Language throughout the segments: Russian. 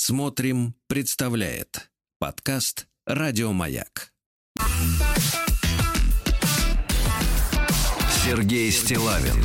Смотрим, представляет подкаст «Радиомаяк». Сергей Стиллавин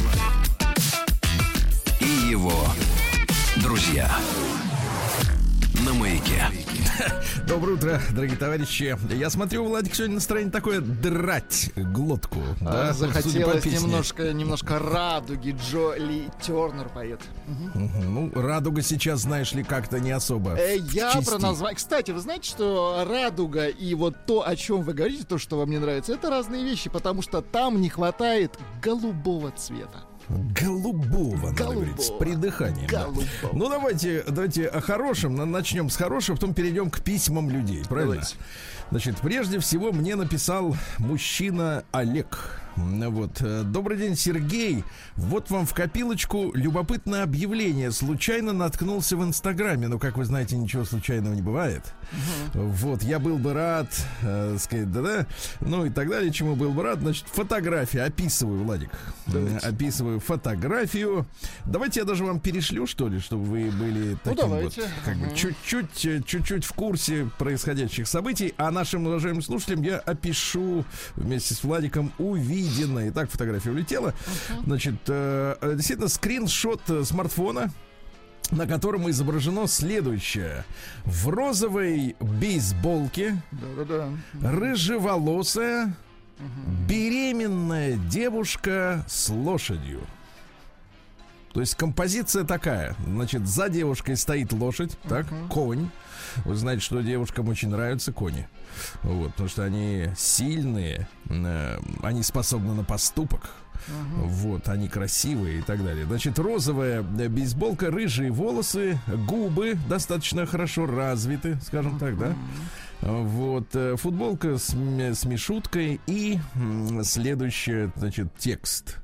и его друзья на Маяке. Доброе утро, дорогие товарищи. Я смотрю, Владик, сегодня настроение такое: драть глотку. Да? Захотелось немножко радуги. Джоли Тернер поет. Ну, радуга сейчас, знаешь ли, как-то не особо. Я про название. Кстати, вы знаете, что радуга и вот то, о чем вы говорите, то, что вам не нравится, это разные вещи, потому что там не хватает голубого цвета. Голубого, надо говорить, с придыханием. Да. Ну, давайте о хорошем. Начнем с хорошего, потом перейдем к письмам людей. Правильно? Давайте. Значит, прежде всего мне написал мужчина Олег. Вот. Добрый день, Сергей. Вот вам в копилочку любопытное объявление. Случайно наткнулся в Инстаграме. Но, как вы знаете, ничего случайного не бывает. Вот, я был бы рад, сказать, да-да, ну и так далее, чему был бы рад. Значит, фотография. Описываю, Владик. Описываю фотографию. Давайте я даже вам перешлю, что ли, чтобы вы были таким вот, как бы, чуть-чуть в курсе происходящих событий. А нашим уважаемым слушателям я опишу вместе с Владиком увиденное. Итак, фотография улетела. Значит, действительно, скриншот смартфона, на котором изображено следующее: в розовой бейсболке, рыжеволосая, беременная девушка с лошадью. То есть композиция такая. Значит, за девушкой стоит лошадь, так, конь. Вы знаете, что девушкам очень нравятся кони. Вот, потому что они сильные, они способны на поступок. Вот, они красивые и так далее. Значит, розовая бейсболка, рыжие волосы, губы достаточно хорошо развиты, скажем так, да? Вот, футболка с мишуткой и следующий, значит, текст.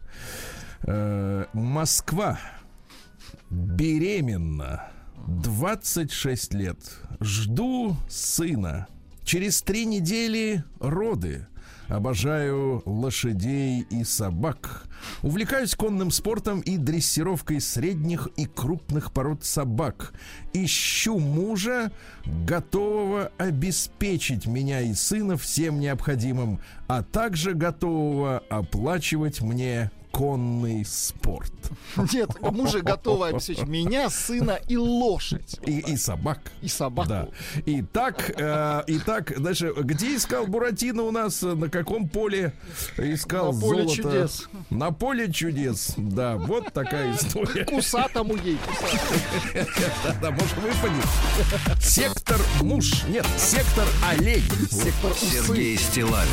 Москва. Беременна. 26 лет. Жду сына. Через 3 недели роды. Обожаю лошадей и собак. Увлекаюсь конным спортом и дрессировкой средних и крупных пород собак. Ищу мужа, готового обеспечить меня и сына всем необходимым, а также готового оплачивать мне конный спорт. Нет, мужа готовы обеспечить меня, сына и лошадь. И собак. И собаку. Да. Итак, дальше, где искал Буратино у нас? На каком поле искал золото? На поле чудес. На поле чудес. Да, вот такая история. Кусатому ей. Да, может, выпадет. Сектор муж. Нет, сектор олень. Сектор Сергей Стиллавин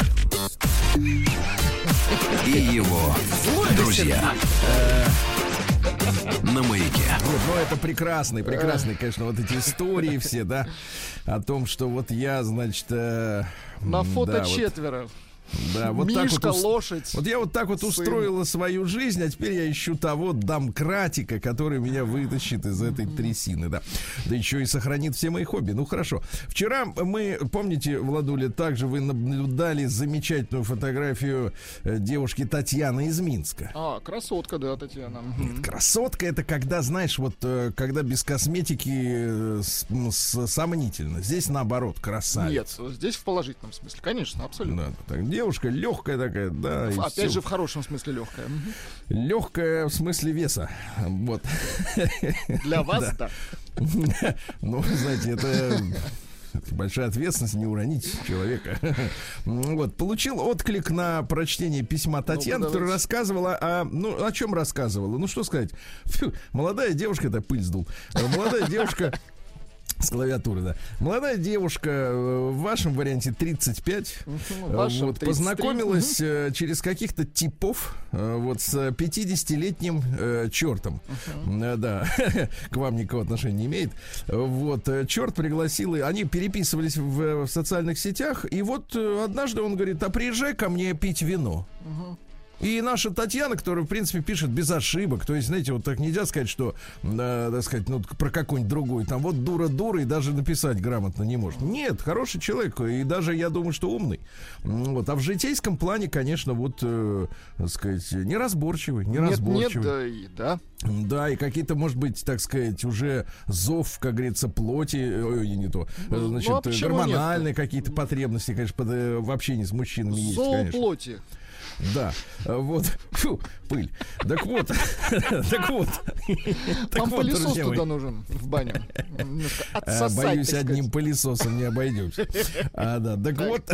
и его друзья на Маяке. Вот, ну, это прекрасные, конечно, вот эти истории все, да, о том, что вот я, значит... на фото да, четверо. Да, вот Мишка, так вот лошадь. Вот я вот так вот сын. Устроила свою жизнь, а теперь я ищу того домкратика, который меня вытащит из этой трясины, да. Да еще и сохранит все мои хобби. Ну, хорошо. Вчера мы, помните, Владуля, также вы наблюдали замечательную фотографию девушки Татьяны из Минска. Красотка, да, Татьяна. Красотка — это когда, знаешь, вот когда без косметики сомнительно. Здесь, наоборот, красавица. Нет, здесь в положительном смысле, конечно, абсолютно. Да, так, девушка легкая такая, да. Опять же, в хорошем смысле легкая. Легкая в смысле веса. Вот. Для вас, да. Ну, знаете, это большая ответственность не уронить человека. Вот, получил отклик на прочтение письма Татьяны, которая рассказывала о чем рассказывала? Ну, что сказать? Молодая девушка, это пыль сдул. Молодая девушка с клавиатуры, да. Молодая девушка, в вашем варианте 35, вот, познакомилась через каких-то типов вот с 50-летним чертом. Да, к вам никакого отношения не имеет. Вот, черт пригласил, они переписывались в социальных сетях, и вот однажды он говорит: а приезжай ко мне пить вино. И наша Татьяна, которая, в принципе, пишет без ошибок, то есть, знаете, вот так нельзя сказать, что, так сказать, ну, про какой-нибудь другой, там, вот дура и даже написать грамотно не может. Нет, хороший человек, и даже, я думаю, что умный. Вот. А в житейском плане, конечно, вот, так сказать, неразборчивый. Нет, да. Да, и какие-то, может быть, так сказать, уже зов, как говорится, плоти, не то, значит, гормональные какие-то потребности, конечно, в общении с мужчинами есть, конечно. Зооплоти. Да, вот, фу, пыль. Так вот, Вам пылесос туда нужен, в баню. Боюсь, одним пылесосом не обойдемся. Да, так вот,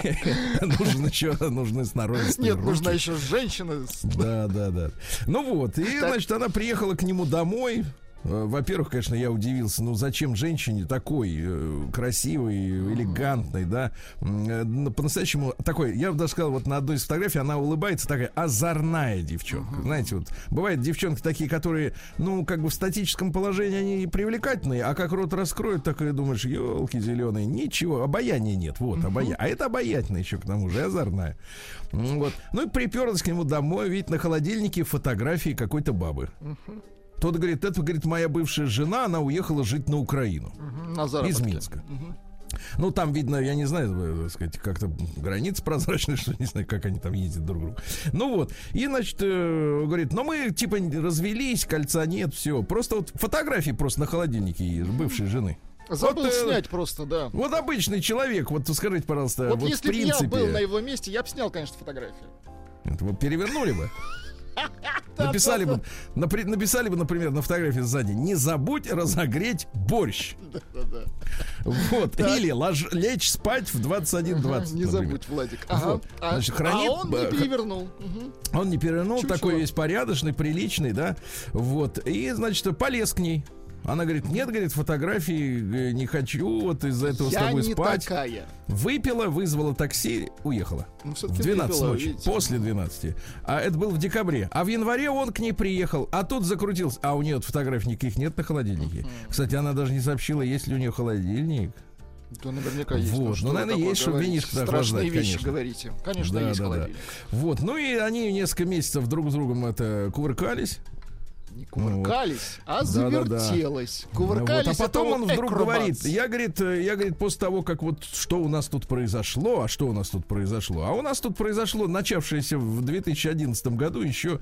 нужны сноровистые руки. Нет, нужна еще женщина. Да. Ну вот, и, значит, она приехала к нему домой. Во-первых, конечно, я удивился, ну зачем женщине такой красивой, элегантной, да, по-настоящему такой, я бы даже сказал, вот на одной из фотографий она улыбается, такая озорная девчонка, знаете, вот бывают девчонки такие, которые, ну, как бы в статическом положении они привлекательные, а как рот раскроют, так и думаешь, елки зеленые, ничего, обаяния нет, вот, обаяние, а это обаятельная еще к тому же, и озорная, вот, ну и приперлась к нему домой, видит на холодильнике фотографии какой-то бабы. Тот говорит, это, говорит, моя бывшая жена, она уехала жить на Украину. Из Минска. Ну, там видно, я не знаю, так сказать, как-то границы прозрачные, что не знаю, как они там ездят друг к другу. Ну вот, и, значит, говорит, ну мы, типа, развелись, кольца нет, все. Просто вот фотографии просто на холодильнике бывшей жены. Забыл снять просто, да. Вот обычный человек, вот скажите, пожалуйста, вот если бы я был на его месте, я бы снял, конечно, фотографию. Это вы перевернули бы. Написали бы, например, на фотографии сзади: не забудь разогреть борщ. Вот. Или лечь спать в 21:20. Не забудь, Владик. Значит, хранит. А он не перевернул. Он не перевернул, такой весь порядочный, приличный, да. Вот. И, значит, полез к ней. Она говорит, нет, говорит, фотографии не хочу, вот из-за этого с тобой спать. Такая. Выпила, вызвала такси, уехала. В 12 ночи, видите? После 12. А это было в декабре. А в январе он к ней приехал, а тут закрутился. А у нее фотографий никаких нет на холодильнике. Кстати, она даже не сообщила, есть ли у нее холодильник. Да, наверняка есть. Вот. Ну, наверное, есть, чтобы винишко так страшные вещи говорите. Конечно, есть холодильник. Вот. Ну и они несколько месяцев друг с другом кувыркались. Не кувыркались, завертелось. Кувыркались. Вот. А потом он вдруг говорит, я говорит, после того, как вот что у нас тут произошло, а у нас тут произошло, начавшаяся в 2011 году еще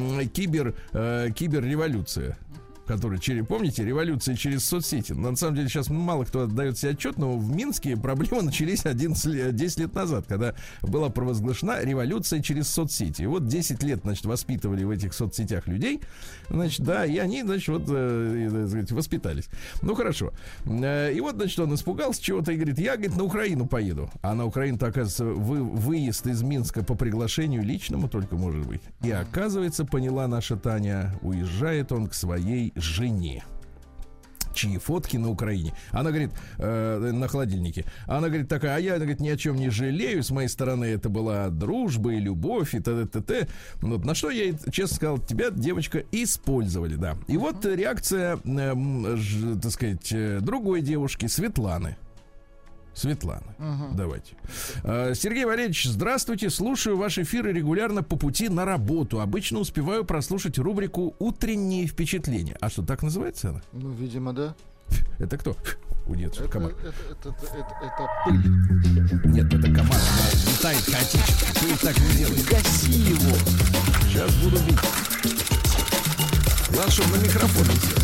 киберреволюция. Который, помните, революция через соцсети. На самом деле сейчас мало кто отдает себе отчет, но в Минске проблемы начались 10 лет назад, когда была провозглашена революция через соцсети. И вот 10 лет, значит, воспитывали в этих соцсетях людей, значит, да, и они, значит, вот, воспитались. Ну, хорошо. И вот, значит, он испугался чего-то и говорит, я, говорит, на Украину поеду. А на Украину-то, оказывается, выезд из Минска по приглашению личному только может быть. И, оказывается, поняла наша Таня, уезжает он к своей жене, чьи фотки на Украине. Она говорит, на холодильнике. Она говорит такая, а я, говорит, ни о чем не жалею. С моей стороны это была дружба и любовь и т.д. Вот, на что я ей честно сказал, тебя, девочка, использовали, да. И вот реакция, так сказать, другой девушки, Светланы. Давайте. Сергей Валерьевич, здравствуйте. Слушаю ваши эфиры регулярно по пути на работу. Обычно успеваю прослушать рубрику «Утренние впечатления». А что, так называется она? Ну, видимо, да. Это кто? Удется, комар. Это пыль. Нет, это комар. Она летает хаотически. Пыль так не делает. Гаси его. Сейчас буду бить. Главное, чтобы на микрофоне сел.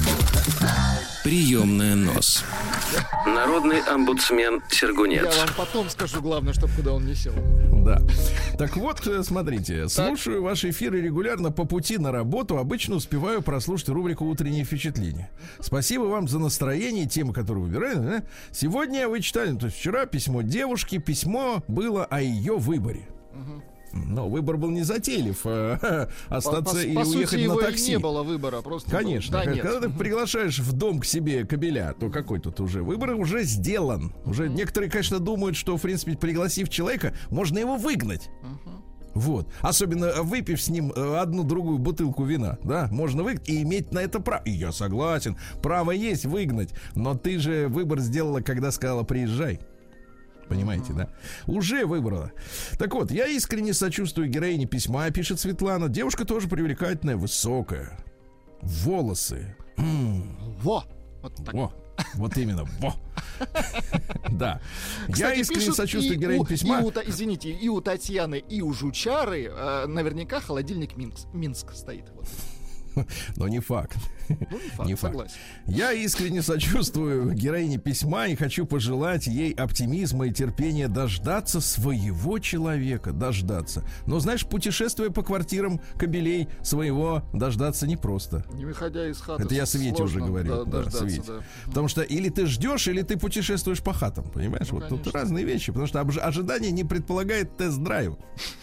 Приемная нос. Народный омбудсмен Сергунец. Я вам потом скажу, главное, чтобы куда он не сел. Да. Так вот, смотрите, слушаю ваши эфиры регулярно по пути на работу. Обычно успеваю прослушать рубрику «Утренние впечатления». Спасибо вам за настроение и темы, которые выбираем. Сегодня вы читали, то есть вчера письмо девушки. Письмо было о ее выборе. Но выбор был не затейлив, остаться или уехать на такси. Не было выбора, просто. Конечно. Когда ты приглашаешь в дом к себе кобеля, то какой тут уже выбор уже сделан. Уже некоторые, конечно, думают, что, в принципе, пригласив человека, можно его выгнать. Вот. Особенно выпив с ним одну-другую бутылку вина, да, можно выгнать и иметь на это право. И я согласен, право есть выгнать. Но ты же выбор сделала, когда сказала «приезжай». Понимаете, да? Уже выбрала. Так вот, я искренне сочувствую героине письма, пишет Светлана. Девушка тоже привлекательная, высокая. Волосы. Во! Вот так. Во. Вот именно, во. Да. Кстати, я искренне сочувствую героине письма. Извините, и у Татьяны, и у Жучары наверняка холодильник Минск стоит. Вот. Но не факт. Ну, не факт, согласен. Я искренне сочувствую героине письма и хочу пожелать ей оптимизма и терпения дождаться своего человека. Дождаться. Но, знаешь, путешествуя по квартирам кобелей, своего дождаться непросто. Не выходя из хаты. Это я Свете уже говорил. Да, Свете. Да. Потому что или ты ждешь, или ты путешествуешь по хатам. Понимаешь? Ну, вот тут разные вещи. Потому что ожидание не предполагает тест-драйв.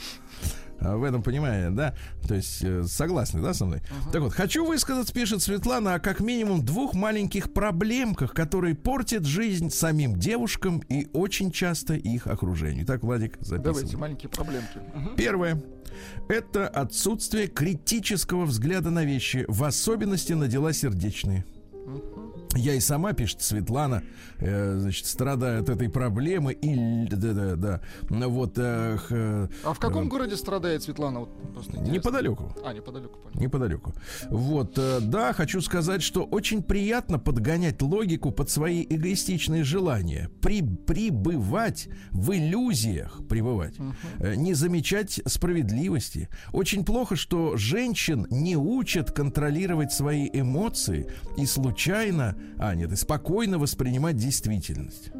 В этом понимание, да? То есть согласны, да, со мной? Так вот, хочу высказаться, пишет Светлана, о как минимум 2 маленьких проблемках, которые портят жизнь самим девушкам и очень часто их окружению. Так, Владик, записывай. Давайте, маленькие проблемки. Первое. Это отсутствие критического взгляда на вещи, в особенности на дела сердечные. Я и сама, пишет Светлана, значит, страдаю от этой проблемы. И вот. А в каком городе страдает Светлана? Вот, просто неподалеку. Неподалеку, понятно. Неподалеку. Вот, да, хочу сказать, что очень приятно подгонять логику под свои эгоистичные желания. Пребывать в иллюзиях, не замечать справедливости. Очень плохо, что женщин не учат контролировать свои эмоции и случайно, и спокойно воспринимать действительность.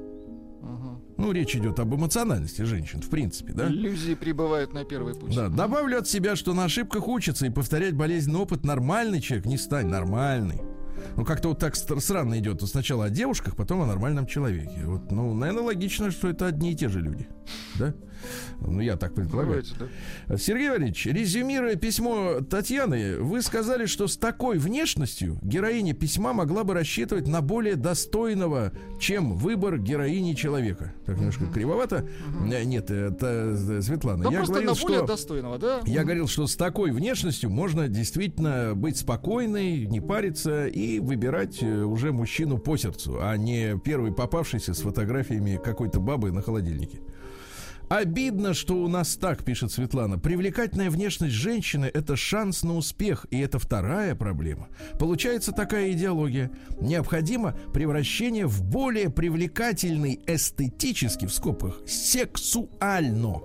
Ну, речь идет об эмоциональности женщин, в принципе, да? Иллюзии прибывают на первый путь. Да, добавлю от себя, что на ошибках учатся, и повторять болезненный опыт нормальный человек не станет. Нормальный. Ну, как-то вот так странно идет. Сначала о девушках, потом о нормальном человеке. Вот, ну, наверное, логично, что это одни и те же люди. Да? Ну, я так предполагаю. Да. Сергей Валерьевич, резюмируя письмо Татьяны, вы сказали, что с такой внешностью героиня письма могла бы рассчитывать на более достойного, чем выбор героини человека. Так немножко кривовато. Нет, это Светлана. Да, я говорил, на более достойного, да? Я говорил, что с такой внешностью можно действительно быть спокойной, не париться и выбирать уже мужчину по сердцу, а не первый попавшийся с фотографиями какой-то бабы на холодильнике. Обидно, что у нас так, пишет Светлана. Привлекательная внешность женщины – это шанс на успех, и это вторая проблема. Получается такая идеология. Необходимо превращение в более привлекательный эстетически, в скобках, сексуально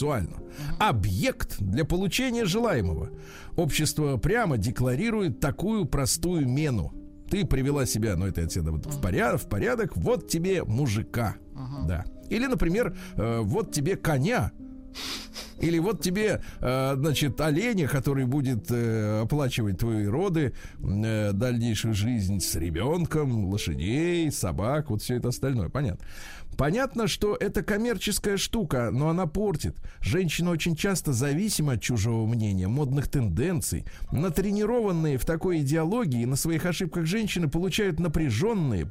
объект для получения желаемого. Общество прямо декларирует такую простую мену. Ты привела себя, это отсюда в порядок, вот тебе мужика. Да. Или, например, вот тебе коня. Или вот тебе, оленя, который будет оплачивать твои роды, дальнейшую жизнь с ребенком, лошадей, собак, вот все это остальное. Понятно. Понятно, что это коммерческая штука, но она портит. Женщина очень часто зависима от чужого мнения, модных тенденций. Натренированные в такой идеологии на своих ошибках женщины получаются напряженные,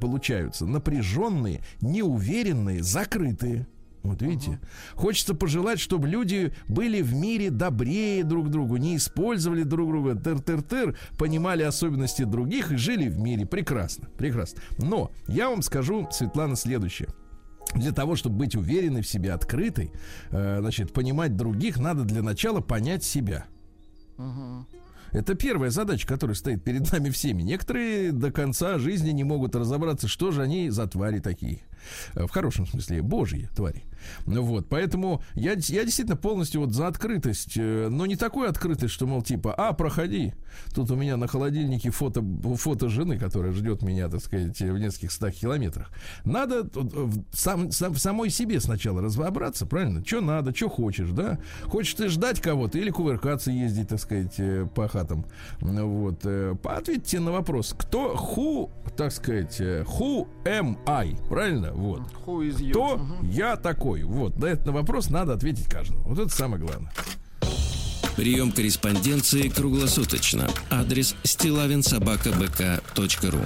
неуверенные, закрытые. Вот видите? Хочется пожелать, чтобы люди были в мире добрее друг к другу, не использовали друг друга, понимали особенности других и жили в мире. Прекрасно, прекрасно. Но я вам скажу, Светлана, следующее. Для того, чтобы быть уверенной в себе, открытой, понимать других, надо для начала понять себя. Это первая задача, которая стоит перед нами всеми. Некоторые до конца жизни не могут разобраться, что же они за твари такие. В хорошем смысле, божьи твари. Вот, поэтому я действительно полностью за открытость, но не такую открытость, что, мол, проходи. Тут у меня на холодильнике фото жены, которая ждет меня, так сказать, в нескольких 100 километрах. Надо в самой себе сначала разобраться, правильно? Что надо, что хочешь, да? Хочешь ты ждать кого-то или кувыркаться, ездить, так сказать, по хатам. Вот. Ответьте на вопрос, who am I? Правильно? Вот. Кто я такой? Вот, на этот вопрос надо ответить каждому. Вот это самое главное. Прием корреспонденции круглосуточно. Адрес stilavinsobakabk.ru.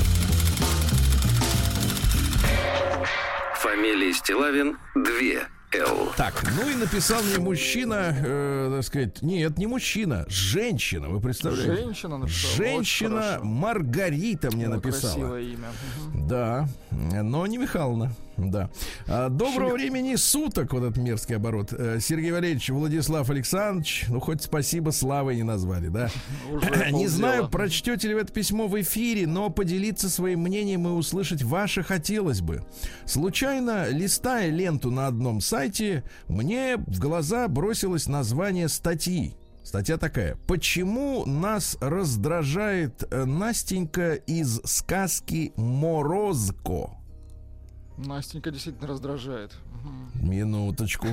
Фамилия Стилавин 2. Так, ну и написал мне мужчина, так сказать, нет, не мужчина, женщина, вы представляете? Женщина написала. Женщина Маргарита мне написала. Красивое имя. Да, но не Михайловна. Да. Доброго времени суток, вот этот мерзкий оборот. Сергей Валерьевич, Владислав Александрович, ну хоть спасибо, Славой не назвали, да? Не знаю, прочтете ли вы это письмо в эфире, но поделиться своим мнением и услышать ваше хотелось бы. Случайно, листая ленту на одном сайте, мне в глаза бросилось название статьи. Статья такая: почему нас раздражает Настенька из сказки «Морозко»? Настенька действительно раздражает. Минуточку.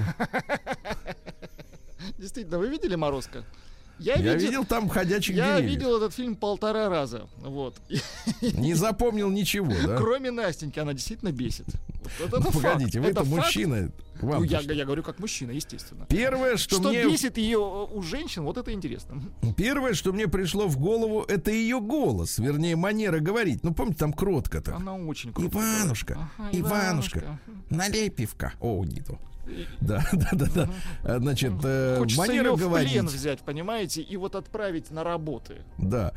Действительно, вы видели «Морозко»? Я видел там ходячих деревьев. Я видел этот фильм 1,5 раза. Вот. Не запомнил ничего, да? Кроме Настеньки, она действительно бесит. Вот это погодите, вы-то мужчина. Ну, я говорю как мужчина, естественно. Первое, что мне... бесит ее у женщин, вот это интересно. Первое, что мне пришло в голову, это ее голос, вернее, манера говорить. Ну, помните, там кротко-то. Она очень кротко. Иванушка, налей пивка. О, не то. Да. Значит, хочется манера ее говорить. В плен взять, понимаете, и вот отправить на работы. Да.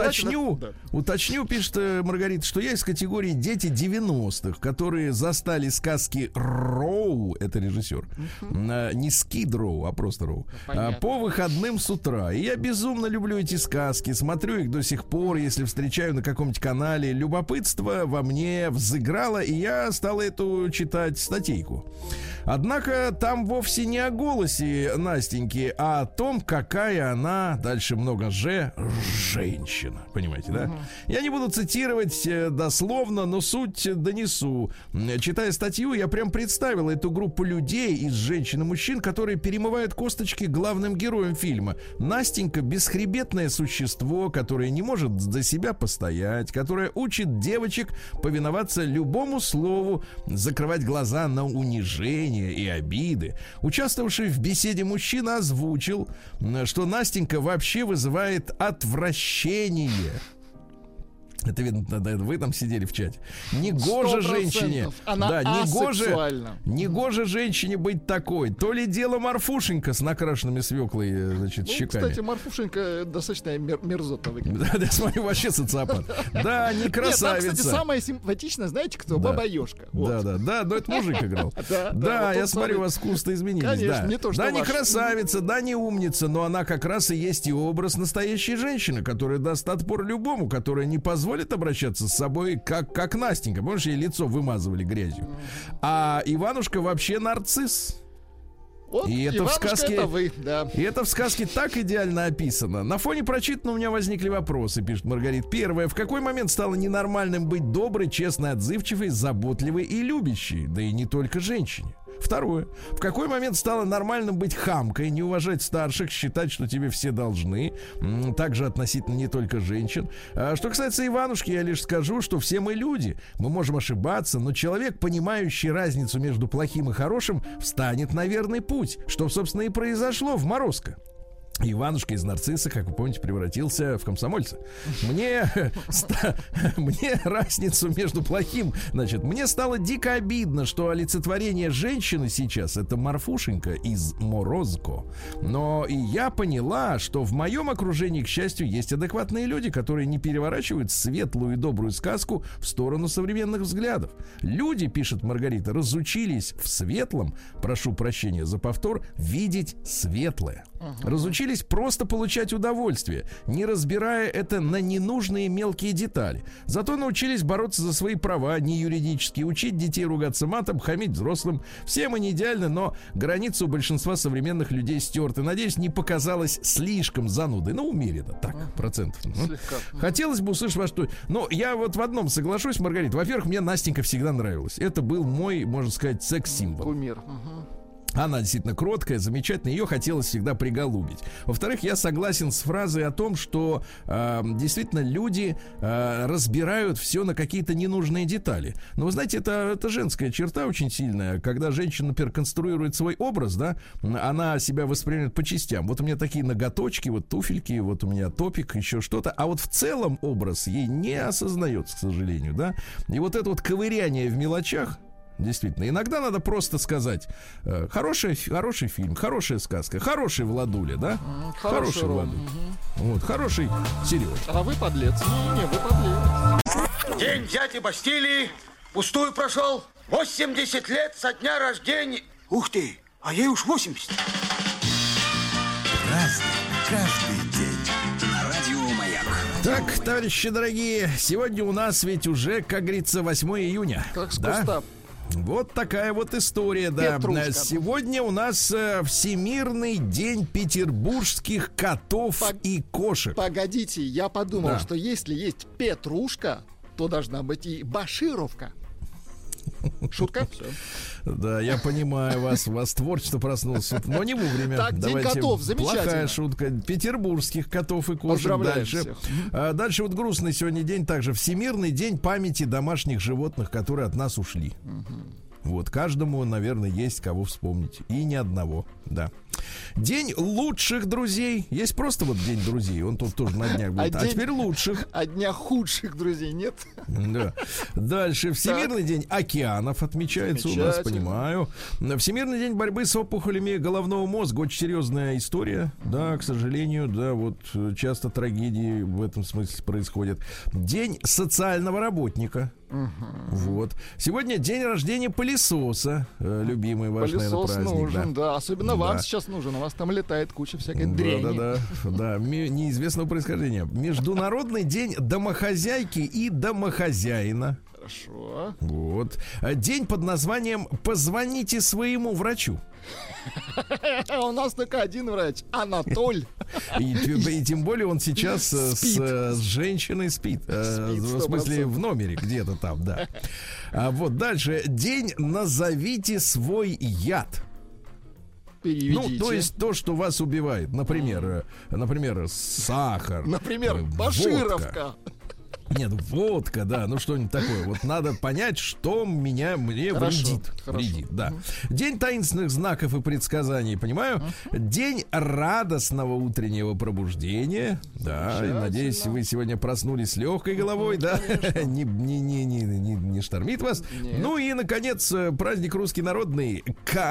Уточню, пишет Маргарита, что я из категории дети 90-х, которые застали сказки Роу, это режиссер, не Скид Роу, а просто Роу, по выходным с утра. И я безумно люблю эти сказки, смотрю их до сих пор, если встречаю на каком-нибудь канале. Любопытство во мне взыграло, и я стал эту читать статейку. Однако там вовсе не о голосе Настеньки, а о том, какая она, дальше много женщина. Понимаете, да? Я не буду цитировать дословно, но суть донесу. Читая статью, я прям представил эту группу людей из женщин и мужчин, которые перемывают косточки главным героям фильма. Настенька — бесхребетное существо, которое не может за себя постоять, которое учит девочек повиноваться любому слову, закрывать глаза на унижение и обиды. Участвовавший в беседе мужчина озвучил, что Настенька вообще вызывает отвращение. Это видно, вы там сидели в чате. Негоже женщине. Она негоже женщине быть такой. То ли дело Марфушенька с накрашенными свеклой, значит, щеками. Кстати, Марфушенька достаточно мерзотно выглядит. Да, я смотрю, вообще социопат. Да, не красавица. Нет, кстати, самая симпатичная, знаете кто? Баба-ёжка. Да, но это мужик играл. Да, я смотрю, у вас вкусно изменились. Конечно, не то, что да, не красавица, да, не умница, но она как раз и есть и образ настоящей женщины, которая даст отпор любому, которая не позволит обращаться с собой как Настенька. Помнишь, ей лицо вымазывали грязью. А Иванушка вообще нарцисс. Вот, и это в сказке, это вы, да. И это в сказке так идеально описано. На фоне прочитанного у меня возникли вопросы, пишет Маргарита. Первое: в какой момент стало ненормальным быть доброй, честной, отзывчивой, заботливой и любящей? Да и не только женщине. Второе: в какой момент стало нормальным быть хамкой, не уважать старших, считать, что тебе все должны? Также относительно не только женщин. Что касается Иванушки, я лишь скажу, что все мы люди. Мы можем ошибаться, но человек, понимающий разницу между плохим и хорошим, встанет на верный путь. Что, собственно, и произошло в «Морозко». Иванушка из нарцисса, как вы помните, превратился в комсомольца. Мне разницу между плохим, значит, мне стало дико обидно, что олицетворение женщины сейчас — это Марфушенька из «Морозко». Но и я поняла, что в моем окружении, к счастью, есть адекватные люди, которые не переворачивают светлую и добрую сказку в сторону современных взглядов. Люди, пишет Маргарита, разучились в светлом, прошу прощения за повтор, видеть светлое. Разучились просто получать удовольствие, не разбирая это на ненужные мелкие детали. Зато научились бороться за свои права, не юридически, учить детей ругаться матом, хамить взрослым. Все мы не идеальны, но границы у большинства современных людей стерты. Надеюсь, не показалось слишком занудой. Ну, умеренно, так, процентов. Хотелось бы услышать вас, что... Но я вот в одном соглашусь, Маргарита. Во-первых, мне Настенька всегда нравилась. Это был мой, можно сказать, секс-символ. Кумир. Она действительно кроткая, замечательная, ее хотелось всегда приголубить. Во-вторых, я согласен с фразой о том, что действительно люди разбирают все на какие-то ненужные детали. Но вы знаете, это женская черта очень сильная. Когда женщина, например, конструирует свой образ, да, она себя воспринимает по частям. Вот у меня такие ноготочки, вот туфельки, вот у меня топик, еще что-то. А вот в целом образ ей не осознается, к сожалению, да. И вот это вот ковыряние в мелочах, действительно. Иногда надо просто сказать: хороший фильм, хорошая сказка, хороший Владуля, да? Хороший Владуля. Вот, хороший Сережа. А вы подлец. Не, вы подлец. День дяди Бастилии пустую прошел. 80 лет со дня рождения. Ух ты, а ей уж 80. Разный, каждый день. На радио Маяк. Так, товарищи дорогие, сегодня у нас ведь уже, как говорится, 8 июня. Как с да? куста. Вот такая вот история, да. Петрушка. Сегодня у нас Всемирный день петербургских котов и кошек. Погодите, я подумал, Да. что если есть Петрушка, то должна быть и Башировка. Шутка? Все. Да, я понимаю вас. У вас творчество проснулось, но не вовремя. Так, День Давайте, котов, замечательно. Плохая шутка. Петербургских котов и кошек. Поздравляю Дальше. всех. Дальше вот грустный сегодня день. Также Всемирный день памяти домашних животных, которые от нас ушли. Вот, каждому, наверное, есть кого вспомнить. И ни одного, да. День лучших друзей. Есть просто вот день друзей. Он тут тоже на днях будет. А день- теперь лучших. А дня худших друзей нет? Да. Дальше. Всемирный день океанов отмечается у нас, Замечательно. понимаю. Всемирный день борьбы с опухолями головного мозга. Очень серьезная история. Да, к сожалению, да, вот часто трагедии в этом смысле происходят. День социального работника. Вот. Сегодня день рождения пылесоса. Любимый ваш, наверное, Пылесос праздник. нужен, да. Особенно вам Да. сейчас нужен. У вас там летает куча всякой дряни. Да, неизвестного происхождения. Международный день домохозяйки и домохозяина. Хорошо. Вот. День под названием «Позвоните своему врачу». У нас только один врач. Анатоль. И тем более он сейчас с женщиной спит. В смысле, 100%. в номере где-то там, да. Вот дальше. День «Назовите свой яд». Переведите. Ну, то есть то, что вас убивает. Например, сахар. Например, водка. Башировка. Нет, водка, да, ну что-нибудь такое. Вот надо понять, что мне Хорошо, вредит. хорошо. Вредит, да. День таинственных знаков и предсказаний, понимаю. День радостного утреннего пробуждения. Да, и надеюсь, вы сегодня проснулись с легкой головой, да. Не штормит вас. Нет. Ну и, наконец, праздник русский народный.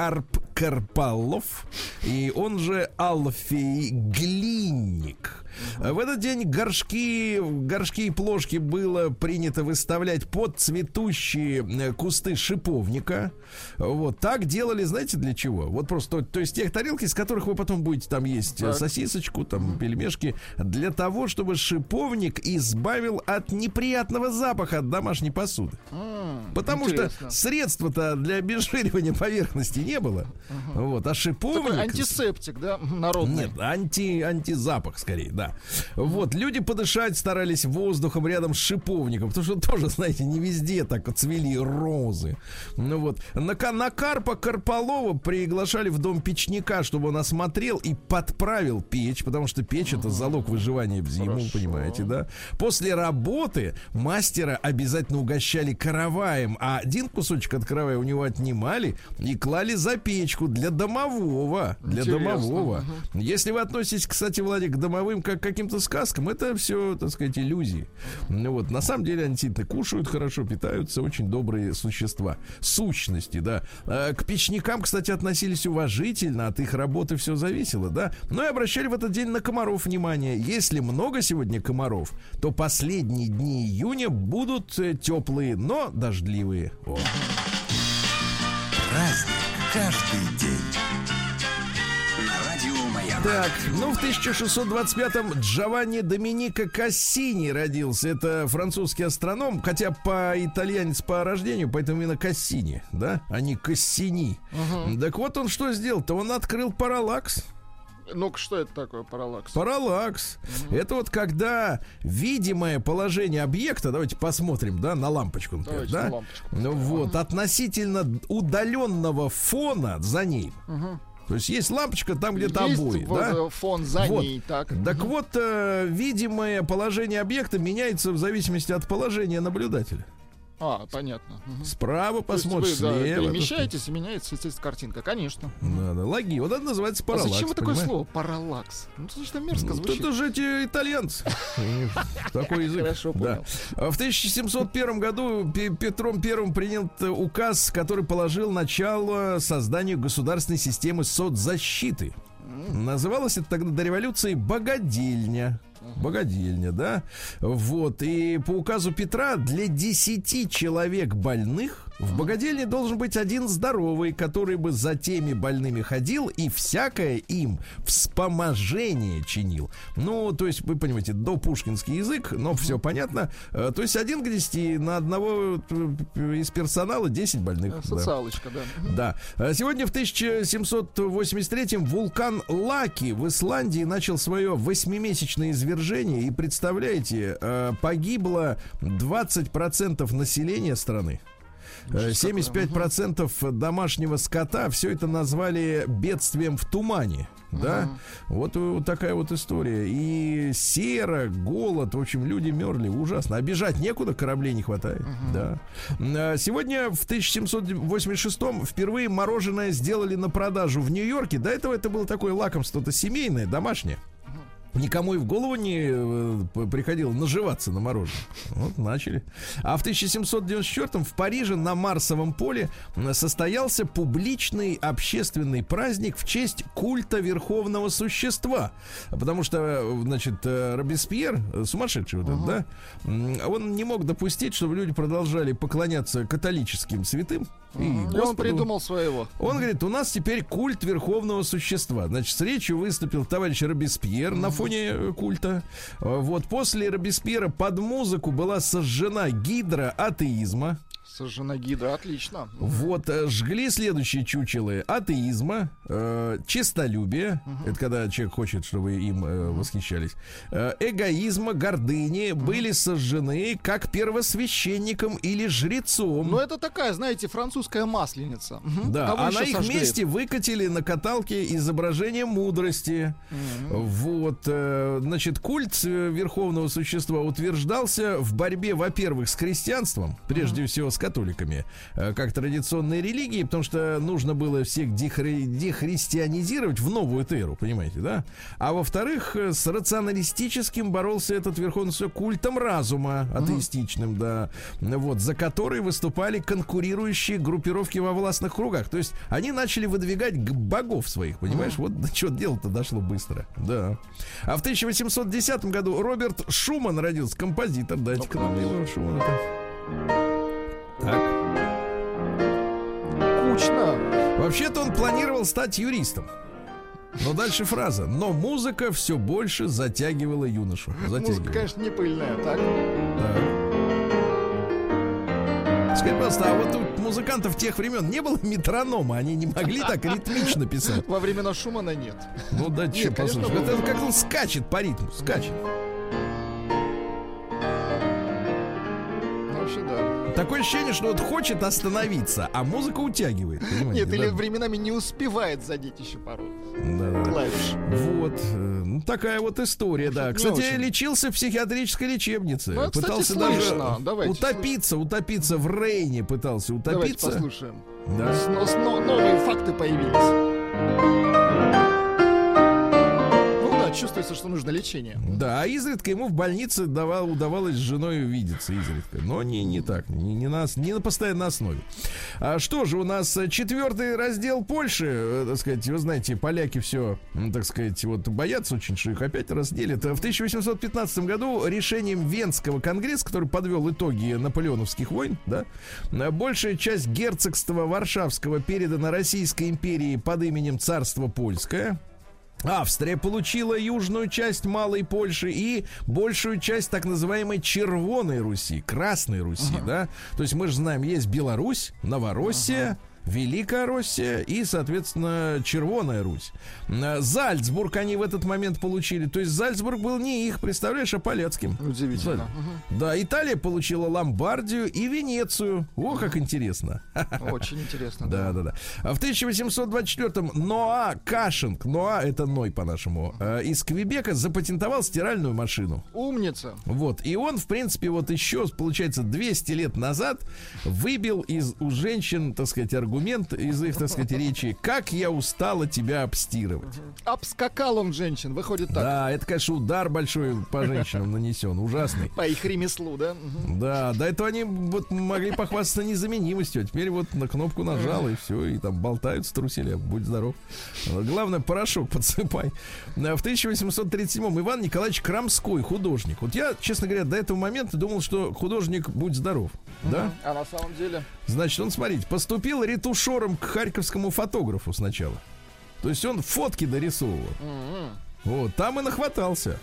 Карполов. И он же Алфей Глинник. В этот день горшки и плошки было принято выставлять под цветущие кусты шиповника. Вот так делали, знаете, для чего? Вот просто, то есть тех тарелки, из которых вы потом будете там есть Так. сосисочку, там пельмешки, для того, чтобы шиповник избавил от неприятного запаха от домашней посуды. Потому интересно. что средства-то для обезжиривания поверхности не было. Вот, а шиповник... Такой антисептик, да, народный. Нет, антизапах скорее, да. Вот, люди подышать старались воздухом рядом с шиповником, потому что тоже, знаете, не везде так цвели розы. Ну вот, на Карпа Карполова приглашали в дом печника, чтобы он осмотрел и подправил печь, потому что печь — это залог выживания в зиму, Хорошо. понимаете, да. После работы мастера обязательно угощали караваем, а один кусочек от каравая у него отнимали и клали за печку для домового. Для Интересно. домового. Если вы относитесь, кстати, Владик, к домовым как к каким-то сказкам, это все, так сказать, иллюзии. Ну вот, на самом деле они действительно кушают хорошо, питаются, очень добрые существа. Сущности, да. К печникам, кстати, относились уважительно, от их работы все зависело, да. Но и обращали в этот день на комаров внимание. Если много сегодня комаров, то последние дни июня будут теплые, но дождливые. О. Праздник каждый день. На радио Маяк. Так, ну в 1625-м Джованни Доменико Кассини родился. Это французский астроном, хотя по-итальянец по рождению, поэтому именно Кассини, да, а не Кассини. Так вот он что сделал-то? Он открыл параллакс. Ну-ка, что это такое параллакс? Параллакс. Это вот когда видимое положение объекта, давайте посмотрим, да, на лампочку, например, Давайте да? на лампочку. Ну вот, относительно удаленного фона за ней. То есть есть лампочка там где-то Есть обои, вот, да? фон за Вот. ней, так. Так вот, видимое положение объекта меняется в зависимости от положения наблюдателя. Понятно. Справа посмотришь, вы, слева. Перемещаетесь, и меняется, естественно, картинка, конечно. Да. Логи. Вот это называется параллакс. А зачем вы такое понимаешь? слово параллакс? Ну, достаточно мерзко звучит. Это же эти итальянцы. У них такой язык. Хорошо, понял. В 1701 году Петром I принял указ, который положил начало созданию государственной системы соцзащиты. Называлось это тогда до революции богадельня. Богадельня, да. Вот. И по указу Петра для 10 человек больных в богадельне должен быть один здоровый, который бы за теми больными ходил и всякое им вспоможение чинил. Ну, то есть, вы понимаете, допушкинский язык, но все понятно. То есть 1 к 10 на одного из персонала 10 больных. Социалочка, да. Да. Сегодня в 1783-м вулкан Лаки в Исландии начал свое 8-месячное извержение. И представляете, погибло 20% населения страны. 75% домашнего скота. Все это назвали бедствием в тумане. Да, вот такая вот история. И сера, голод, в общем, люди мерли ужасно. А бежать некуда, кораблей не хватает. Да. Сегодня в 1786-м впервые мороженое сделали на продажу в Нью-Йорке. До этого это было такое лакомство-то семейное, домашнее. Никому и в голову не приходило наживаться на мороженое. Вот начали. А в 1794-м в Париже на Марсовом поле состоялся публичный общественный праздник в честь культа верховного существа. Потому что, значит, Робеспьер, сумасшедший вот этот, да, он не мог допустить, чтобы люди продолжали поклоняться католическим святым. И он придумал своего. Он говорит, у нас теперь культ верховного существа. Значит, с речью выступил товарищ Робеспьер на фоне культа. Вот после Робеспьера под музыку была сожжена гидра атеизма. Сожжена гидра, отлично. Вот, жгли следующие чучелы атеизма, честолюбия, это когда человек хочет, чтобы им восхищались, эгоизма, гордыни были сожжены как первосвященником или жрецом. Ну, это такая, знаете, французская масленица. Да, а на их месте выкатили на каталке изображение мудрости. Вот, значит, культ верховного существа утверждался в борьбе, во-первых, с крестьянством, прежде всего с католиками, как традиционной религии, потому что нужно было всех дехристианизировать в новую эру, понимаете, да? А во-вторых, с рационалистическим боролся этот верховный культом разума, атеистичным, да, вот, за который выступали конкурирующие группировки во властных кругах. То есть они начали выдвигать богов своих, понимаешь? Вот до чего дело-то дошло быстро, да. А в 1810 году Роберт Шуман родился, композитор, дайте-ка нам его Шумана-то. Так. Кучно. Вообще-то он планировал стать юристом. Но дальше фраза. Но музыка все больше затягивала юношу. Музыка, конечно, не пыльная, так? Скажи, пожалуйста, а вот у музыкантов тех времен не было метронома? Они не могли так ритмично писать? Во времена Шумана нет. Ну да, че, послушай. Это как он скачет по ритму, скачет. Вообще, да. Такое ощущение, что вот хочет остановиться, а музыка утягивает. Понимаете? Нет, или временами не успевает задеть еще пару клавиш. Вот. Ну, такая вот история, да. Кстати, лечился в психиатрической лечебнице. Ну, пытался кстати, даже утопиться в Рейне. Пытался утопиться. Давайте послушаем. Да. Новые факты появились. Чувствуется, что нужно лечение. Да, а изредка ему в больнице удавалось с женой видеться изредка. Но не так, не на постоянной основе. Что же, у нас 4-й раздел Польши. Так сказать, вы знаете, поляки все, так сказать, вот боятся очень, что их опять разделят. В 1815 году решением Венского конгресса, который подвел итоги наполеоновских войн, да, большая часть герцогства Варшавского передана Российской империи под именем Царство Польское. Австрия получила южную часть Малой Польши и большую часть так называемой Червоной Руси, Красной Руси, да. То есть мы же знаем, есть Беларусь, Новороссия, Великая Россия и, соответственно, Червоная Русь. Зальцбург они в этот момент получили. То есть Зальцбург был не их, представляешь, а поляцким. Удивительно. Да, Италия получила Ломбардию и Венецию. О, как интересно. Очень интересно. Да. В 1824-м Ноа Кашинг, Ноа это Ной по-нашему, из Квебека запатентовал стиральную машину. Умница. Вот, и он, в принципе, вот еще, получается, 200 лет назад выбил у женщин, так сказать, аргумент из их, так сказать, речи: как я устала тебя обстирывать. Обскакал он женщин, выходит так. Да, это, конечно, удар большой по женщинам нанесен, ужасный. По их ремеслу, да? Да, до этого они вот могли похвастаться незаменимостью, а теперь вот на кнопку нажал, и все, и там болтаются труселя, будь здоров. Главное, порошок подсыпай. В 1837-м Иван Николаевич Крамской, художник. Вот я, честно говоря, до этого момента думал, что художник будь здоров. Да? А на самом деле? Значит, он, смотрите, поступил ретушером к харьковскому фотографу сначала. То есть он фотки дорисовывал. Вот, там и нахватался.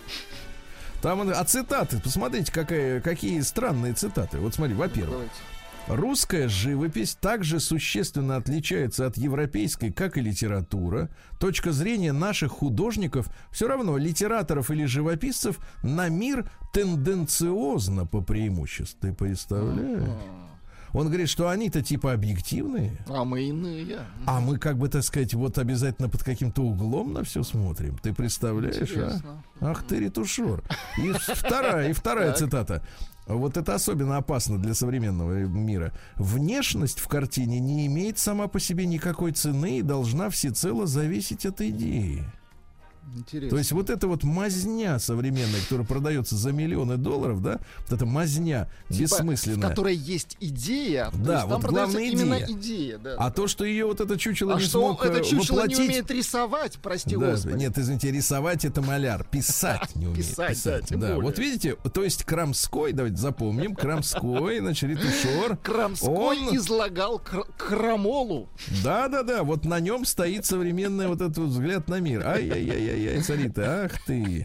А цитаты, посмотрите, какие странные цитаты. Вот смотри, во-первых, русская живопись также существенно отличается от европейской, как и литература. Точка зрения наших художников, все равно литераторов или живописцев, на мир тенденциозно по преимуществу. Ты представляешь? Он говорит, что они-то типа объективные. А мы иные. А мы, как бы, так сказать, вот обязательно под каким-то углом на все смотрим. Ты представляешь, интересно. Ах ты ретушер. И вторая цитата. Вот это особенно опасно для современного мира. Внешность в картине не имеет сама по себе никакой цены и должна всецело зависеть от идеи. Интересно. То есть вот эта вот мазня современная, которая продается за миллионы долларов, да, вот эта мазня типа, бессмысленная. В которой есть идея, да, вот главная именно идея. Да, а то, что ее вот это чучело не что смог это чучело воплотить... не умеет рисовать, прости господи. Нет, извините, рисовать это маляр, писать не умеет. Писать. Да, вот видите, то есть Крамской, давайте запомним, Крамской, значит, ретушер. Крамской излагал крамолу. Да, вот на нем стоит современный вот этот взгляд на мир. Ай-яй-яй. Царита, ах ты.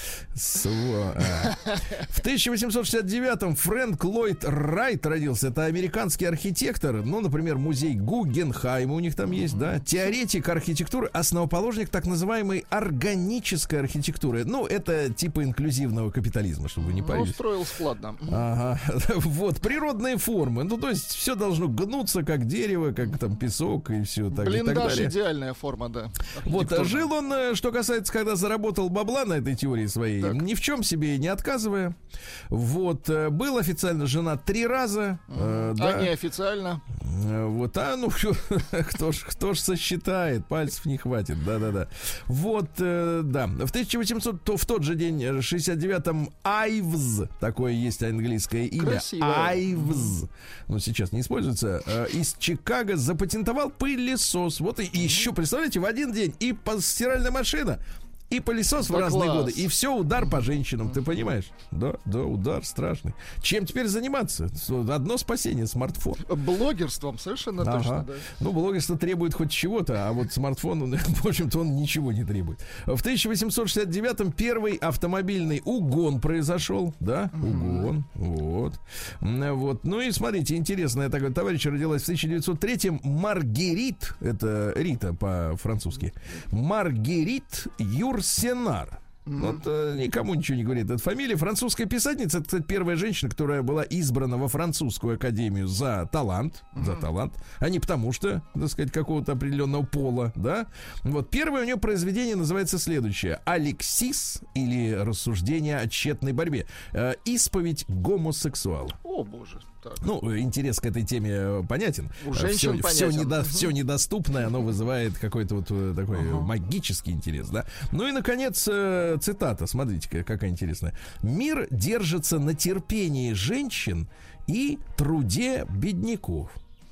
В 1869-м Фрэнк Ллойд Райт родился. Это американский архитектор. Ну, например, музей Гугенхайма у них там есть, да. Теоретик архитектуры, основоположник так называемой органической архитектуры. Ну, это типа инклюзивного капитализма, чтобы вы не парились. Устроил складно. Ага. Вот, природные формы. Ну, то есть все должно гнуться, как дерево, как там песок и все так, и так далее. Идеальная форма, да. Вот, жил он, что касается, когда заработал бабла на этой теории своей, так. Ни в чем себе не отказывая. Вот, был официально женат 3 раза. Да. А неофициально? Вот, кто ж сосчитает, пальцев не хватит, да. Вот, да, в 1800, в тот же день, 69-м, Айвз, такое есть английское имя. Красиво. Айвз, ну, сейчас не используется, из Чикаго запатентовал пылесос. Вот и еще, представляете, в один день и стиральная машина, и пылесос в разные годы. И все удар по женщинам, ты понимаешь? Да, удар страшный. Чем теперь заниматься? Одно спасение — смартфон. Блогерством, совершенно точно, да. Ну, блогерство требует хоть чего-то, а вот смартфон, в общем-то, он ничего не требует. В 1869-м первый автомобильный угон произошел, да? Угон, вот. Ну и смотрите, интересная такая товарищ родилась в 1903-м Маргерит, это Рита по-французски, Маргерит Юрсенар. Вот никому ничего не говорит. Это фамилия. Французская писательница. Это, кстати, первая женщина, которая была избрана во французскую академию за талант. За талант. А не потому что, так сказать, какого-то определенного пола, да. Вот первое у нее произведение называется следующее: «Алексис» или «Рассуждение о тщетной борьбе». Исповедь гомосексуала. О, боже. Так. Ну, интерес к этой теме понятен. У женщин понятен. Все недоступное, оно вызывает какой-то вот такой магический интерес, да. Ну и, наконец, цитата. Смотрите, какая интересная. «Мир держится на терпении женщин и труде бедняков».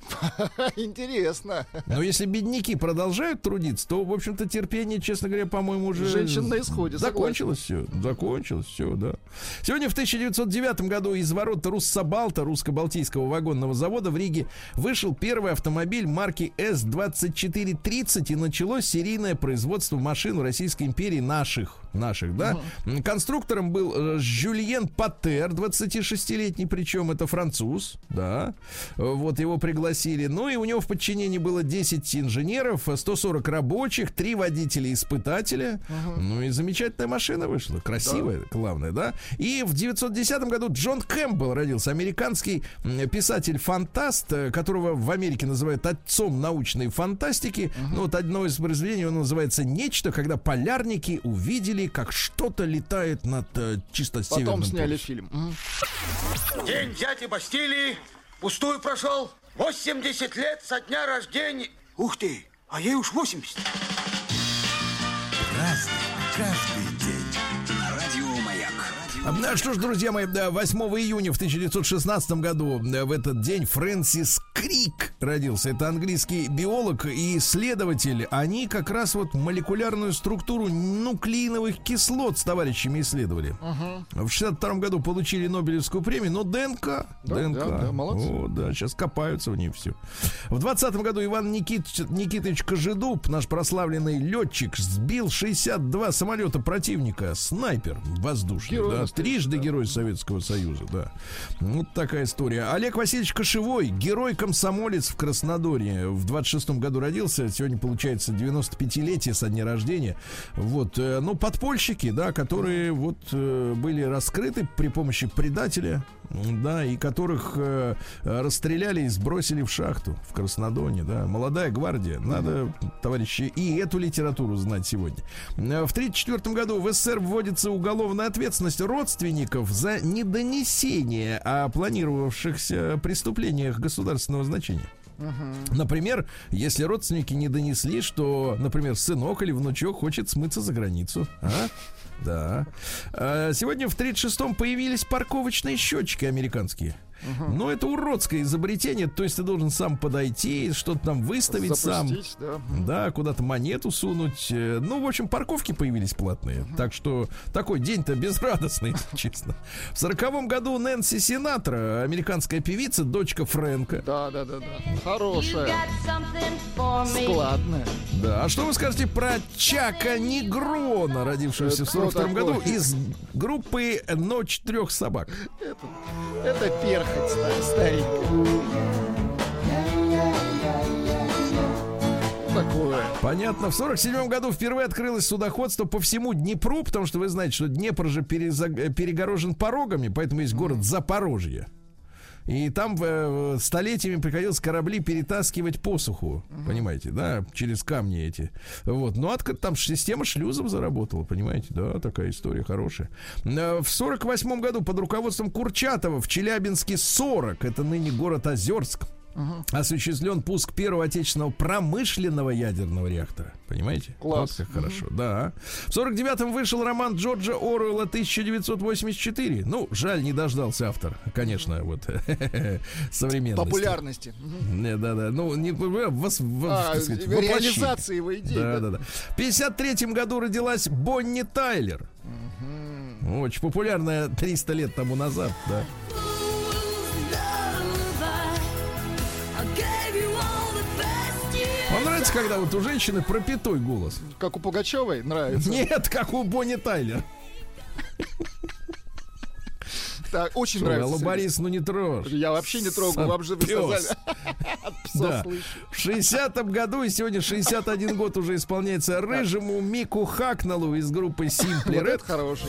Интересно. Но если бедняки продолжают трудиться, то, в общем-то, терпение, честно говоря, по-моему, уже женщин на исходе. Закончилось все, да. Сегодня в 1909 году из ворот Руссобалта, русско-балтийского вагонного завода в Риге, вышел первый автомобиль марки С-2430, и началось серийное производство машин в Российской империи наших. наших, да. Конструктором был Жюльен Патер, 26-летний, причем это француз, да. Вот его пригласили. Ну и у него в подчинении было 10 инженеров, 140 рабочих, 3 водителя-испытателя. Ну и замечательная машина вышла, красивая, главное, да. И в 910 году Джон Кэмпбелл родился, американский писатель-фантаст, которого в Америке называют отцом научной фантастики. Ну вот одно из произведений, он называется «Нечто», когда полярники увидели, как что-то летает над чисто северным Потом сняли полюсом. фильм. День дяди Бастилии пустую прошел. 80 лет со дня рождения. Ух ты, а ей уж 80. Разный, каждый день. На радио Маяк. Что ж, друзья мои, 8 июня в 1916 году в этот день Фрэнсис Крик родился. Это английский биолог и исследователь. Они как раз вот молекулярную структуру нуклеиновых кислот с товарищами исследовали. В 1962 году получили Нобелевскую премию, но ДНК. Да, молодцы. О, да, сейчас копаются в ней все. В 2020 году Иван Никитович Кожедуб, наш прославленный летчик, сбил 62 самолета противника. Снайпер воздушный. Герой, Да, трижды герой Советского Союза, да. Вот такая история. Олег Васильевич Кошевой, герой-комсомолец в Краснодаре. В 26-м году родился. Сегодня, получается, 95-летие со дня рождения. Вот, ну, подпольщики, да, которые вот были раскрыты при помощи предателя, да, и которых расстреляли и сбросили в шахту в Краснодоне, да. Молодая гвардия. Надо, товарищи, и эту литературу знать сегодня. В 1934 году в СССР вводится уголовная ответственность родственников за недонесение о планировавшихся преступлениях государственного значения. Например, если родственники не донесли, что, например, сынок или внучок хочет смыться за границу. Да. Сегодня в 1936-м появились парковочные счетчики американские. Но это уродское изобретение. То есть ты должен сам подойти, что-то там выставить запустить, сам. Да, куда-то монету сунуть. Ну, в общем, парковки появились платные. Так что такой день-то безрадостный, честно. В 1940 году Нэнси Синатра, американская певица, дочка Фрэнка. Да. Хорошая. Складная. Да. А что вы скажете про Чака Негрона, родившегося в 1942 году, из группы «Ночь трех собак»? Это перхоть старенькая. Такое. Понятно. В 1947 году впервые открылось судоходство по всему Днепру, потому что вы знаете, что Днепр же перегорожен порогами, поэтому есть город Запорожье. И там столетиями приходилось корабли перетаскивать посуху, понимаете, да, через камни эти. Вот. Ну, там система шлюзов заработала, понимаете, да, такая история хорошая. В 1948 году под руководством Курчатова в Челябинске 40, это ныне город Озерск, осуществлен пуск первого отечественного промышленного ядерного реактора. Понимаете? Класс. Вот как хорошо, да. В 49-м вышел роман Джорджа Оруэлла 1984. Ну, жаль, не дождался автор, конечно, вот современности. Популярности. Да. Ну, не реализации его идей. Да. В 53-м году родилась Бонни Тайлер. Очень популярная 300 лет тому назад, да. Вам нравится, когда вот у женщины пропитой голос? Как у Пугачевой нравится? Нет, как у Бонни Тайлер. Так, очень Что, нравится. Алло, Борис, ну не трожь. Я вообще не трогаю, вам же вы сказали. От пса Да. слышу. В 60-м году, и сегодня 61 год уже исполняется рыжему Мику Хакнеллу из группы Simply Вот Red. это хороший.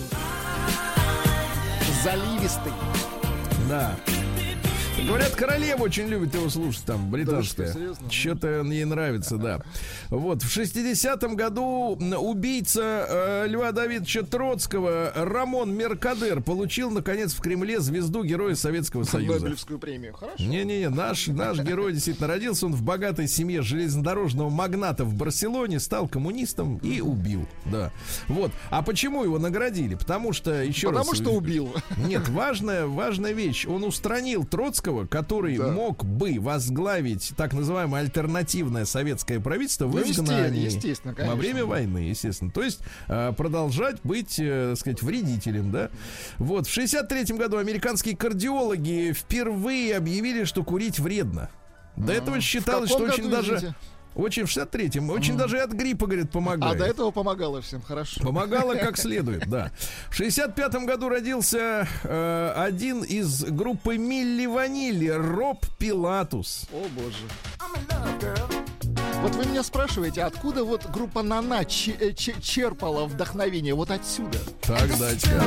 Заливистый. Да. Говорят, королева очень любит его слушать, там, британская. Да, что, серьезно? Что-то ей нравится, да. Вот, в 60-м году убийца Льва Давидовича Троцкого Рамон Меркадер получил, наконец, в Кремле звезду Героя Советского Союза. Нобелевскую премию. Хорошо. Не-не-не, наш герой действительно родился. Он в богатой семье железнодорожного магната в Барселоне, стал коммунистом и убил. Да. Вот. А почему его наградили? Потому что, еще раз... Потому что убил. Нет, важная вещь. Он устранил Троцкого, который мог бы возглавить так называемое альтернативное советское правительство в изгнании. Естественно, конечно. Во время войны, естественно. То есть продолжать быть, так сказать, вредителем, да. Вот. В 63-м году американские кардиологи впервые объявили, что курить вредно. До этого считалось, что очень даже... Очень в 63-м. Очень даже и от гриппа, говорит, помогает. А до этого помогало всем, хорошо. Помогало как следует, да. В 65-м году родился один из группы Милли Ванилли, Роб Пилатус. О, боже. Вот вы меня спрашиваете, откуда вот группа Нана черпала вдохновение? Вот отсюда. Так, дайте-ка.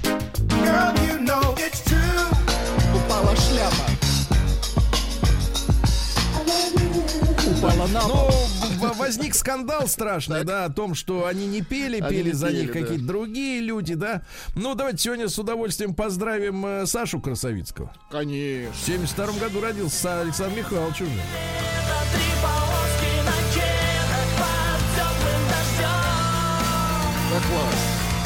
Упала шляпа. Упала на пол. Ну, возник скандал страшный, да, о том, что они не пели, пели за них какие-то другие люди, да. Ну, давайте сегодня с удовольствием поздравим Сашу Красовицкого. Конечно. В 72-м году родился Александр Михайлович уже. Да, класс.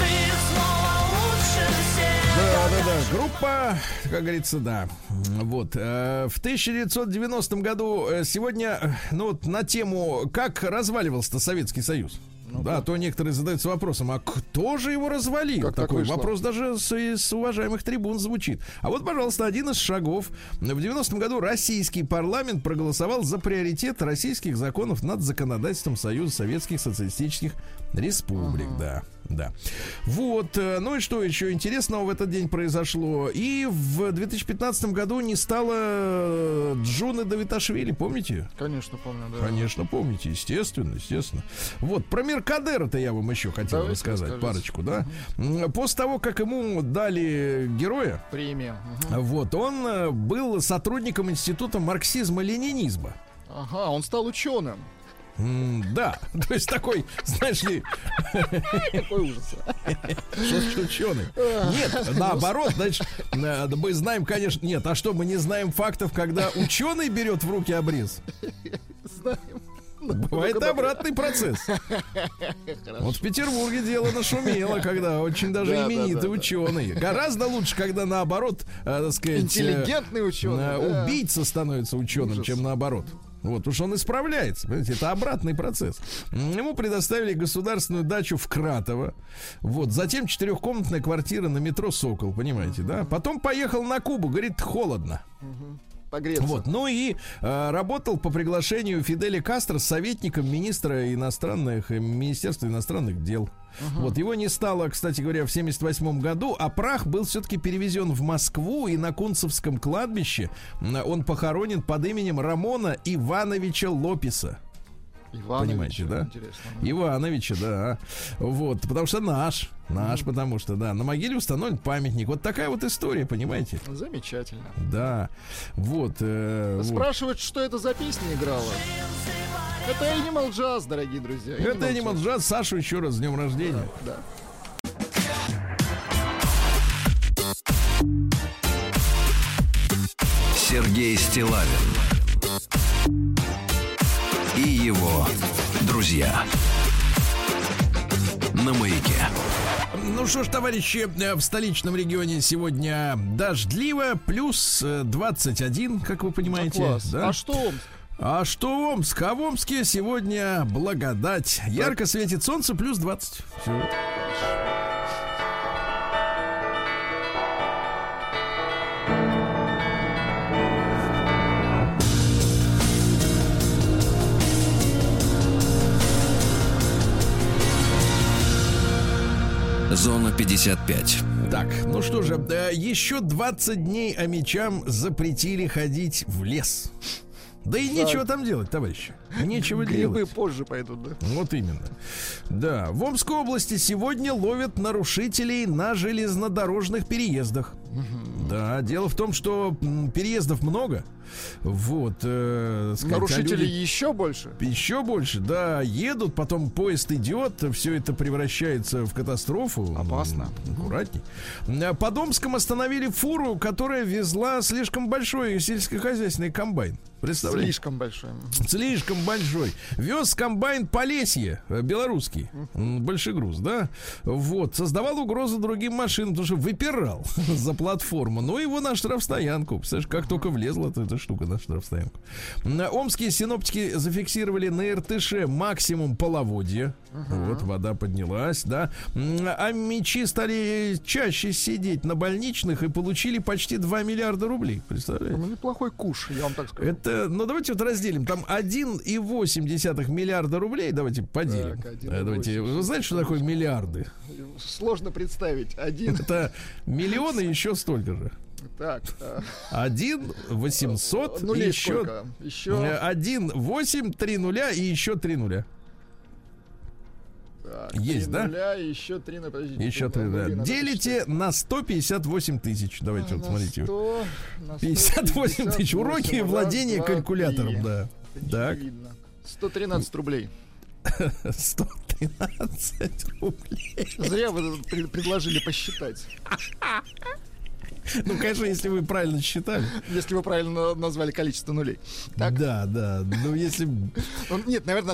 Да. Группа, как говорится, да. Вот. В 1990 году сегодня, ну вот на тему, как разваливался-то Советский Союз. Ну, да, то некоторые задаются вопросом, а кто же его развалил? Как Такой вопрос даже с уважаемых трибун звучит. А вот, пожалуйста, один из шагов. В 90-м году российский парламент проголосовал за приоритет российских законов над законодательством Союза Советских Социалистических Республик. Да. Вот. Ну и что еще интересного в этот день произошло? И в 2015 году не стало Джуны Давиташвили, помните? Конечно, помню, да. Конечно, помните, естественно. Вот, про Меркадера-то я вам еще хотел рассказать парочку, да? После того, как ему дали героя, премию, вот, он был сотрудником Института марксизма-ленинизма. Ага, он стал ученым. Да, то есть такой, знаешь ли... Какой ужас. Что ученый? Нет, наоборот, значит, мы знаем, конечно... Нет, а что, мы не знаем фактов, когда ученый берет в руки обрез? Знаем. Бывает обратный процесс. Вот в Петербурге дело нашумело, когда очень даже именитый ученый. Гораздо лучше, когда наоборот, так сказать... Интеллигентный ученый. Убийца становится ученым, чем наоборот. Вот, уж он исправляется, понимаете, это обратный процесс. Ему предоставили государственную дачу в Кратово. Вот, затем 4-комнатная квартира на метро «Сокол», понимаете, да? Потом поехал на Кубу, говорит, холодно. Погреться. Вот, ну и работал по приглашению Фиделя Кастро советником министра Министерства иностранных дел. Вот, его не стало, кстати говоря, в 1978 году, а прах был все-таки перевезен в Москву, и на Кунцевском кладбище он похоронен под именем Рамона Ивановича Лопеса. Понимаете, да? Интересно. Ивановича, да. Вот, потому что наш, потому что, да, на могиле установлен памятник. Вот такая вот история, понимаете? Замечательно. Да. Вот. Спрашивают, что это за песня играла? Это Animal Jazz, дорогие друзья. Это Animal Jazz. Сашу еще раз с днем рождения. Да. Сергей Стиллавин и его друзья на Маяке. Ну что ж, товарищи, в столичном регионе сегодня дождливо, плюс 21, как вы понимаете. Класс. Да? А что Омск? А в Омске сегодня благодать. Ярко светит солнце, плюс 20. Все. Зона 55. Так, ну что же, еще 20 дней омичам запретили ходить в лес. Да и нечего там делать, товарищи. Нечего делать. Грибы позже пойдут, да? Вот именно. Да, в Омской области сегодня ловят нарушителей на железнодорожных переездах. Да, дело в том, что переездов много. Вот. Нарушителей еще больше? Еще больше, да. Едут, потом поезд идет, все это превращается в катастрофу. Опасно. Аккуратней. Под Омском остановили фуру, которая везла слишком большой сельскохозяйственный комбайн. Представляете? Слишком большой. Вез комбайн Полесье, белорусский. Большой груз, да? Вот. Создавал угрозу другим машинам, потому что выпирал за платформу, но его на штрафстоянку. Представляешь, как только влезла эта штука на штрафстоянку. Омские синоптики зафиксировали на Иртыше максимум половодья. Вот, вода поднялась, да. А мечи стали чаще сидеть на больничных и получили почти 2 миллиарда рублей. Представляете? Ну, неплохой куш, я вам так скажу. Это, ну, давайте вот разделим. Там 1,8 миллиарда рублей. Давайте поделим. Так, давайте. Вы знаете, что такое миллиарды? Сложно представить. Это миллионы еще столько же. Так. 1 800 еще 1 8 3 нуля и еще 3 нуля. Так, есть, да? Нуля, еще 3 нуля. Подождите, еще 3 нуля. Делите на 158 тысяч. Давайте вот смотрите. 58 тысяч. Уроки владения калькулятором, да. Так. 113 рублей. 113 рублей. Зря вы предложили посчитать. Ну, конечно, если вы правильно считали. Если вы правильно назвали количество нулей. Так? Да. Ну, если... Нет, наверное,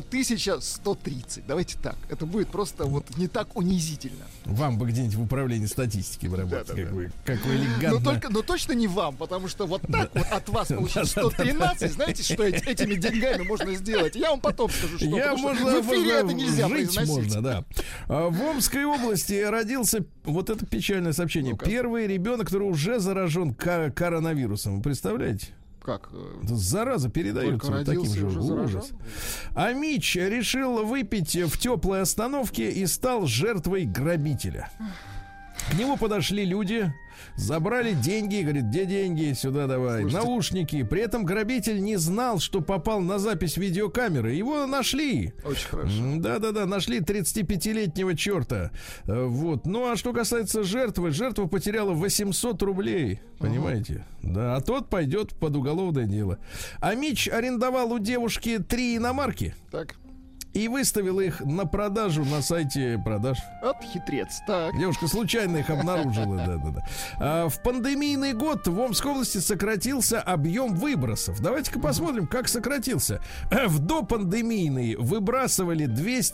1130. Давайте так. Это будет просто вот не так унизительно. Вам бы где-нибудь в управлении статистики работать. Как вы элегантно... Но точно не вам, потому что вот так вот от вас получить 113. Знаете, что этими деньгами можно сделать? Я вам потом скажу, что. В эфире это нельзя произносить. Можно, да. В Омской области родился, вот это печальное сообщение, первый ребенок, который уже заражен коронавирусом. Вы представляете? Как? Зараза передается вот таким же. Ужас. А Мич решил выпить в теплой остановке и стал жертвой грабителя. К нему подошли люди, забрали деньги, говорит, где деньги, сюда давай. Слушайте. Наушники. При этом грабитель не знал, что попал на запись видеокамеры. Его нашли. Очень хорошо. Да, нашли 35-летнего черта. Вот. Ну, а что касается жертвы, жертва потеряла 800 рублей. Понимаете? Да, а тот пойдет под уголовное дело. А Мич арендовал у девушки 3 иномарки. Так. И выставила их на продажу на сайте продаж. Вот хитрец, так. Девушка случайно их обнаружила, да. В пандемийный год в Омской области сократился объем выбросов. Давайте-ка посмотрим, как сократился. В допандемийный выбрасывали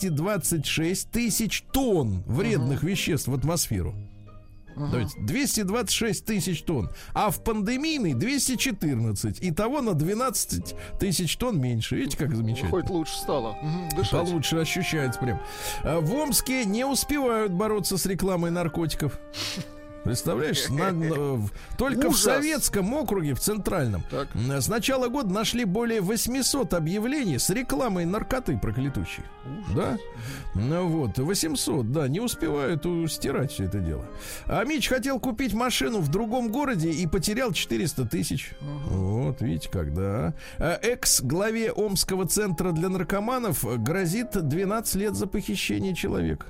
226 тысяч тонн вредных веществ в атмосферу. Давайте, 226 тысяч тонн. А в пандемийный 214. Итого на 12 тысяч тонн меньше. Видите, как замечательно? Хоть лучше стало. Дышать. Получше ощущается прям. В Омске не успевают бороться с рекламой наркотиков. Представляешь, только в Советском округе, в Центральном, с начала года нашли более 800 объявлений с рекламой наркоты проклятущей. Да? Ну вот, 800, да, не успевают стирать все это дело. А Мич хотел купить машину в другом городе и потерял 400 тысяч. Вот, видите, когда. Экс-главе Омского центра для наркоманов грозит 12 лет за похищение человека.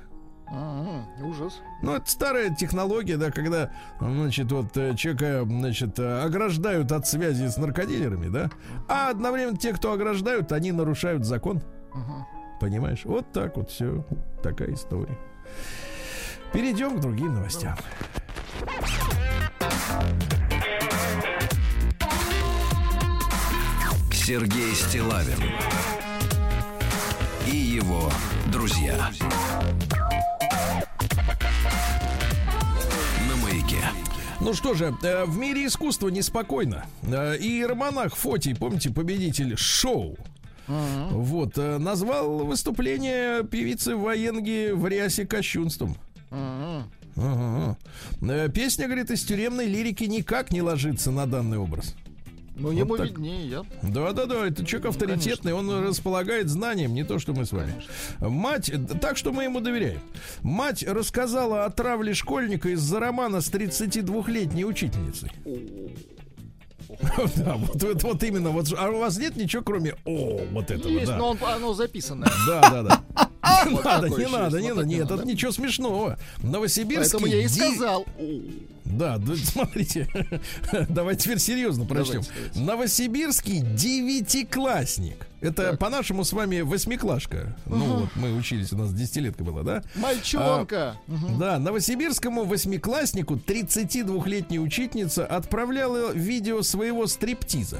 Ужас. Ну, это старая технология, да, когда, значит, вот человека, значит, ограждают от связи с наркодилерами, да, а одновременно те, кто ограждают, они нарушают закон. Понимаешь? Вот так вот все. Такая история. Перейдем к другим новостям. Сергей Стиллавин и его друзья. Ну что же, в мире искусства неспокойно. Иеромонах Фотий, помните, победитель шоу, вот, назвал выступление певицы Ваенги в рясе кощунством. Песня, говорит, из тюремной лирики никак не ложится на данный образ. Ну, вот ему виднее, я. Да, это человек авторитетный, он располагает знанием, не то, что мы с вами. Мать, так что мы ему доверяем. Мать рассказала о травле школьника из-за романа с 32-летней учительницей. Да, вот именно. А у вас нет ничего, кроме вот этого? Есть, но оно записано. Да. Не надо. Нет, это ничего смешного. Новосибирский. Поэтому я и сказал. Да, смотрите. Давайте теперь серьезно прочтем. Новосибирский девятиклассник. Это по-нашему с вами восьмиклашка. Ну вот мы учились, у нас десятилетка была, да? Мальчонка. Да, новосибирскому восьмикласснику 32-летняя учительница отправляла видео своего стриптиза.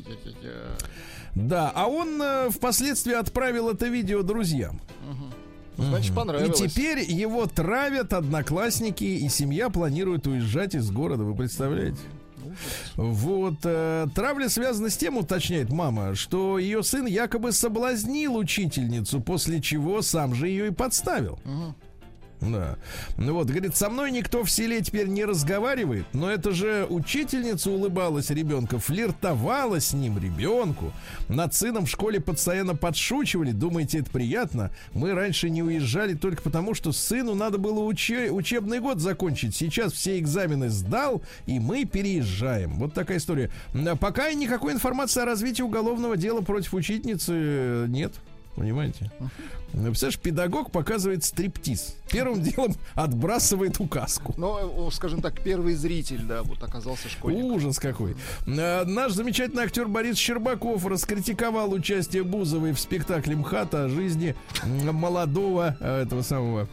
Да, а он впоследствии отправил это видео друзьям. Значит, понравилось. И теперь его травят одноклассники, и семья планирует уезжать из города. Вы представляете? Вот, травля связана с тем, уточняет мама, что ее сын якобы соблазнил учительницу, после чего сам же ее и подставил. Да. Ну вот, говорит, со мной никто в селе теперь не разговаривает, но это же учительница улыбалась ребенку, флиртовала с ним ребенку. Над сыном в школе постоянно подшучивали. Думаете, это приятно? Мы раньше не уезжали только потому, что сыну надо было учебный год закончить. Сейчас все экзамены сдал, и мы переезжаем. Вот такая история. Пока никакой информации о развитии уголовного дела против учительницы нет. Понимаете? Представляешь, педагог показывает стриптиз. Первым делом отбрасывает указку. Ну, скажем так, первый зритель, да, вот оказался школьник. Ужас какой. Наш замечательный актер Борис Щербаков раскритиковал участие Бузовой в спектакле МХАТ о жизни молодого этого самого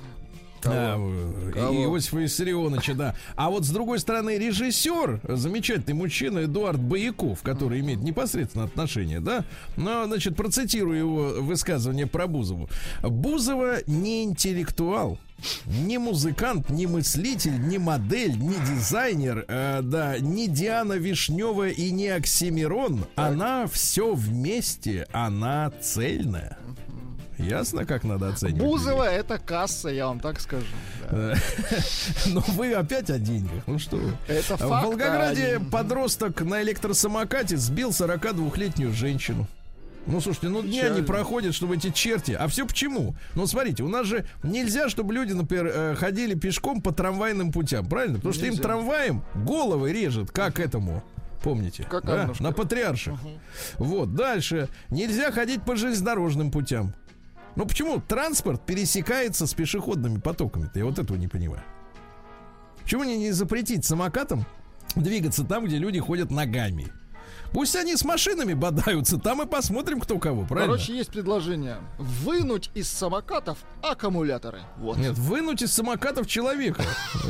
Иосифа Виссарионовича, да. А вот с другой стороны, режиссер, замечательный мужчина Эдуард Бояков, который имеет непосредственно отношение, да, но, значит, процитирую его высказывание про Бузову. Бузова не интеллектуал, не музыкант, не мыслитель, не модель, не дизайнер, да, не Диана Вишнева и не Оксимирон. Она все вместе, она цельная. Ясно, как надо оценивать? Бузова — это касса, я вам так скажу. Да. Но вы опять о деньгах. Ну что вы? Это факт. В Волгограде подросток на электросамокате сбил 42-летнюю женщину. Ну, слушайте, ну дня не проходит, чтобы эти черти... А все почему? Ну, смотрите, у нас же нельзя, чтобы люди, например, ходили пешком по трамвайным путям, правильно? Потому что им трамваем головы режет, как этому... Помните? Как да? На Патриарших. Вот, дальше. Нельзя ходить по железнодорожным путям. Ну почему транспорт пересекается с пешеходными потоками-то? Я вот этого не понимаю. Почему не запретить самокатам двигаться там, где люди ходят ногами? Пусть они с машинами бодаются, там и посмотрим, кто кого, правильно? Короче, есть предложение. Вынуть из самокатов аккумуляторы. Вот. Нет, вынуть из самокатов человека.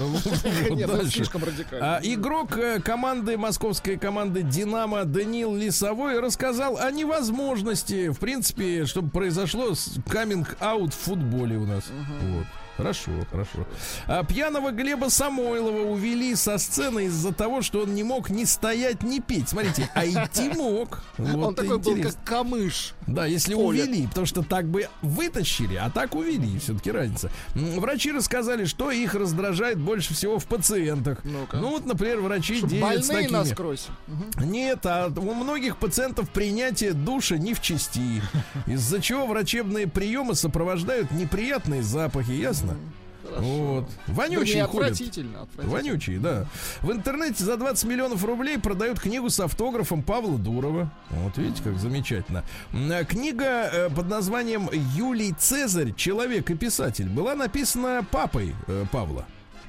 Нет, это слишком радикально. Игрок команды, московской команды «Динамо» Даниил Лисовой рассказал о невозможности, в принципе, чтобы произошло каминг-аут в футболе у нас. Вот. Хорошо, хорошо. Пьяного Глеба Самойлова увели со сцены из-за того, что он не мог ни стоять, ни петь. Смотрите, а идти мог. Вот он такой был, как камыш. Да, если увели, потому что так бы вытащили, а так увели. Все-таки разница. Врачи рассказали, что их раздражает больше всего в пациентах. Ну вот, например, врачи делят с такими. Насквозь. Нет, а у многих пациентов принятие душа не в чести. Из-за чего врачебные приемы сопровождают неприятные запахи, ясно? Хорошо. Вот. Вонючие ходят. Отвратительно. Вонючие, да. В интернете за 20 миллионов рублей продают книгу с автографом Павла Дурова. Вот видите, как замечательно. Книга под названием «Юлий Цезарь. Человек и писатель» была написана папой Павла.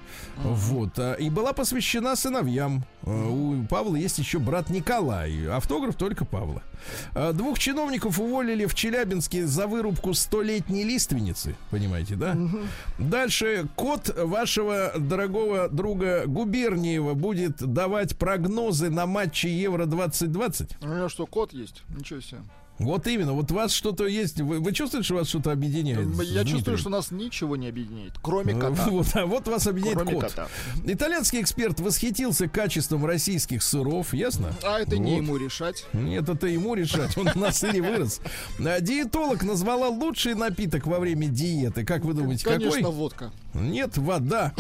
Вот, и была посвящена сыновьям. У Павла есть еще брат Николай. Автограф только Павла. 2 чиновников уволили в Челябинске за вырубку 100-летней лиственницы. Понимаете, да? Дальше кот вашего дорогого друга Губерниева будет давать прогнозы на матчи Евро-2020. У меня что, кот есть? Ничего себе. Вот именно, вот у вас что-то есть. Вы чувствуете, что вас что-то объединяет? Я чувствую, что нас ничего не объединяет, кроме кота. Вот вас объединяет кроме кот. Кота. Итальянский эксперт восхитился качеством российских сыров, ясно? А это не ему решать. Нет, это ему решать, он на сыре вырос. Диетолог назвала лучший напиток во время диеты. Как вы думаете, какой? Конечно, водка. Нет, вода.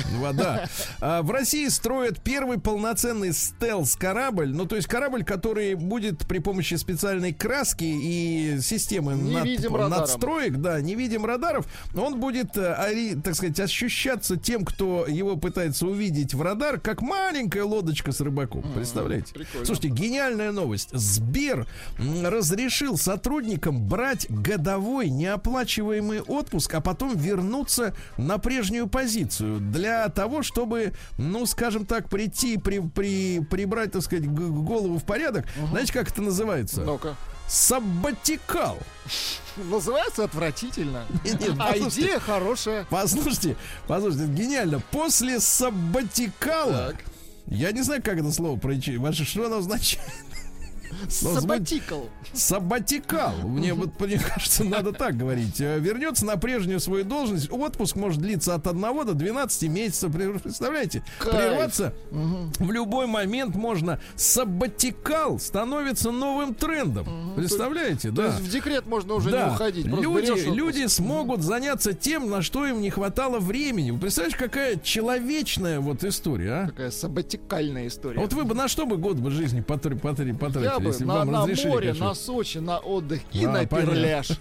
В России строят первый полноценный стелс-корабль. Ну, то есть корабль, который будет при помощи специальной краски и системы надстроек, да, невидим радаров, он будет, так сказать, ощущаться тем, кто его пытается увидеть в радар, как маленькая лодочка с рыбаком. Представляете? Прикольно. Слушайте, гениальная новость. Сбер разрешил сотрудникам брать годовой неоплачиваемый отпуск, а потом вернуться на прежнюю позицию для того, чтобы, ну, скажем так, прибрать, так сказать, голову в порядок. Знаете, как это называется? Ну-ка. Саббатикал. Называется отвратительно. Нет, а идея хорошая. Послушайте, гениально. После саббатикала, я не знаю, как это слово прочитать. Что оно означает? Сабатикал. Мне кажется, надо так говорить. Вернется на прежнюю свою должность. Отпуск может длиться от 1 до 12 месяцев. Представляете? Прерваться в любой момент можно. Сабатикал становится новым трендом. Представляете? То есть в декрет можно уже не уходить. Люди смогут заняться тем, на что им не хватало времени. Вы представляете, какая человечная вот история, а? Такая сабатикальная история. Вот вы бы на что бы год бы жизни потратили, если бы вам разрешили? На море, на Сочи, на отдых и на перляж.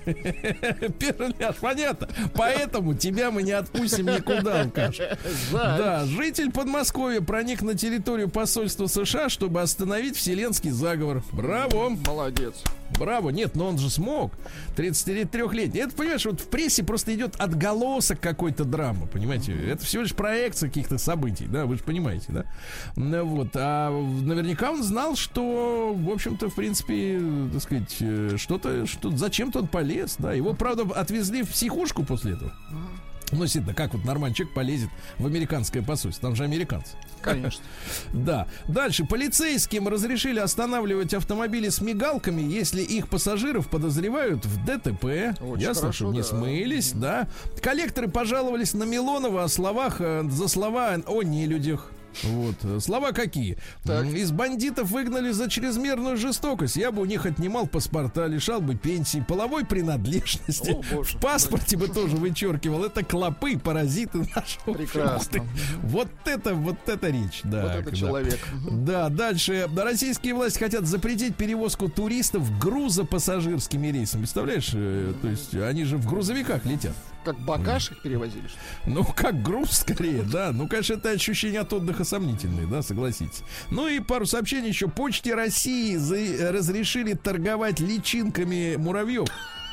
Перляж, понятно. Поэтому тебя мы не отпустим никуда, Алкаш. Да, житель Подмосковья проник на территорию посольства США, чтобы остановить вселенский заговор. Браво! Молодец. Браво, нет, но он же смог. 33-летний. Это, понимаешь, вот в прессе просто идет отголосок какой-то драмы, понимаете? Это всего лишь проекция каких-то событий, да, вы же понимаете, да? Вот, а наверняка он знал, что, в общем-то, в принципе, так сказать, что-то зачем-то он полез, да? Его, правда, отвезли в психушку после этого. Ну, действительно, как вот нормальный человек полезет в американское посольство? Там же американцы. Конечно. Да. Дальше. Полицейским разрешили останавливать автомобили с мигалками, если их пассажиров подозревают в ДТП. Очень ясно, хорошо, чтобы не смылись, да. Коллекторы пожаловались на Милонова за слова о нелюдях. Вот. Слова какие? Так. Из бандитов выгнали за чрезмерную жестокость. Я бы у них отнимал паспорта, лишал бы пенсии, половой принадлежности. О, Боже. В паспорте бы тоже вычеркивал. Это клопы, паразиты нашего. Прекрасно. Вот это речь. Да, вот это человек. Да, дальше. Российские власти хотят запретить перевозку туристов грузопассажирскими рейсами. Представляешь? То есть они же в грузовиках летят. Как багаж их перевозили? Ну, как груз, скорее, да. Ну, конечно, это ощущение от отдыха сомнительное, да, согласитесь. Ну и пару сообщений еще. Почте России разрешили торговать личинками муравьев.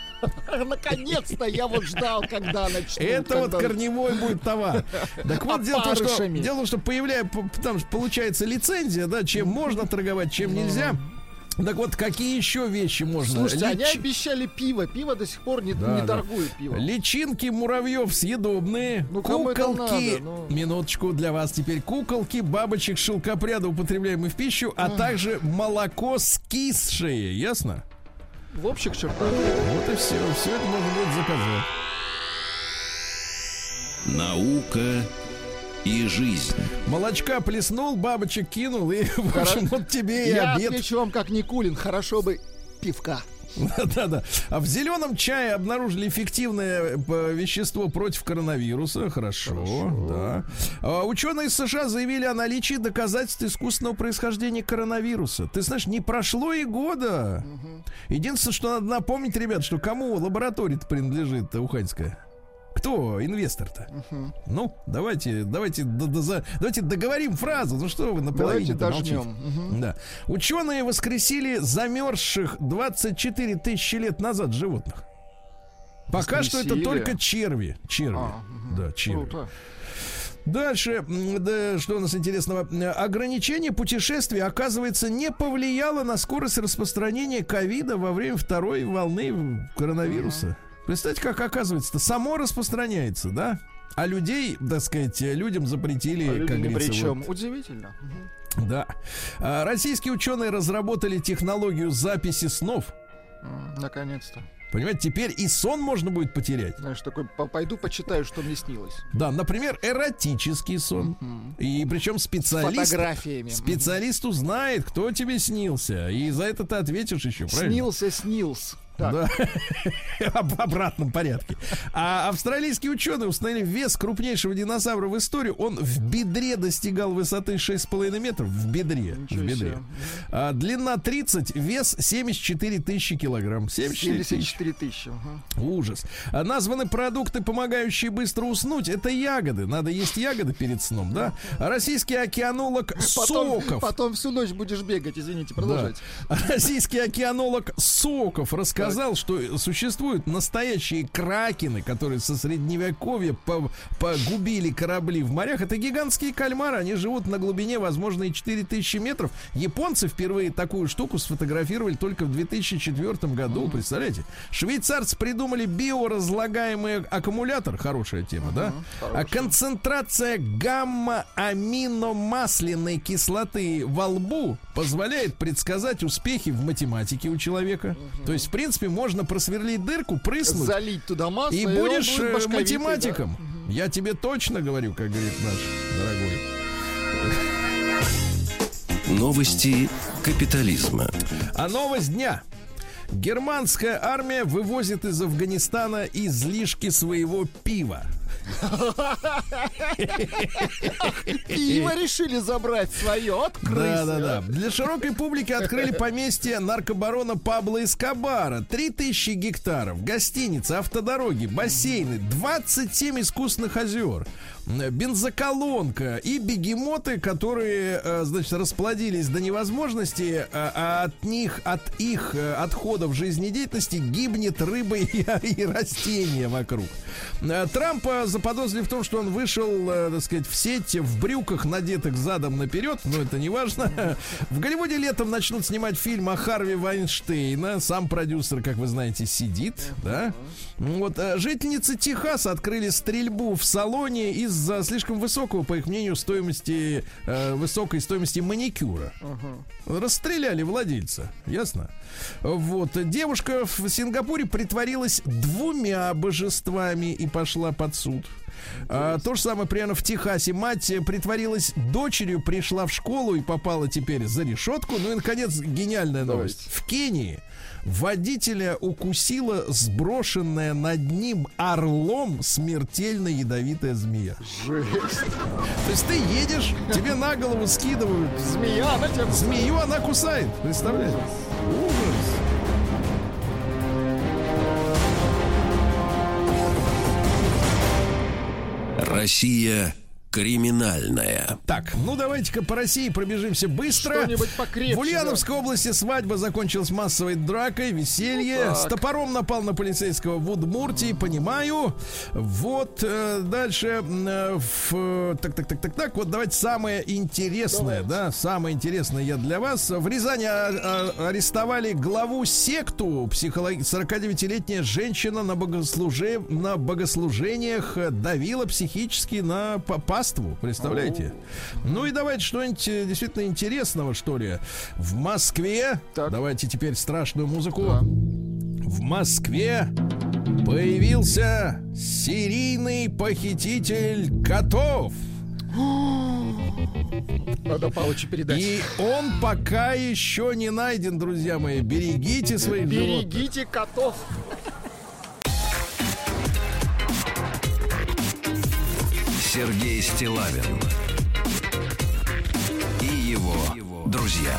Наконец-то я вот ждал, когда начнут. Это вот корневой будет товар. Так вот, дело в том, что там получается лицензия, да, чем можно торговать, чем нельзя. Так вот, какие еще вещи можно? Слушайте, они обещали пиво. Пиво до сих пор не торгует пиво. Личинки муравьев съедобные. Ну, куколки. Минуточку, для вас теперь куколки, бабочек, шелкопряда, употребляемые в пищу, а также молоко скисшее. Ясно? В общих чертах. Вот и все. Все это можно будет заказать. Наука и жизнь. Молочка плеснул, бабочек кинул, и, в общем, вот тебе и обед. Я отвечу вам, как Никулин, хорошо бы пивка. Да. А в зеленом чае обнаружили эффективное вещество против коронавируса. Хорошо. Да. Ученые из США заявили о наличии доказательств искусственного происхождения коронавируса. Ты знаешь, не прошло и года. Единственное, что надо напомнить, ребят, что кому лаборатория-то принадлежит, уханьская? Кто инвестор-то? Ну, давайте договорим фразу. Ну что вы наполовине молчите? Да. Ученые воскресили замерзших 24 тысячи лет назад животных. Пока что это только черви. Да, черви. Круто. Дальше, да, что у нас интересного? Ограничение путешествий, оказывается, не повлияло на скорость распространения ковида во время второй волны коронавируса. Представьте, как оказывается-то само распространяется, да? А людей, так сказать, людям запретили, как говорится. Причем удивительно. Да. Российские ученые разработали технологию записи снов. Наконец-то. Понимаете, теперь и сон можно будет потерять. Знаешь, такой, пойду почитаю, что мне снилось. Да, например, эротический сон. И причем специалист узнает, кто тебе снился. И за это ты ответишь еще, правильно? Снился. Да. В обратном порядке. А австралийские ученые установили вес крупнейшего динозавра в истории. Он в бедре достигал высоты 6,5 метров. В бедре. Длина 30, вес 74 тысячи килограмм. 74 тысячи. Ужас. Названы продукты, помогающие быстро уснуть. Это ягоды. Надо есть ягоды перед сном, да? Российский океанолог Соков. Потом всю ночь будешь бегать, извините, продолжайте. Российский океанолог Соков рассказал сказал, что существуют настоящие кракены, которые со средневековья погубили корабли в морях. Это гигантские кальмары, они живут на глубине, возможно, и 4000 метров. Японцы впервые такую штуку сфотографировали только в 2004 году, представляете? Швейцарцы придумали биоразлагаемый аккумулятор, хорошая тема, да? А концентрация гамма-аминомасляной кислоты во лбу позволяет предсказать успехи в математике у человека. То есть, в принципе, можно просверлить дырку, прыснуть, залить туда масло, и будешь будет математиком. Да? Я тебе точно говорю, как говорит наш дорогой. Новости капитализма. А новость дня. Германская армия вывозит из Афганистана излишки своего пива. Пиво решили забрать свое от крысы. Да. Для широкой публики открыли поместье наркобарона Пабло Эскобара. 3000 гектаров, гостиницы, автодороги, бассейны, 27 искусственных озер, бензоколонка и бегемоты, которые, значит, расплодились до невозможности, а от их отходов жизнедеятельности гибнет рыба и растения вокруг. Трампа заподозрили в том, что он вышел, так сказать, в сеть в брюках, надетых задом наперед, но это не важно. В Голливуде летом начнут снимать фильм о Харви Вайнштейна. Сам продюсер, как вы знаете, сидит, да? Вот, жительницы Техаса открыли стрельбу в салоне из-за слишком высокого, по их мнению, высокой стоимости маникюра. Расстреляли владельца, ясно? Вот, девушка в Сингапуре притворилась 2 божествами и пошла под суд. То же самое примерно в Техасе. Мать притворилась дочерью, пришла в школу и попала теперь за решетку. Ну и, наконец, гениальная новость. В Кении водителя укусила сброшенная над ним орлом смертельно ядовитая змея. Жесть. То есть ты едешь, тебе на голову скидывают Змея, она тебя кусает. Змею она кусает, представляете? Ужас. Россия криминальная. Так, ну давайте-ка по России пробежимся быстро. Что-нибудь покрепче. В Ульяновской области свадьба закончилась массовой дракой, веселье. С топором напал на полицейского в Удмуртии, понимаю. Вот, дальше. Так, вот давайте самое интересное, да, самое интересное я для вас. В Рязани арестовали главу секту. 49-летняя женщина на богослужениях давила психически на паству, представляете? Ну и давайте что-нибудь действительно интересного, что ли. В Москве, давайте теперь страшную музыку. В Москве появился серийный похититель котов. Надо Палычу передать. И он пока еще не найден, друзья мои. Берегите своих животных. Берегите котов. Сергей Стиллавин и его друзья.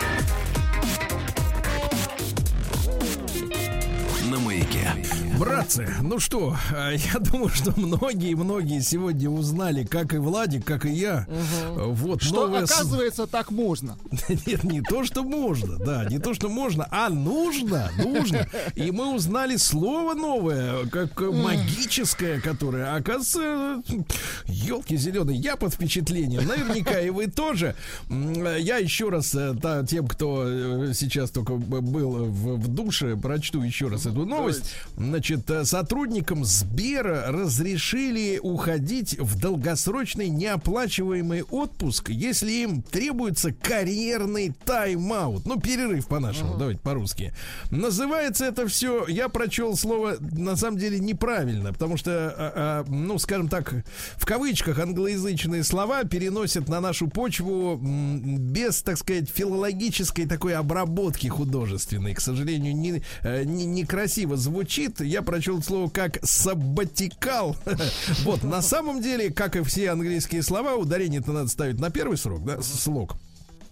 На маяке. Братцы, ну что, я думаю, что многие сегодня узнали, как и Владик, как и я. Вот, что, оказывается, так можно. Нет, не то, что можно, да, не то, что можно, а нужно. И мы узнали слово новое, как магическое, которое, оказывается, елки зеленые, я под впечатлением, наверняка и вы тоже. Я еще раз тем, кто сейчас только был в душе, прочту еще раз эту новость. Значит, сотрудникам Сбера разрешили уходить в долгосрочный неоплачиваемый отпуск, если им требуется карьерный тайм-аут. Ну, перерыв по-нашему, давайте по-русски. Называется это все, я прочел слово, на самом деле, неправильно, потому что, ну, скажем так, в кавычках англоязычные слова переносят на нашу почву без, так сказать, филологической такой обработки художественной. К сожалению, некрасиво звучит. Я прочел слово как сабатикал. Вот, на самом деле, как и все английские слова, ударение-то надо ставить на первый слог.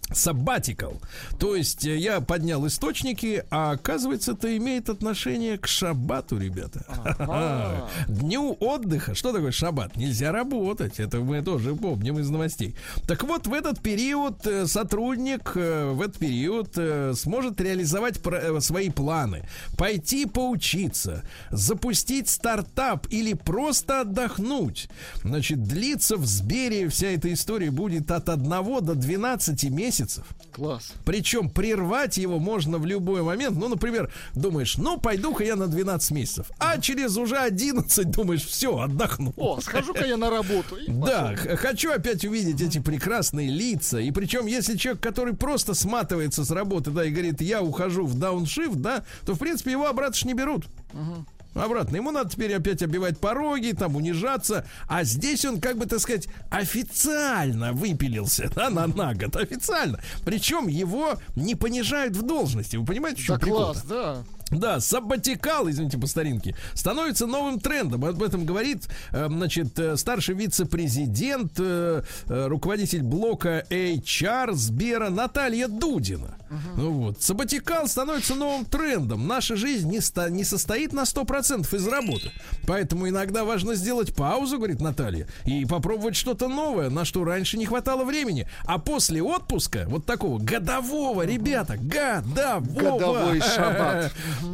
Sabbatical. То есть я поднял источники, а оказывается, это имеет отношение к шаббату, ребята. Дню отдыха. Что такое шаббат? Нельзя работать. Это мы тоже помним из новостей. Так вот, в этот период сотрудник сможет реализовать свои планы, пойти поучиться, запустить стартап или просто отдохнуть. Значит, длиться в Сбере вся эта история будет от 1 до 12 месяцев. Класс. Причем прервать его можно в любой момент. Ну, например, думаешь, пойду-ка я на 12 месяцев. А через уже 11 думаешь, все, отдохну. О, схожу-ка я на работу. Да, хочу опять увидеть эти прекрасные лица. И причем, если человек, который просто сматывается с работы, да, и говорит, я ухожу в дауншифт, да, то, в принципе, его обратно ж не берут. Обратно. Ему надо теперь опять оббивать пороги, там унижаться. А здесь он, как бы, так сказать, официально выпилился, да, на год. Официально. Причем его не понижают в должности. Вы понимаете, в чем прикол? Класс, да. Да, саббатикал, извините, по старинке, становится новым трендом. Об этом говорит, значит, старший вице-президент, руководитель блока HR Сбера Наталья Дудина. Ну вот, саббатикал становится новым трендом. Наша жизнь не состоит на 100% из работы. Поэтому иногда важно сделать паузу, говорит Наталья, и попробовать что-то новое, на что раньше не хватало времени. А после отпуска, вот такого годового, ребята, годовой шаббат.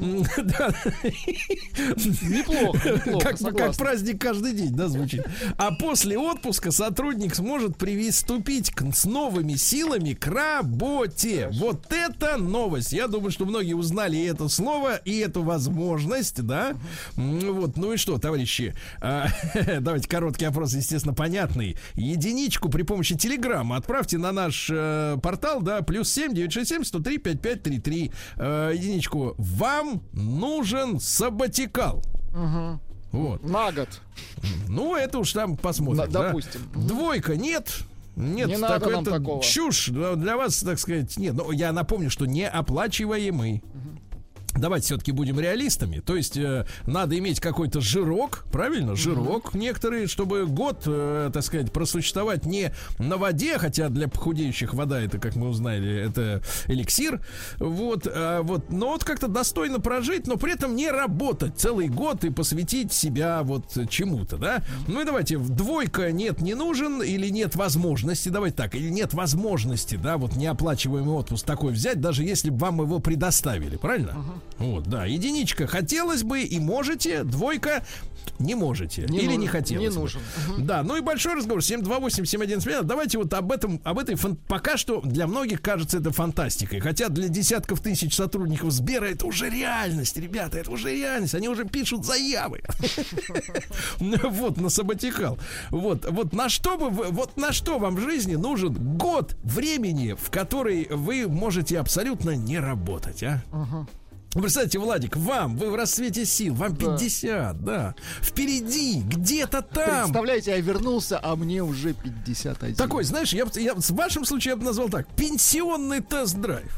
Неплохо, как праздник каждый день, да, звучит. А после отпуска сотрудник сможет приступить с новыми силами к работе. Вот это новость. Я думаю, что многие узнали и это слово, и эту возможность, да. Вот, ну и что, товарищи, давайте короткий опрос, естественно, понятный. Единичку при помощи телеграмма отправьте на наш портал, да, +7 967 103 5533. Единичку. Вам нужен саббатикал. Вот. На год. Ну, это уж там посмотрим. Допустим. Да? Двойка нет. Нет, не надо нам это такого. Чушь для вас, так сказать. Нет, но я напомню, что неоплачиваемый. Давайте все-таки будем реалистами. То есть надо иметь какой-то жирок, правильно? Жирок некоторые, чтобы год, так сказать, просуществовать не на воде, хотя для похудеющих вода, это, как мы узнали, это эликсир. Вот, но вот как-то достойно прожить, но при этом не работать целый год и посвятить себя вот чему-то, да? Ну и давайте, двойка нет, не нужен, или нет возможности, давайте так, или нет возможности, да, вот неоплачиваемый отпуск такой взять, даже если бы вам его предоставили, правильно? Вот, да, единичка хотелось бы и можете, двойка не можете или не хотелось. Не нужен. Да, ну и большой разговор 728-7171. Давайте вот об этой пока что для многих кажется это фантастикой, хотя для десятков тысяч сотрудников Сбера это уже реальность, ребята, это уже реальность, они уже пишут заявы. Вот, на саббатикал. Вот на что вам в жизни нужен год времени, в который вы можете абсолютно не работать, а? Представьте, Владик, вы в расцвете сил, вам 50, да. Впереди, где-то там. Представляете, я вернулся, а мне уже 51. Такой, знаешь, я в вашем случае я бы назвал так: пенсионный тест-драйв.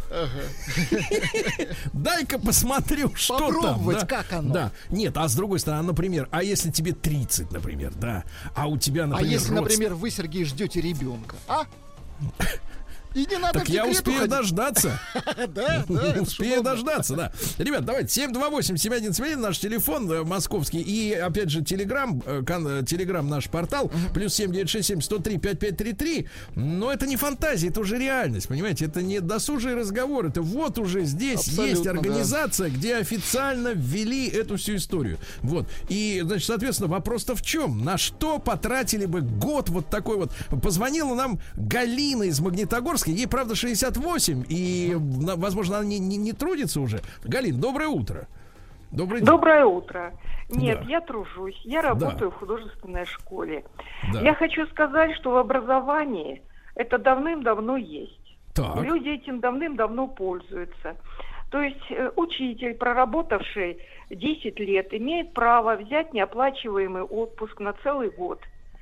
Дай-ка посмотрю, что там. Попробовать, как оно. Да. Нет, а с другой стороны, например, а если тебе 30, например, да, а у тебя, например, а если, например, вы, Сергей, ждете ребенка, а? И не надо так я успею дождаться. Да, успею дождаться, да. Ребят, давайте 728-7171 наш телефон московский. И опять же телеграм наш портал +7 967 103 5533. Но это не фантазия, это уже реальность, понимаете? Это не досужий разговор. Это вот уже здесь абсолютно есть организация, да, где официально ввели эту всю историю. Вот. И, значит, соответственно, вопрос-то в чем? На что потратили бы год вот такой вот? Позвонила нам Галина из Магнитогорска. Ей, правда, 68, и, возможно, она не трудится уже. Галин, доброе утро. Доброе утро. Нет, да. Я тружусь. Я работаю в художественной школе. Да. Я хочу сказать, что в образовании это давным-давно есть. Так. Люди этим давным-давно пользуются. То есть учитель, проработавший 10 лет, имеет право взять неоплачиваемый отпуск на целый год.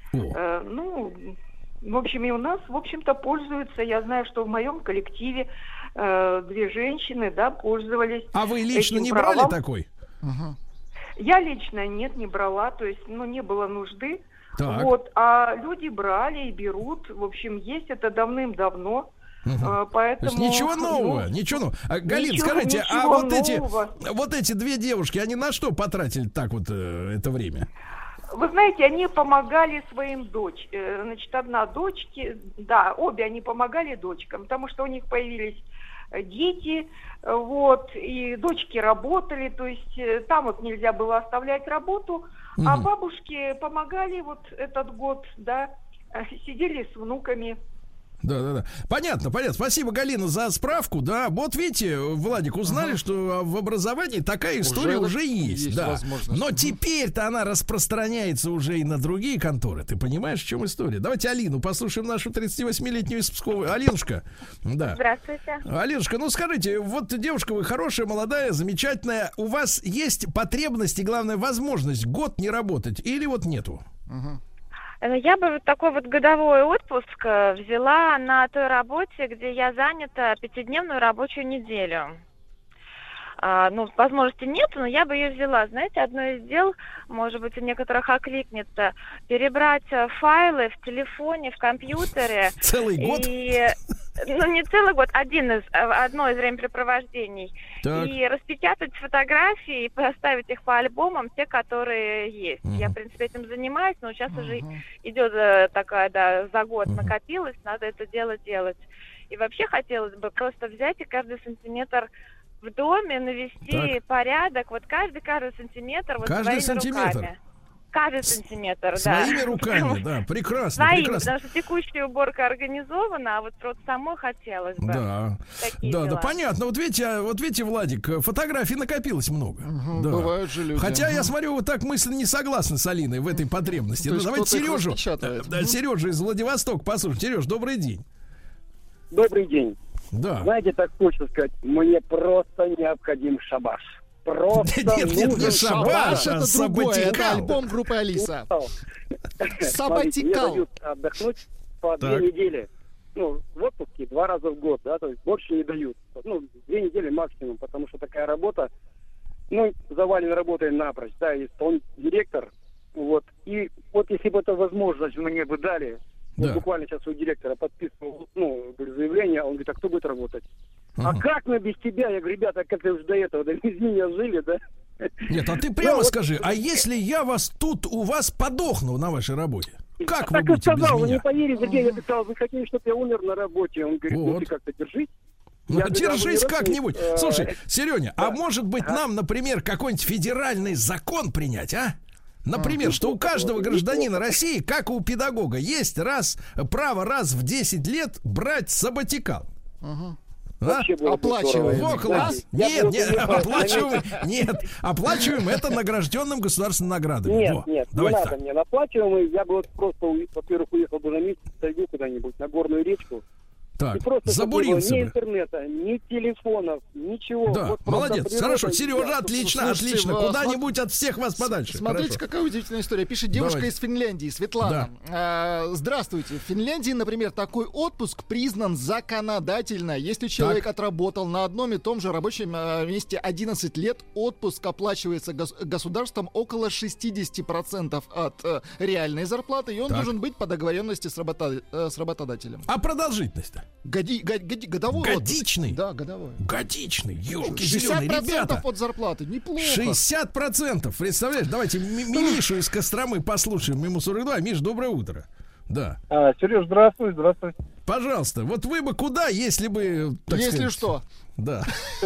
В общем, и у нас, в общем-то, пользуются. Я знаю, что в моем коллективе 2 женщины, да, пользовались. А вы лично этим не правом. брали такой? Я лично не брала, то есть, не было нужды. Так. Вот, а люди брали и берут. В общем, есть это давным-давно. Поэтому... То есть ничего нового, ничего нового. Галин, скажите, а вот эти две девушки, они на что потратили так вот это время? Вы знаете, они помогали своим дочкам. Значит, одна дочке, да, обе они помогали дочкам, потому что у них появились дети, вот, и дочки работали, то есть там вот нельзя было оставлять работу, а бабушки помогали вот этот год, да, сидели с внуками. Да. Понятно. Спасибо, Галина, за справку. Да, вот видите, Владик, узнали, что в образовании такая история уже есть. Да. Но теперь-то она распространяется уже и на другие конторы. Ты понимаешь, в чем история? Давайте Алину послушаем, нашу 38-летнюю из Пскова. Алинушка. Да. Здравствуйте. Алинушка, ну скажите, вот девушка вы хорошая, молодая, замечательная. У вас есть потребность и, главное, возможность год не работать или вот нету? Я бы вот такой вот годовой отпуск взяла на той работе, где я занята 5-дневную рабочую неделю. Ну, возможности нет, но я бы ее взяла. Знаете, одно из дел, может быть, у некоторых окликнется, перебрать файлы в телефоне, в компьютере. Целый год? Ну, не целый год, одно из времяпрепровождений. Так. И распечатать фотографии и поставить их по альбомам, те, которые есть. Я, в принципе, этим занимаюсь, но сейчас уже идет такая, да, за год накопилось, надо это дело делать. И вообще хотелось бы просто взять и каждый сантиметр в доме навести порядок, вот каждый сантиметр вот своими руками. Каждый сантиметр, своими руками, да, прекрасно. Своими, потому что текущая уборка организована, а вот самой хотелось бы. Да, понятно. Вот видите, Владик, фотографий накопилось много. Бывают же люди. Хотя я смотрю, вы так мысленно не согласны с Алиной в этой потребности. Ну, давайте Сережу. Сережа из Владивостока послушаем. Сереж, добрый день. Добрый день. Да. Знаете, так хочется сказать, мне просто необходим шабаш. Просто нет, не шабаш, а это другое, это альбом группы Алиса. Сабатикал. Мне дают отдохнуть по 2 недели. Ну, в отпуске 2 раза в год, да, то есть больше не дают. Ну, 2 недели максимум, потому что такая работа, ну, завалена работой напрочь, да, исполнительный директор, вот. И вот если бы эту возможность мне бы дали, вот буквально сейчас у директора подписывал, ну, заявление, он говорит, а кто будет работать? А как мы без тебя? Я говорю, ребята, как вы уже до этого, да без меня жили, да? Нет, а ты прямо скажи, а если я у вас подохну на вашей работе? Как вы будете без меня? Вы не поверите, Сергей, я сказал, вы хотите, чтобы я умер на работе? Он говорит, ну ты как-то держись. Держись как-нибудь. Слушай, Сереня, а может быть нам, например, какой-нибудь федеральный закон принять, а? Например, что у каждого гражданина России, как и у педагога, есть право раз в 10 лет брать сабатикал. Оплачиваем. Класс. Нет, оплачиваем это награжденным государственными наградами. Нет, не надо мне оплачиваемый. Я бы вот просто, во-первых, уехал бы на месяц, сойду куда-нибудь на горную речку. Так, забурился бы. Ни интернета, ни телефонов, ничего. Да, вот молодец, хорошо. Сережа, отлично. Куда-нибудь от всех вас подальше. Смотрите, какая удивительная история. Пишет девушка из Финляндии, Светлана. Да. Здравствуйте. В Финляндии, например, такой отпуск признан законодательно. Если человек отработал на одном и том же рабочем месте 11 лет, отпуск оплачивается государством около 60% от реальной зарплаты, и он должен быть по договоренности с работодателем. А продолжительность-то? Годовой годичный? Отпуск. Да, годовой. Годичный. Ёлки зеленые, ребята. 60% от зарплаты. Неплохо. 60%. Представляешь? Давайте Мишу из Костромы послушаем. Ему 42. Миш, доброе утро. Да. Сереж, здравствуй. Пожалуйста, вот вы бы куда, если бы... Если что. Да.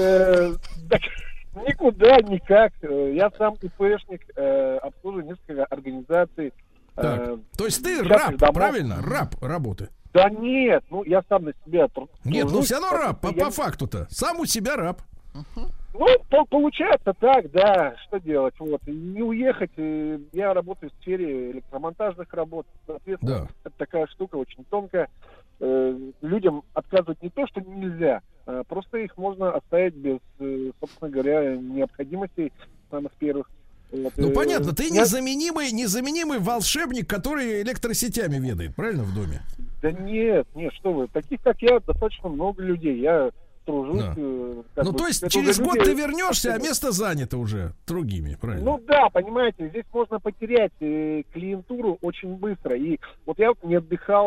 Никуда, никак. Я сам ИПшник, обслуживаю несколько организаций. Так. То есть ты раб, правильно? Раб работы. Да нет, я сам на себя... Нет, все равно раб, по факту-то. Сам у себя раб. Ну, получается так, да. Что делать? Вот. Не уехать. Я работаю в сфере электромонтажных работ. Соответственно, это такая штука очень тонкая. Людям отказывать не то, что нельзя. Просто их можно оставить без, собственно говоря, необходимостей самых первых. Ну, понятно, ты незаменимый волшебник, который электросетями ведает, правильно, в доме? Да нет, что вы. Таких, как я, достаточно много людей. Я тружусь. Да. То есть через год ты вернешься, а место занято уже другими, правильно? Ну да, понимаете, здесь можно потерять клиентуру очень быстро. И вот я не отдыхал,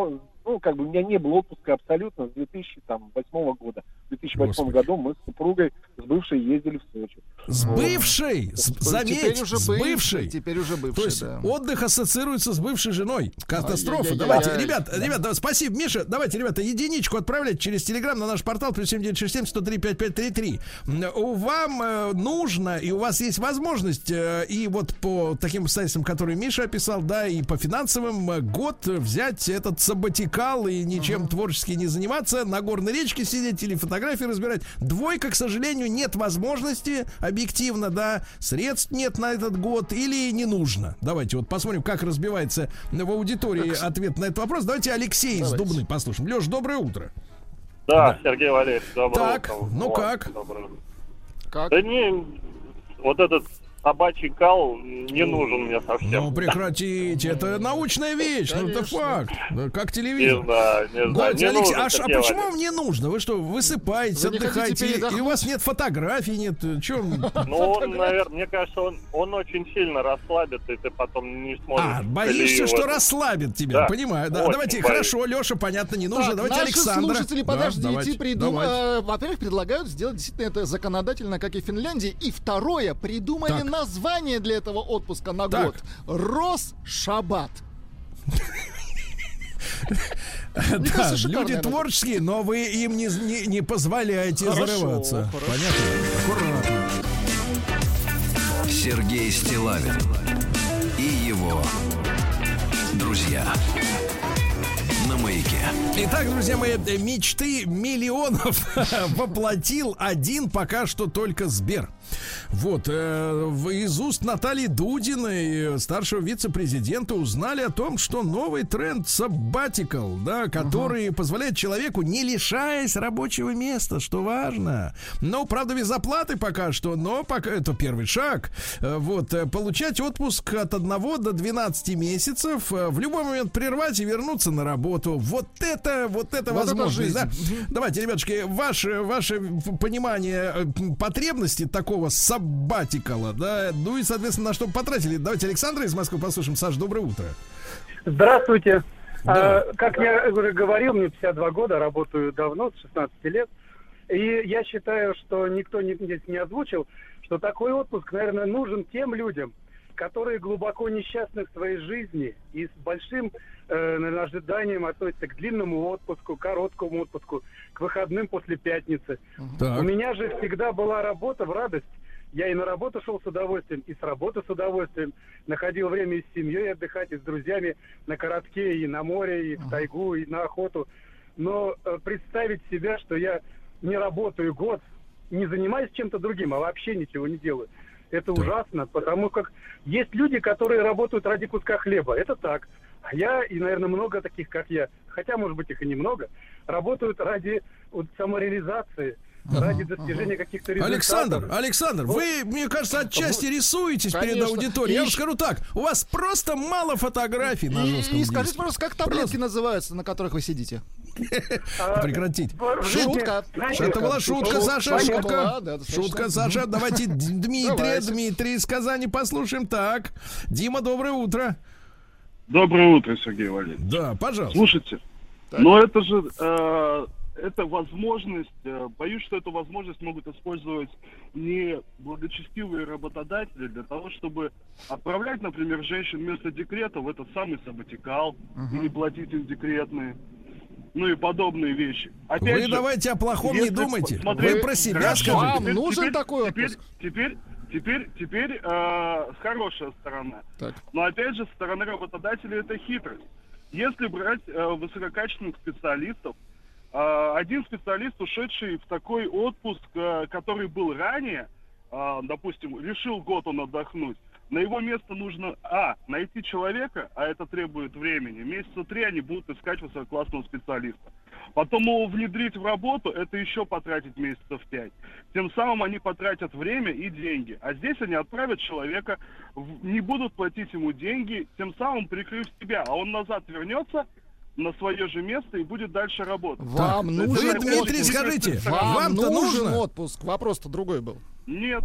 у меня не было отпуска абсолютно с 2008 года. В 2008 году мы с супругой, с бывшей, ездили в Сочи. С бывшей? Заметь, с бывшей. Теперь уже бывшей, то есть отдых ассоциируется с бывшей женой. Катастрофа. Давайте, ребят, спасибо, Миша. Давайте, ребята, единичку отправлять через Телеграм на наш портал +7 967 103 5533. Вам нужно, и у вас есть возможность, и вот по таким обстоятельствам, которые Миша описал, да, и по финансовым, год взять этот сабатикал и ничем творчески не заниматься, на горной речке сидеть или фотографии разбирать. Двойка, к сожалению, нет возможности, объективно, да, средств нет на этот год или не нужно. Давайте вот посмотрим, как разбивается в аудитории ответ на этот вопрос. Давайте Алексей из Дубны послушаем. Леш, доброе утро. Да, Сергей Валерьевич, доброе утро. Так, ну как? Как? Да не, вот этот собачий кал не нужен мне совсем. Ну, прекратите, это научная вещь, ну, это факт. Как телевизор. Не знаю. Алексей, а почему вам не нужно? Вы что, высыпаетесь, отдыхаете, и у вас нет фотографий, нет? Ну, наверное, мне кажется, он очень сильно расслабит, и ты потом не сможешь... боишься, что расслабит тебя, понимаю. Да. Давайте, хорошо, Леша, понятно, не нужно. Давайте Александра. Наши слушатели, подождите, придумали. Во-первых, предлагают сделать действительно это законодательно, как и в Финляндии. И второе, придумали название для этого отпуска на год. Росшаббат. Да, люди творческие, но вы им не позволяете зарываться. Понятно? Аккуратно. Сергей Стиллавин и его друзья. На маяке. Итак, друзья мои, мечты миллионов воплотил один пока что только Сбер. Вот, из уст Натальи Дудиной, старшего вице-президента, узнали о том, что новый тренд sabbatical, да, который позволяет человеку, не лишаясь рабочего места, что важно, но, правда, без оплаты пока что, но пока это первый шаг, вот, получать отпуск от 1 до 12 месяцев, в любой момент прервать и вернуться на работу. Вот это возможность, да? Давайте, ребятушки, ваше понимание потребности такого саббатикала, да, ну и, соответственно, на что потратили. Давайте Александра из Москвы послушаем. Саш, доброе утро. Здравствуйте. Да. Как я уже говорил, мне 52 года, работаю давно, с 16 лет, и я считаю, что никто здесь не озвучил, что такой отпуск, наверное, нужен тем людям, которые глубоко несчастны в своей жизни и с большим ожиданием относятся к длинному отпуску, короткому отпуску, к выходным после пятницы. Так. У меня же всегда была работа в радость. Я и на работу шел с удовольствием, и с работы с удовольствием. Находил время и с семьей отдыхать, и с друзьями на коротке, и на море, и в тайгу, и на охоту. Но представить себя, что я не работаю год, не занимаюсь чем-то другим, а вообще ничего не делаю, это ужасно, потому как есть люди, которые работают ради куска хлеба. Это так. А я, и, наверное, много таких, как я, хотя, может быть, их и немного, работают ради самореализации, ради достижения каких-то результатов. Александр, вы, мне кажется, отчасти рисуетесь перед аудиторией. Я вам скажу так, у вас просто мало фотографий на жестком диске. И скажите, пожалуйста, как таблетки называются, на которых вы сидите? Прекратить. Шутка. Это была шутка, Саша, шутка, Саша. Давайте Дмитрий из Казани послушаем. Так, Дима, доброе утро. Доброе утро, Сергей Валерьевич. Да, пожалуйста. Слушайте, но это же это возможность, боюсь, что эту возможность могут использовать не благочестивые работодатели для того, чтобы отправлять, например, женщин вместо декрета в этот самый сабатикал, или платить им декретные, ну и подобные вещи. Опять же, давайте о плохом не думайте. Вы про себя скажите. Вам нужен такой отпуск? Теперь хорошая сторона. Так. Но опять же, со стороны работодателей это хитрость. Если брать высококачественных специалистов, один специалист, ушедший в такой отпуск, который был ранее, допустим, решил год он отдохнуть, на его место нужно, найти человека, а это требует времени. Месяца 3 они будут искать высококлассного специалиста. Потом его внедрить в работу, это еще потратить месяцев 5. Тем самым они потратят время и деньги. А здесь они отправят человека, не будут платить ему деньги, тем самым прикрыв себя. А он назад вернется на свое же место и будет дальше работать. Вам нужен Дмитрий, скажите, вам нужен отпуск? Вопрос-то другой был. Нет.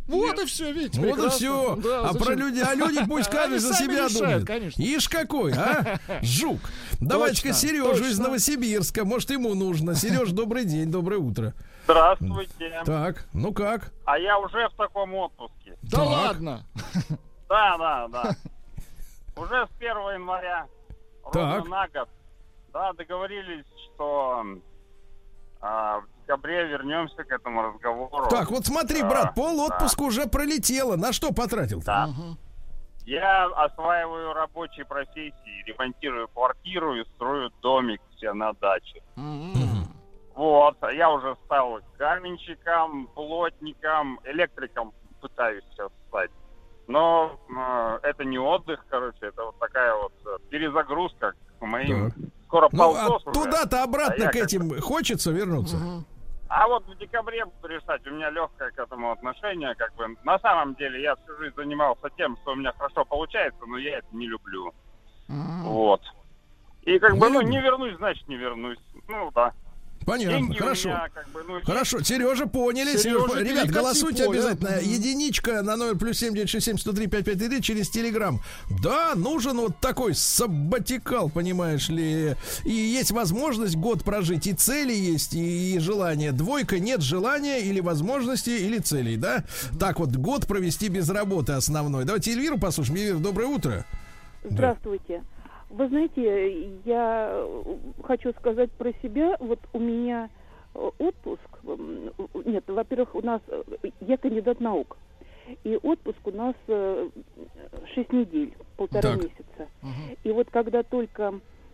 Вот и все, видите. Вот и все. Да, а люди пусть каждый за себя думает. Конечно. Ишь какой, а? Жук. Давайте-ка Сережу из Новосибирска. Может, ему нужно. Сереж, добрый день, доброе утро. Здравствуйте. Так, ну как? А я уже в таком отпуске. Да ладно? Да. Уже с 1 января. Ровно на год. Да, договорились, что в декабре вернемся к этому разговору. Так, вот смотри, брат, пол отпуска уже пролетело. На что потратил-то? Да. Я осваиваю рабочие профессии, ремонтирую квартиру и строю домик себе на даче. Вот, я уже стал каменщиком, плотником, электриком пытаюсь сейчас стать. Но это не отдых, короче, это вот такая вот перезагрузка к моим... Скоро полтос уже. Туда-то обратно к этим хочется вернуться? А вот в декабре буду решать. У меня легкое к этому отношение. Как бы. На самом деле я всю жизнь занимался тем, что у меня хорошо получается, но я это не люблю. Вот. И как бы, не вернусь, значит не вернусь. Ну да. Понятно, деньги хорошо. Меня, как бы, хорошо, Сережа, поняли. Ребят, голосуйте обязательно. Единичка на номер +7 967 103 5533 через Телеграм. Да, нужен вот такой сабатикал, понимаешь ли. И есть возможность год прожить. И цели есть, и желание. Двойка, нет желания или возможности, или целей, да? Так вот, год провести без работы основной. Давайте Эльвиру послушаем. Эльвира, доброе утро. Здравствуйте. Вы знаете, я хочу сказать про себя. Вот у меня отпуск... Нет, во-первых, у нас... Я кандидат наук. И отпуск у нас 6 недель, 1,5 месяца. И вот когда только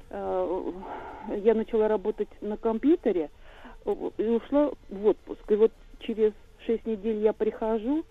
я начала работать на компьютере и ушла в отпуск. И вот через 6 недель я прихожу...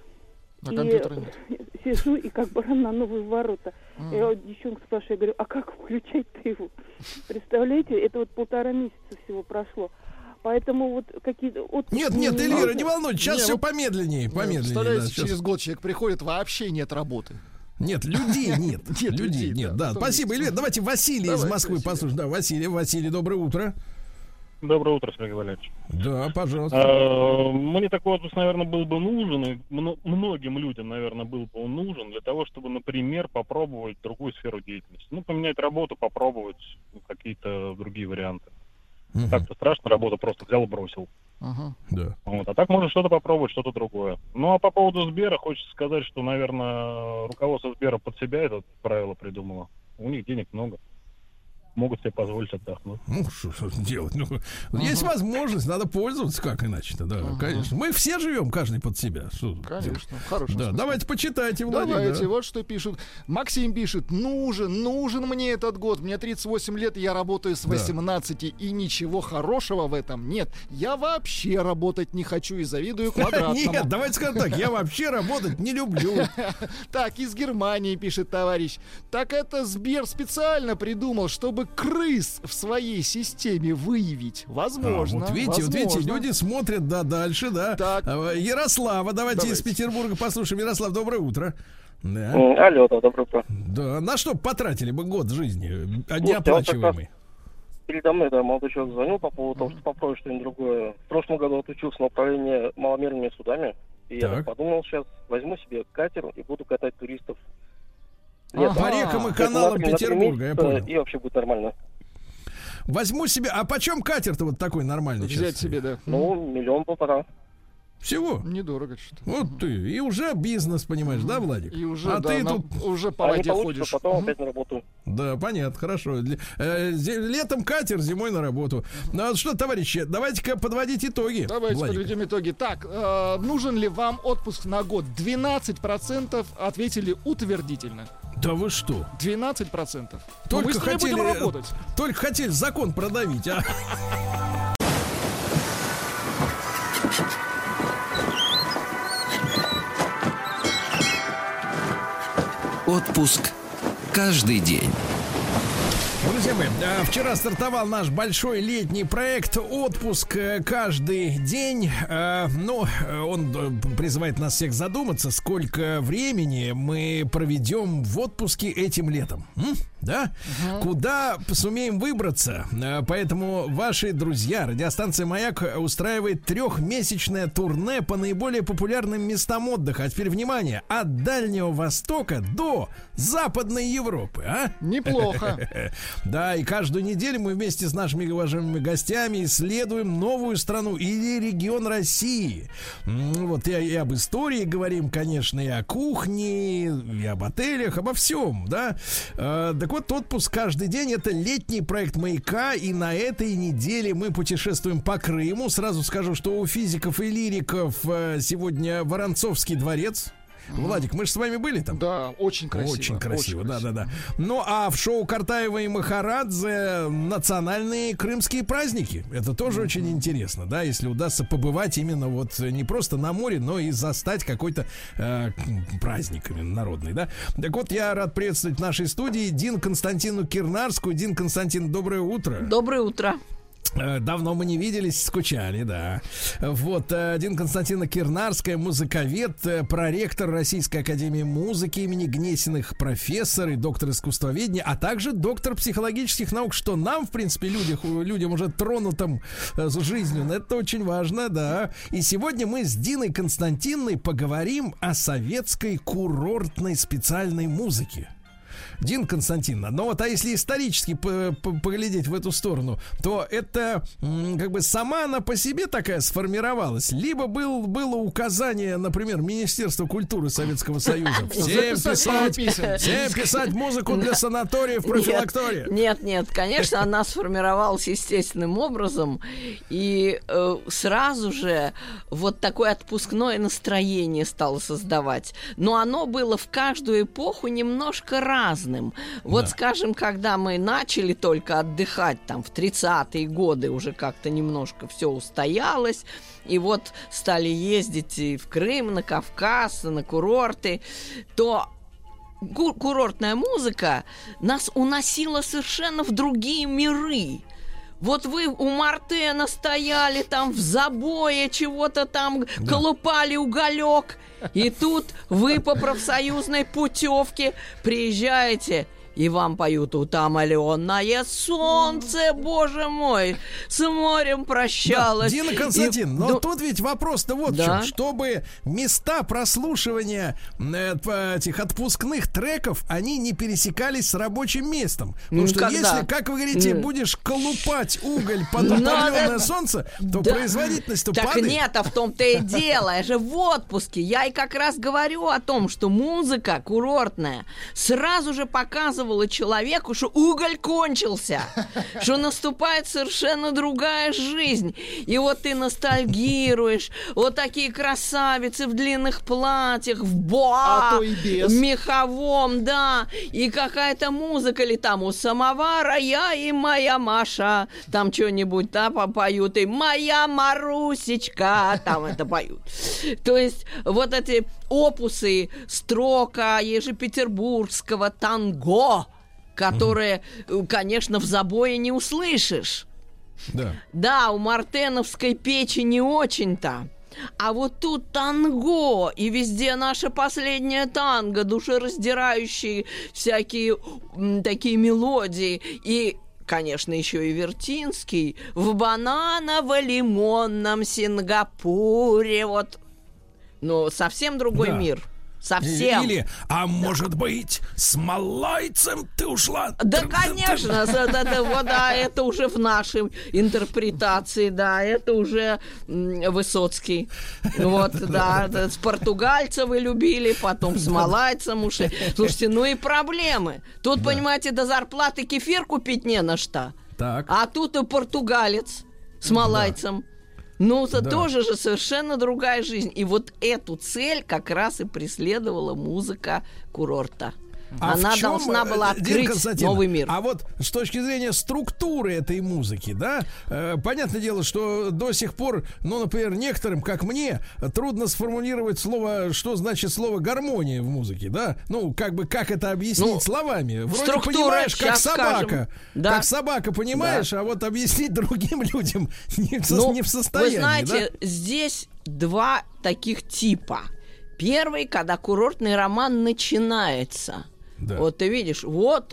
Сижу и как баран на новые ворота. Я девчонку спрашиваю, я говорю, а как включать-то его? Представляете, это вот 1,5 месяца всего прошло. Поэтому вот какие-то... Нет, Эльвира, не волнуйтесь, сейчас все помедленнее. Представляете, через год человек приходит, вообще нет работы. Нет, людей нет. Людей нет, да. Спасибо, Эльвира. Давайте Василий из Москвы послушаем. Да, Василий, доброе утро. Доброе утро, Сергей Валерьевич. Да, пожалуйста. Мне такой отпуск, наверное, был бы нужен, и многим людям, наверное, был бы он нужен для того, чтобы, например, попробовать другую сферу деятельности. Ну, поменять работу, попробовать какие-то другие варианты. Так-то страшно, работу просто взял и бросил. Да. Вот. А так можно что-то попробовать, что-то другое. Ну, а по поводу Сбера, хочется сказать, что, наверное, руководство Сбера под себя это правило придумало. У них денег много. Могут себе позволить отдохнуть. Ну, что делать? Есть возможность, надо пользоваться, как иначе-то, да, конечно. Мы все живем, каждый под себя. Конечно, хорошо. Да, давайте почитайте, Владимир. Давайте, вот что пишут. Максим пишет, нужен мне этот год. Мне 38 лет, я работаю с 18, и ничего хорошего в этом нет. Я вообще работать не хочу и завидую Квадратному. Нет, давайте скажем так, я вообще работать не люблю. Так, из Германии пишет товарищ. Так это Сбер специально придумал, чтобы крыс в своей системе выявить. Возможно. Вот видите, люди смотрят, да, дальше, да. Так. Ярослава, давайте из Петербурга послушаем. Ярослав, доброе утро. Да. Алло, да, доброе утро. Да, на что потратили бы год жизни неоплачиваемый? Передо мной, да, молодой человек звонил по поводу того, что попробовать что-нибудь другое. В прошлом году отучился на управление маломерными судами. И я подумал, сейчас возьму себе катер и буду катать туристов. По рекам и каналам Петербурга, я понял. И вообще будет нормально. Возьму себе. А почем катер-то вот такой нормальный? Взять себе, да. Ну, 1,5 миллиона. Всего? Недорого что-то. Вот ты. И уже бизнес, понимаешь, да, Владик? И уже, ты тут уже по воде ходишь. Потом опять на работу. Да, понятно, хорошо. Летом катер, зимой на работу. Ну что, товарищи, давайте-ка подводить итоги. Давайте подведем итоги. Так, нужен ли вам отпуск на год? 12% ответили утвердительно. Да вы что? 12%. Только хотели закон продавить, а? Отпуск каждый день. Друзья мои, вчера стартовал наш большой летний проект «Отпуск каждый день». Но он призывает нас всех задуматься, сколько времени мы проведем в отпуске этим летом. да? Куда сумеем выбраться? Поэтому ваши друзья, радиостанция «Маяк» устраивает 3-месячное турне по наиболее популярным местам отдыха. А теперь внимание, от Дальнего Востока до Западной Европы, а? Неплохо. Да, и каждую неделю мы вместе с нашими уважаемыми гостями исследуем новую страну или регион России. Вот и об истории говорим, конечно, и о кухне, и об отелях, обо всем, да. Так вот, отпуск каждый день — это летний проект «Маяка», и на этой неделе мы путешествуем по Крыму. Сразу скажу, что у физиков и лириков сегодня Воронцовский дворец. Владик, мы же с вами были там? Да, очень красиво. Очень красиво, да. Ну, а в шоу Картаева и Махарадзе национальные крымские праздники. Это тоже очень интересно, да, если удастся побывать именно вот не просто на море, но и застать какой-то праздник именно народный, да. Так вот, я рад приветствовать в нашей студии Дину Константину Кирнарскую. Дин Константин, доброе утро. Доброе утро. Давно мы не виделись, скучали, да. Вот, Дина Константина Кирнарская, музыковед, проректор Российской академии музыки имени Гнесиных, профессор и доктор искусствоведения, а также доктор психологических наук, что нам, в принципе, людям уже тронутым жизнью, это очень важно, да. И сегодня мы с Диной Константиновной поговорим о советской курортной специальной музыке. Дин Константиновна, ну вот, а если исторически поглядеть в эту сторону, то это как бы сама она по себе такая сформировалась, либо было указание, например, Министерства культуры Советского Союза всем писать музыку для санаториев, профилактория. Нет, конечно, она сформировалась естественным образом, и сразу же вот такое отпускное настроение стало создавать. Но оно было в каждую эпоху немножко разным. Вот, да. Скажем, когда мы начали только отдыхать там в 30-е годы, уже как-то немножко все устоялось, и вот стали ездить и в Крым, на Кавказ, на курорты, то курортная музыка нас уносила совершенно в другие миры. Вот вы у Мартена стояли там в забое, чего-то там колупали уголек, и тут вы по профсоюзной путевке приезжаете, и вам поют «Утомленное солнце, боже мой, с морем прощалась». Да, Дина Константин, но тут ведь вопрос-то вот в чем. Чтобы места прослушивания этих отпускных треков, они не пересекались с рабочим местом. Потому что если, как вы говорите, будешь колупать уголь под утомленное солнце, то производительность-то падает. Так нет, а в том-то и дело. Я же в отпуске. Я и как раз говорю о том, что музыка курортная сразу же показывает человеку, что уголь кончился, что наступает совершенно другая жизнь. И вот ты ностальгируешь, вот такие красавицы в длинных платьях, в боа, в меховом, да, и какая-то музыка, или там у самовара я и моя Маша, там что-нибудь, да, поют, и моя Марусечка, там это поют. То есть вот эти опусы Строка, Ежепетербургского, танго, которые, конечно, в забое не услышишь. Да, у мартеновской печи не очень-то. А вот тут танго, и везде наша последняя танго, душераздирающие всякие такие мелодии. И, конечно, еще и Вертинский в бананово-лимонном Сингапуре. Вот. Ну, совсем другой мир. Совсем. Или, а может быть, с малайцем ты ушла? Да, конечно, это уже в нашей интерпретации, да, это уже Высоцкий. Вот, да, с португальца вы любили, потом с малайцем ушли. Слушайте, ну и проблемы. Тут, понимаете, до зарплаты кефир купить не на что. Так. А тут и португалец с малайцем. Ну, это тоже же совершенно другая жизнь. И вот эту цель как раз и преследовала музыка курорта. Она должна была открыть новый мир. А вот с точки зрения структуры этой музыки, да, понятное дело, что до сих пор, ну, например, некоторым, как мне, трудно сформулировать слово, что значит слово гармония в музыке, да? Ну, как бы, как это объяснить словами? Вроде понимаешь, как собака. Да. Как собака, понимаешь, а вот объяснить другим людям не в состоянии. Вы знаете, здесь два таких типа. Первый, когда курортный роман начинается. Да. Вот ты видишь, вот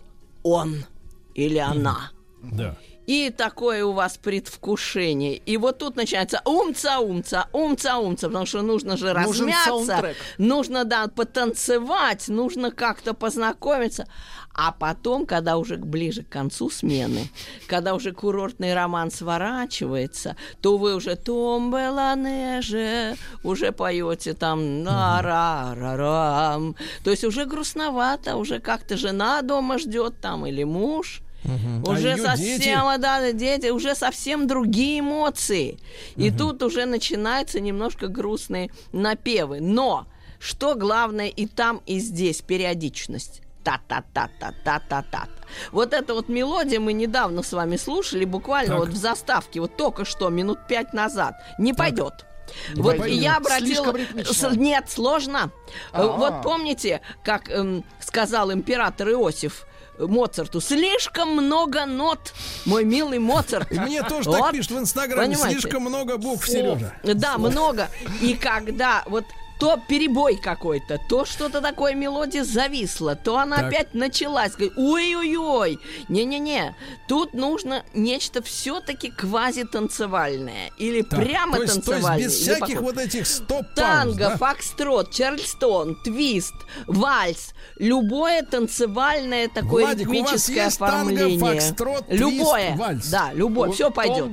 он или она. Да. И такое у вас предвкушение. И вот тут начинается умца, потому что нужно же размяться, нужно, да, потанцевать, нужно как-то познакомиться. А потом, когда уже ближе к концу смены, когда уже курортный роман сворачивается, то вы уже «Томбеланеже», уже поете там «на-ра-ра-рам». То есть уже грустновато, уже как-то жена дома ждет там или муж. Уже совсем, дети, уже совсем другие эмоции. И тут уже начинаются немножко грустные напевы. Но что главное и там, и здесь периодичность. Та-та-та-та-та-та-та. Вот эта вот мелодия мы недавно с вами слушали, буквально вот в заставке, вот только что, минут 5 назад. Не пойдет. Вот пойдет. Я обратила... Нет, сложно. Вот помните, как сказал император Иосиф Моцарту: слишком много нот, мой милый Моцарт. И мне тоже так пишут в Инстаграме: слишком много букв, Сережа. Да, много. И когда вот то перебой какой-то, то что-то такое, мелодия зависла, то она опять началась. Говорит, ой-ой-ой, не-не-не, тут нужно нечто все-таки квази-танцевальное. Или прямо танцевальное. То есть без всяких вот этих стоп-пауз. Танго, фокстрот, чарльстон, твист, вальс. Любое танцевальное такое ритмическое оформление. Танго, фокстрот, любое, твист, вальс. Да, любое, все пойдет.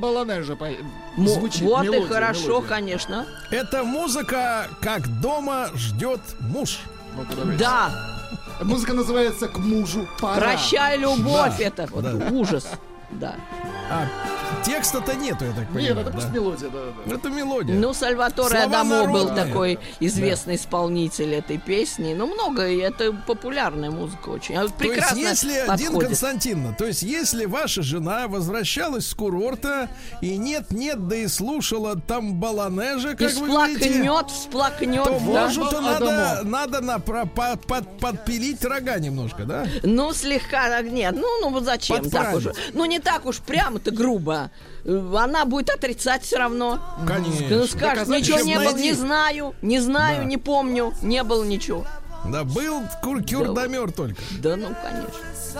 Звучит, вот мелодия, и хорошо, мелодия. Конечно. Это музыка «Как дома ждет муж». Да. Музыка называется «К мужу пора». Прощай, любовь, это вот ужас. Да. А текста-то нету, я так понимаю. Нет, это просто мелодия, да. Это мелодия. Ну, Сальваторе Адамо был такой известный исполнитель этой песни. Ну, много, и это популярная музыка очень. Прекрасно. То есть, если, Дина Константиновна, то есть, если ваша жена возвращалась с курорта и нет-нет, да и слушала там баланежа, как вы говорите, всплакнет, то мужу-то надо подпилить рога немножко, да? Ну, слегка, нет, ну вот зачем так уже? Ну, не так уж прямо-то грубо. Она будет отрицать все равно. Конечно. Скажет, ничего не было, не знаю, не помню, не было ничего. Да, был кюрдомер только. Да, ну, конечно.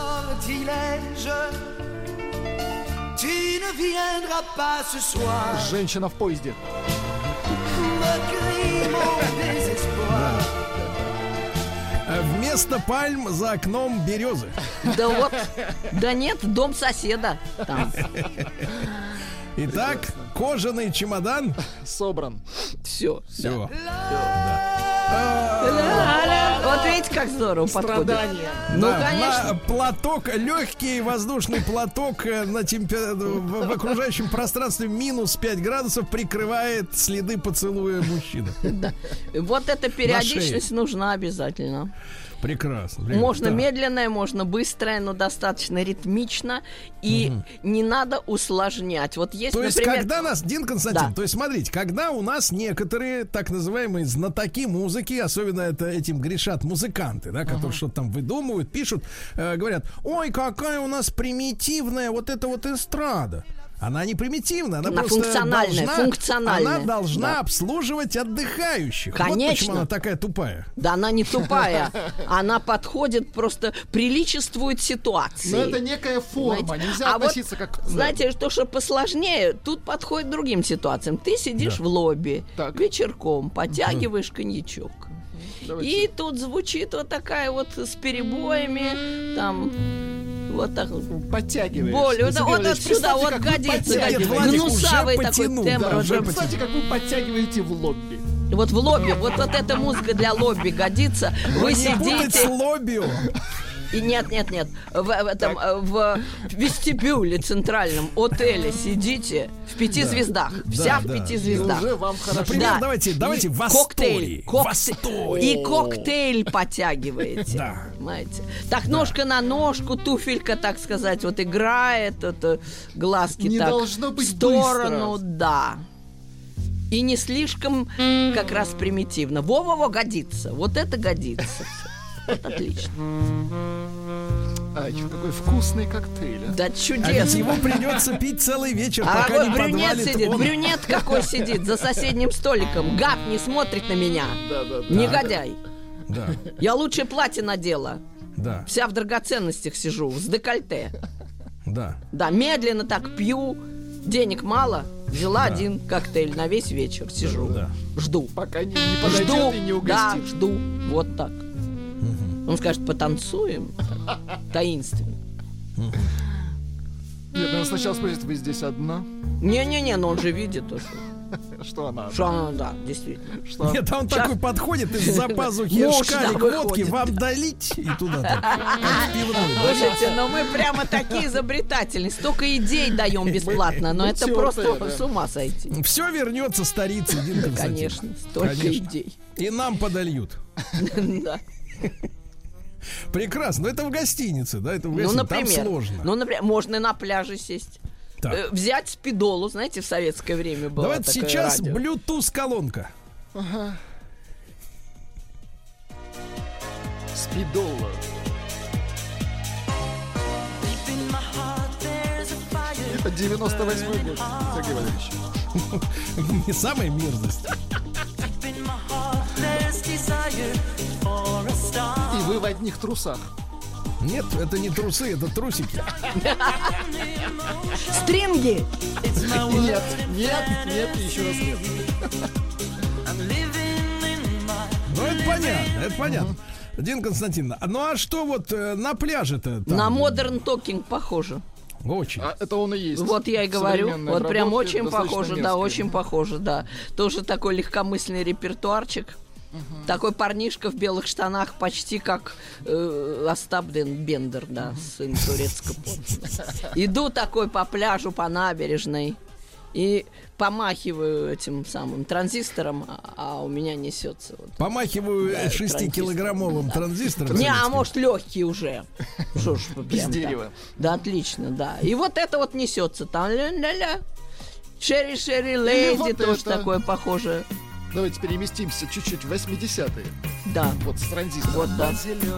Женщина в поезде. Вместо пальм за окном березы. Да вот, да нет, дом соседа там. Итак, кожаный чемодан собран. Все. Вот видите, как здорово подходит. Ну, конечно. Платок, легкий воздушный платок в окружающем пространстве минус 5 градусов прикрывает следы поцелуя мужчины. Да. Вот эта периодичность нужна обязательно. Прекрасно. Можно медленное, можно быстрое, но достаточно ритмично. И не надо усложнять. Вот есть, то есть, например... когда нас, Дин Константин, то есть, смотрите, когда у нас некоторые так называемые знатоки музыки, особенно этим грешат музыканты, да, которые что-то там выдумывают, пишут, говорят: ой, какая у нас примитивная вот эта вот эстрада. Она не примитивная, она просто функциональная. Она должна обслуживать отдыхающих. Конечно. Вот почему она такая тупая. Да, она не тупая. Она подходит, просто приличествует ситуации. Но это некая форма, нельзя относиться как... Знаете, то, что посложнее, тут подходит к другим ситуациям. Ты сидишь в лобби вечерком, подтягиваешь коньячок. И тут звучит вот такая вот с перебоями, там... Вот так подтягиваешь. Боль. Вот отсюда вот годится. Гнусавый такой тембр. Кстати, как вы подтягиваете в лобби. Вот в лобби. Вот эта музыка для лобби годится. Вы сидите... с лобби. И нет. В вестибюле центральном отеле сидите в 5 звездах. Вся в 5 звездах. Уже вам хорошо. Например, давайте в Астории. И коктейль подтягиваете. Да. Понимаете? Так, ножка на ножку, туфелька, так сказать, вот играет, это глазки не так должно быть в сторону, быстро. Да. И не слишком как раз примитивно. Во-во-во, годится. Вот это годится. Вот отлично. Какой вкусный коктейль. Да чудесно. Его придется пить целый вечер, пока не брюнет сидит. он. Брюнет какой сидит за соседним столиком. Гад не смотрит на меня. Негодяй. Да. Я лучше платье надела. Да. Вся в драгоценностях сижу, с декольте. Да. Да, медленно так пью, денег мало, взяла один коктейль на весь вечер, сижу, жду. Пока не подойдет и не угостит. Да, жду, вот так. Он скажет, потанцуем, так, таинственно. Нет, наверное, сначала спросит, вы здесь одна? Не-не-не, но он же видит тоже. Что она? Что она, да, действительно. Что? Нет, он такой подходит из-за пазухи шкалик водки, вам долить и туда так. Слушайте, но мы прямо такие изобретательные. Столько идей даем бесплатно, но это просто с ума сойти. Все вернется старице, Дин Константинович. Конечно, столько идей. И нам подольют. Да. Прекрасно. Но это в гостинице, да? Это в гостинице. Там сложно. Ну, например, можно на пляже сесть. Взять спидолу, знаете, в советское время было. Давайте сейчас Bluetooth-колонка. Ага. Спидола. Это 98-й год, Сергей Валерьевич. Не самая мерзость. И вы в одних трусах. Нет, это не трусы, это трусики. Стринги! Нет, еще раз нет. Ну, это понятно, это понятно. Дина Константиновна, ну а что вот на пляже-то? На Modern Talking похоже. Очень. Это он и есть. Вот я и говорю. Вот прям очень похоже, да, очень похоже, да. Тоже такой легкомысленный репертуарчик. Такой парнишка в белых штанах, почти как Остап Бендер, да, сын турецкого. Иду такой по пляжу, по набережной и помахиваю этим самым транзистором, а у меня несется. Вот, помахиваю 6-килограммовым транзистором. Не, а может легкий уже. Что ж, без дерева. Да, отлично, да. И вот это вот несется там. Ля-ля-ля. Шерри леди тоже такое похожее. Давайте переместимся чуть-чуть в 80-е. Да. Вот с транзистором. Вот, да.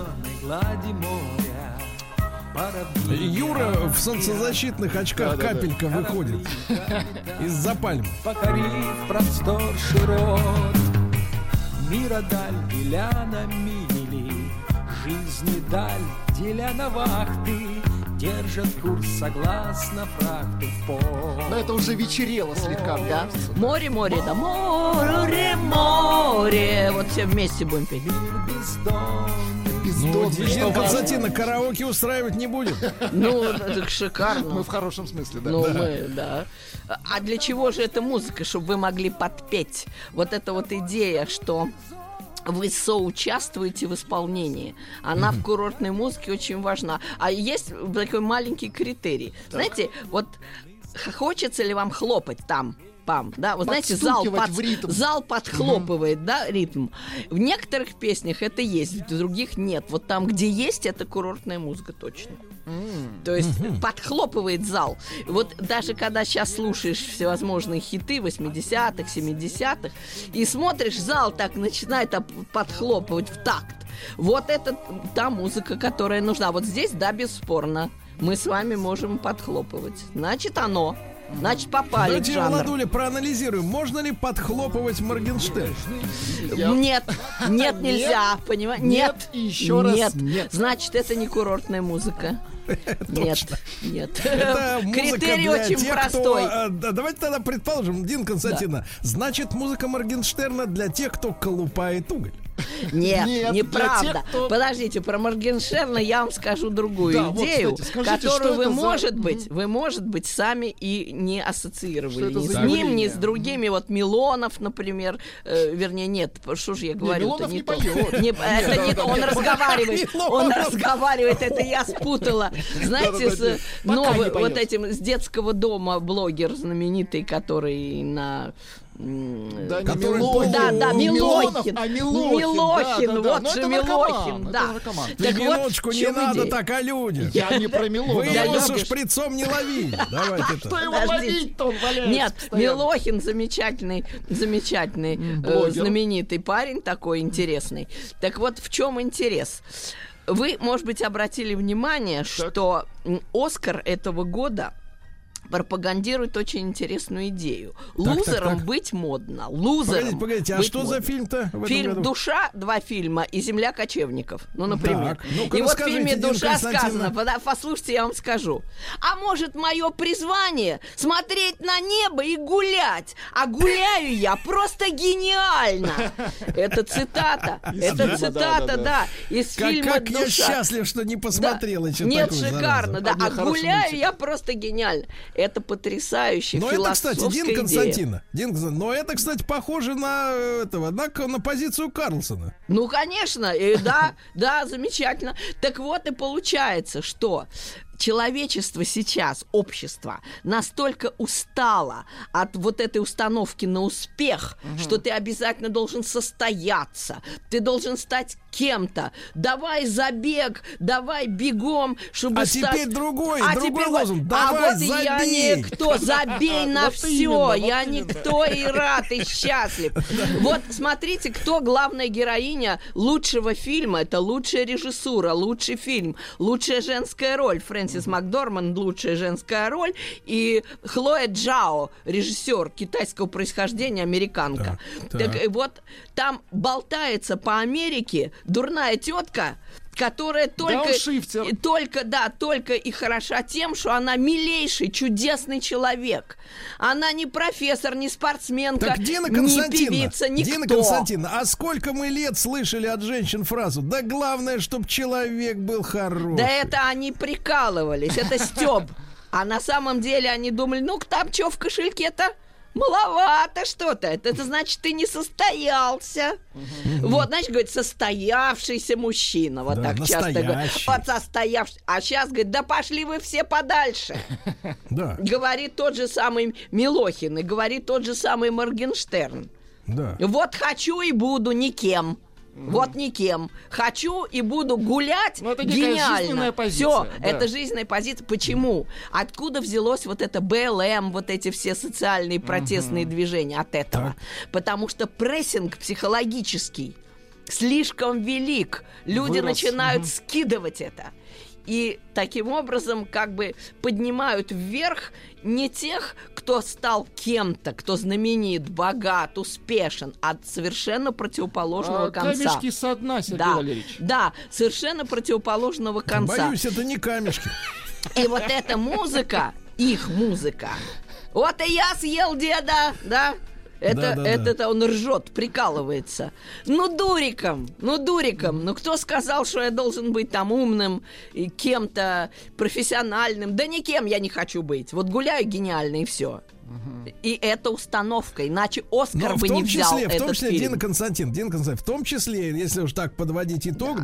Юра в солнцезащитных очках капелька выходит из-за пальмы. Покорив простор широт, мира даль деля на мили, жизни даль деля на вахты, держат курс согласно фракту в пол. Но это уже вечерело слегка, да? Море, да, море. Вот все вместе будем петь. Ну, Дина Константиновна караоке устраивать не будет. Ну, это шикарно. Мы в хорошем смысле, да. Ну, мы, да. А для чего же эта музыка? Чтобы вы могли подпеть. Вот эта вот идея, что вы соучаствуете в исполнении. Она в курортной музыке очень важна. А есть такой маленький критерий. Так. Знаете, вот хочется ли вам хлопать там? Да, вот знаете, зал подхлопывает, да, ритм. В некоторых песнях это есть, в других нет. Вот там, где есть, это курортная музыка точно. То есть подхлопывает зал. Вот даже когда сейчас слушаешь всевозможные хиты 80-х, 70-х и смотришь, зал так начинает подхлопывать в такт. Вот это та музыка, которая нужна. Вот здесь, да, бесспорно, мы с вами можем подхлопывать. Значит, оно. Значит, попали давайте, в жанр. Владуля, проанализируем. Можно ли подхлопывать Моргенштерн? Нет, нельзя, понимаете? Нет, и еще раз нет. Значит, это не курортная музыка. Нет. Это критерий очень простой. Давайте тогда предположим, Дина Константиновна, значит, музыка Моргенштерна для тех, кто колупает уголь. Нет, неправда. Подождите, про Моргенштерна я вам скажу другую идею, которую вы, может быть, сами и не ассоциировали ни с ним, ни с другими. Вот Милонов, например, вернее, нет, что же я говорю, это не то. Это не то, он разговаривает, это я спутала. Знаете, с новым, вот этим, с детского дома блогер знаменитый, который на... Да, Милохин. Милохин, вот же Милохин, да. Минуточку, не надо так о людях. Я не про Милохина. Вы его со шприцом не ловили. Что его ловить-то, он валяется. Нет, Милохин замечательный, знаменитый парень такой интересный. Так вот, в чем интерес? Вы, может быть, обратили внимание, что Оскар этого года пропагандирует очень интересную идею. Лузером быть модно. Лузером. Погодите, а что модно. За фильм-то? Фильм «Душа», 2 фильма, и «Земля кочевников». Ну, например. И вот в фильме «Душа» сказано, послушайте, я вам скажу. А может, мое призвание смотреть на небо и гулять? А гуляю я просто гениально. Это цитата. Это цитата, да. Из фильма «Душа». Как я счастлив, что не посмотрел еще такую. Нет, шикарно, да. А гуляю я просто гениально. Это потрясающе. Но это, кстати, Дина Константиновна, но это, кстати, похоже на позицию Карлсона. Ну, конечно, да, замечательно. Так вот и получается, что человечество сейчас, общество, настолько устало от вот этой установки на успех, что ты обязательно должен состояться, ты должен стать кем-то. Давай забег, давай бегом, чтобы стать... теперь другой лозунг. Давай забей. Я никто, забей на все. Я никто и рад, и счастлив. Вот смотрите, кто главная героиня лучшего фильма. Это лучшая режиссура, лучший фильм, лучшая женская роль. Фрэнсис Макдорманд, лучшая женская роль. И Хлоя Джао, режиссер китайского происхождения, американка. Так вот, там болтается по Америке дурная тетка, которая только и хороша тем, что она милейший, чудесный человек. Она не профессор, не спортсменка, не певица, никто. Дина Константиновна, а сколько мы лет слышали от женщин фразу: да главное, чтобы человек был хороший. Да это они прикалывались, это стёб. А на самом деле они думали, ну там что в кошельке-то? Маловато что-то. Это значит, ты не состоялся. Вот, значит, говорит, состоявшийся мужчина. Вот так часто говорят. Вот состоявшийся. А сейчас говорит, да пошли вы все подальше. Говорит тот же самый Милохин и говорит тот же самый Моргенштерн. Вот хочу и буду никем. Вот никем. Хочу и буду гулять. Это гениально. Все, это жизненная позиция. Почему? Откуда взялось вот это БЛМ, вот эти все социальные протестные движения от этого? Потому что прессинг психологический слишком велик. Люди начинают скидывать это. И таким образом как бы поднимают вверх не тех, кто стал кем-то, кто знаменит, богат, успешен, а совершенно противоположного конца. Камешки со дна, Сергей Валерьевич. Да, совершенно противоположного конца. Боюсь, это не камешки. И вот эта музыка, их музыка. Вот и я съел деда, да? Это он ржет, прикалывается. Ну, дуриком. Ну, кто сказал, что я должен быть там умным и кем-то профессиональным? Да никем я не хочу быть. Вот гуляю гениально и все. И это установка, иначе Оскар бы не взял этот фильм. В том числе, Дина Константиновна, в том числе, если уж так подводить итог,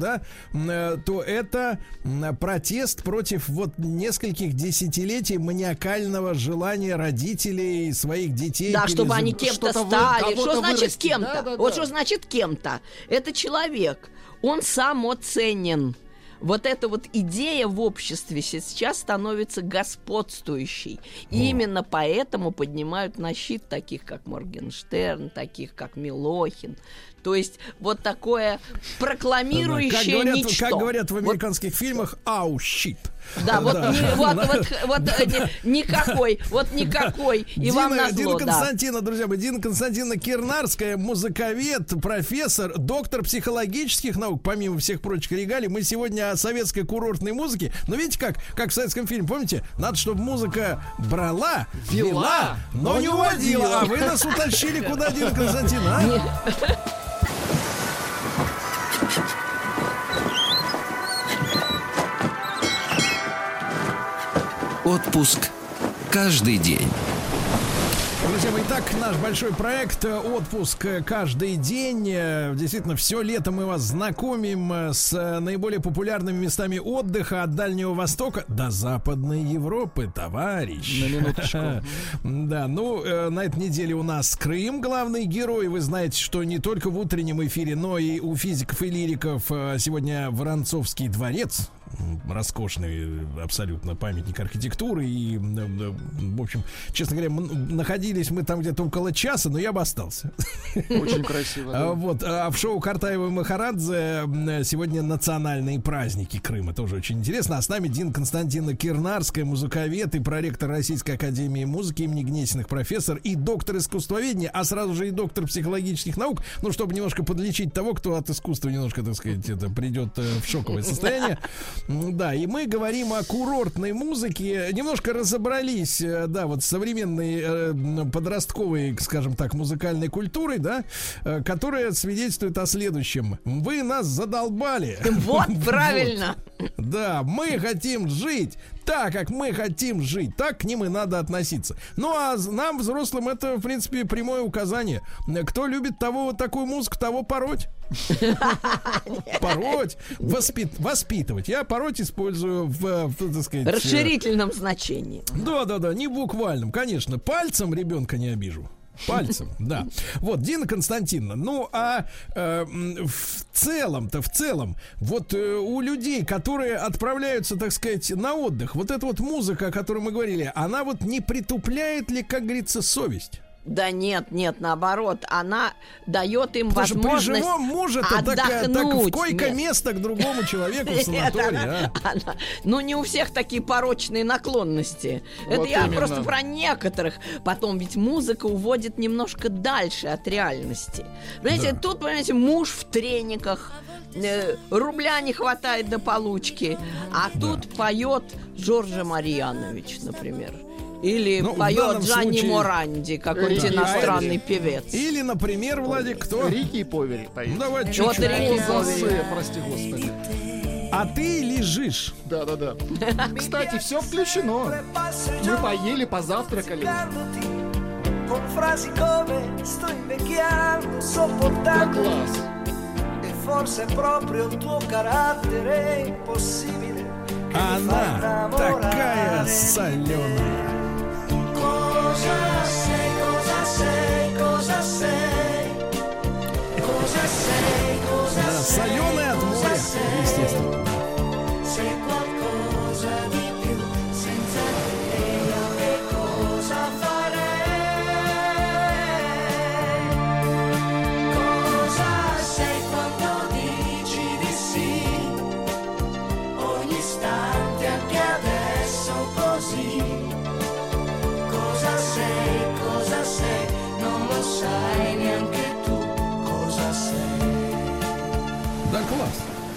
то это протест против вот нескольких десятилетий маниакального желания родителей своих детей. Да, чтобы они кем-то стали. Что значит кем-то? Вот что значит кем-то? Это человек. Он самоценен. Вот эта вот идея в обществе сейчас становится господствующей. И именно поэтому поднимают на щит таких, как Моргенштерн, таких, как Милохин. То есть вот такое прокламирующее ничто. Как говорят в американских фильмах, «ау, щит». Да, вот никакой. И вам назло, Дина Константиновна, друзья мои, Дина Константиновна Кирнарская, музыковед, профессор, доктор психологических наук, помимо всех прочих регалий. Мы сегодня о советской курортной музыке. Но видите, как в советском фильме, помните? Надо, чтобы музыка брала, вела, но не уводила. А вы нас утащили куда, Дина Константиновна, Отпуск каждый день. Друзья мои, итак, наш большой проект «Отпуск каждый день». Действительно, все лето мы вас знакомим с наиболее популярными местами отдыха от Дальнего Востока до Западной Европы, товарищ. На минуточку. Да, на этой неделе у нас Крым, главный герой. Вы знаете, что не только в утреннем эфире, но и у физиков и лириков сегодня Воронцовский дворец. роскошный абсолютно памятник архитектуры. И, в общем, честно говоря, находились мы там где-то около часа, но я бы остался. Очень красиво. Да. Вот. А в шоу Картаева и Махарадзе сегодня национальные праздники Крыма. Тоже очень интересно. А с нами Дина Константиновна Кирнарская, музыковед и проректор Российской академии музыки имени Гнесиных, профессор и доктор искусствоведения, а сразу же и доктор психологических наук. Ну, чтобы немножко подлечить того, кто от искусства немножко, так сказать, придет в шоковое состояние. Да, и мы говорим о курортной музыке. Немножко разобрались, да, вот с современной подростковой, скажем так, музыкальной культурой, да, которая свидетельствует о следующем. Вы нас задолбали. Вот, правильно. Да, мы хотим жить так, как мы хотим жить. Так к ним и надо относиться. Ну, а нам, взрослым, это, в принципе, прямое указание. Кто любит такую музыку, того пороть. Пороть, воспитывать. Я пороть использую в, так сказать, расширительном значении. Да, не в буквальном, конечно. Пальцем ребенка не обижу. Пальцем, да. Вот, Дина Константиновна, ну, а в целом, вот у людей, которые отправляются, так сказать, на отдых, вот эта вот музыка, о которой мы говорили, она вот не притупляет ли, как говорится, совесть? Да нет, наоборот, она дает им возможность при живом муже так в койко-место к другому человеку в санатории. Ну, не у всех такие порочные наклонности. Это я просто про некоторых. Потом ведь музыка уводит немножко дальше от реальности. Понимаете, тут, понимаете, муж в трениках, рубля не хватает до получки, а тут поет Джорджо Марьянович, например. Или поет Джанни Моранди, какой-нибудь иностранный певец. Или, например, Владик, кто? Рики Повери поет. Давай чуть-чуть. Рики Повери. Прости, господи. А ты лежишь. Да. Кстати, все включено. Мы поели, позавтракали. Да, класс. Она такая соленая. Да, соленая от моря, естественно. Да, класс.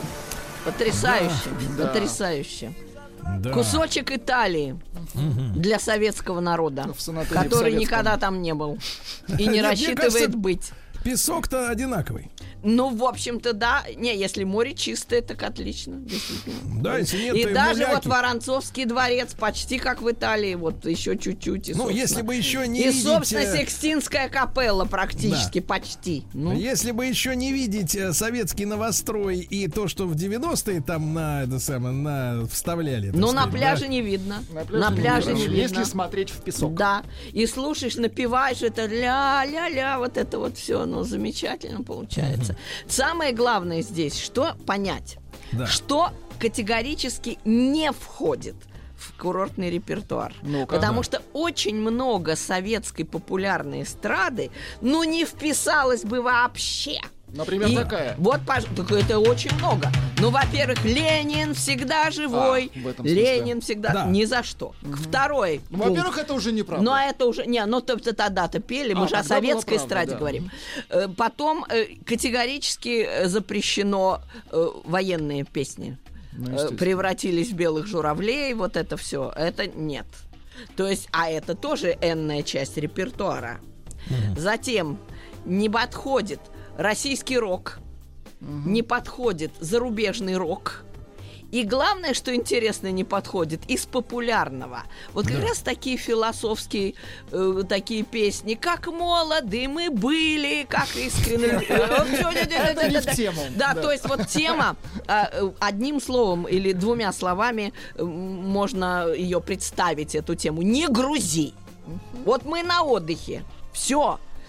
Потрясающе. Да. Кусочек Италии для советского народа, который никогда там не был и не рассчитывает быть. Песок-то одинаковый. Ну, в общем-то, да. Не, если море чистое, так отлично. Да, если нет, и то даже муляки. Вот Воронцовский дворец почти как в Италии. Вот еще чуть-чуть. И, если бы еще не видеть... И, собственно, Сикстинская капелла практически почти. Ну. Если бы еще не видеть советский новострой и то, что в 90-е там вставляли. Ну, на пляже не видно. На пляже не видно. Если смотреть в песок. Да. И слушаешь, напеваешь это ля-ля-ля, вот это вот все, ну, замечательно получается. Самое главное здесь, что понять, что категорически не входит в курортный репертуар. Потому что очень много советской популярной эстрады, не вписалось бы вообще. Например, какая? Вот, это очень много. Ну, во-первых, Ленин всегда живой. Ленин всегда ни за что. Второй. Во-первых, это уже неправда. Ну, а это уже... тогда-то пели. Мы же о советской эстраде говорим. Потом категорически запрещено военные песни. Превратились в белых журавлей. Вот это все. Это нет. То есть, а это тоже энная часть репертуара. Затем не подходит российский рок, не подходит зарубежный рок. И главное, что интересно, не подходит из популярного. Вот как раз такие философские такие песни, как молоды мы были, как искренне. Это не в тему. Да, то есть вот тема одним словом или двумя словами можно ее представить, эту тему. Не грузи. Вот мы на отдыхе. Все.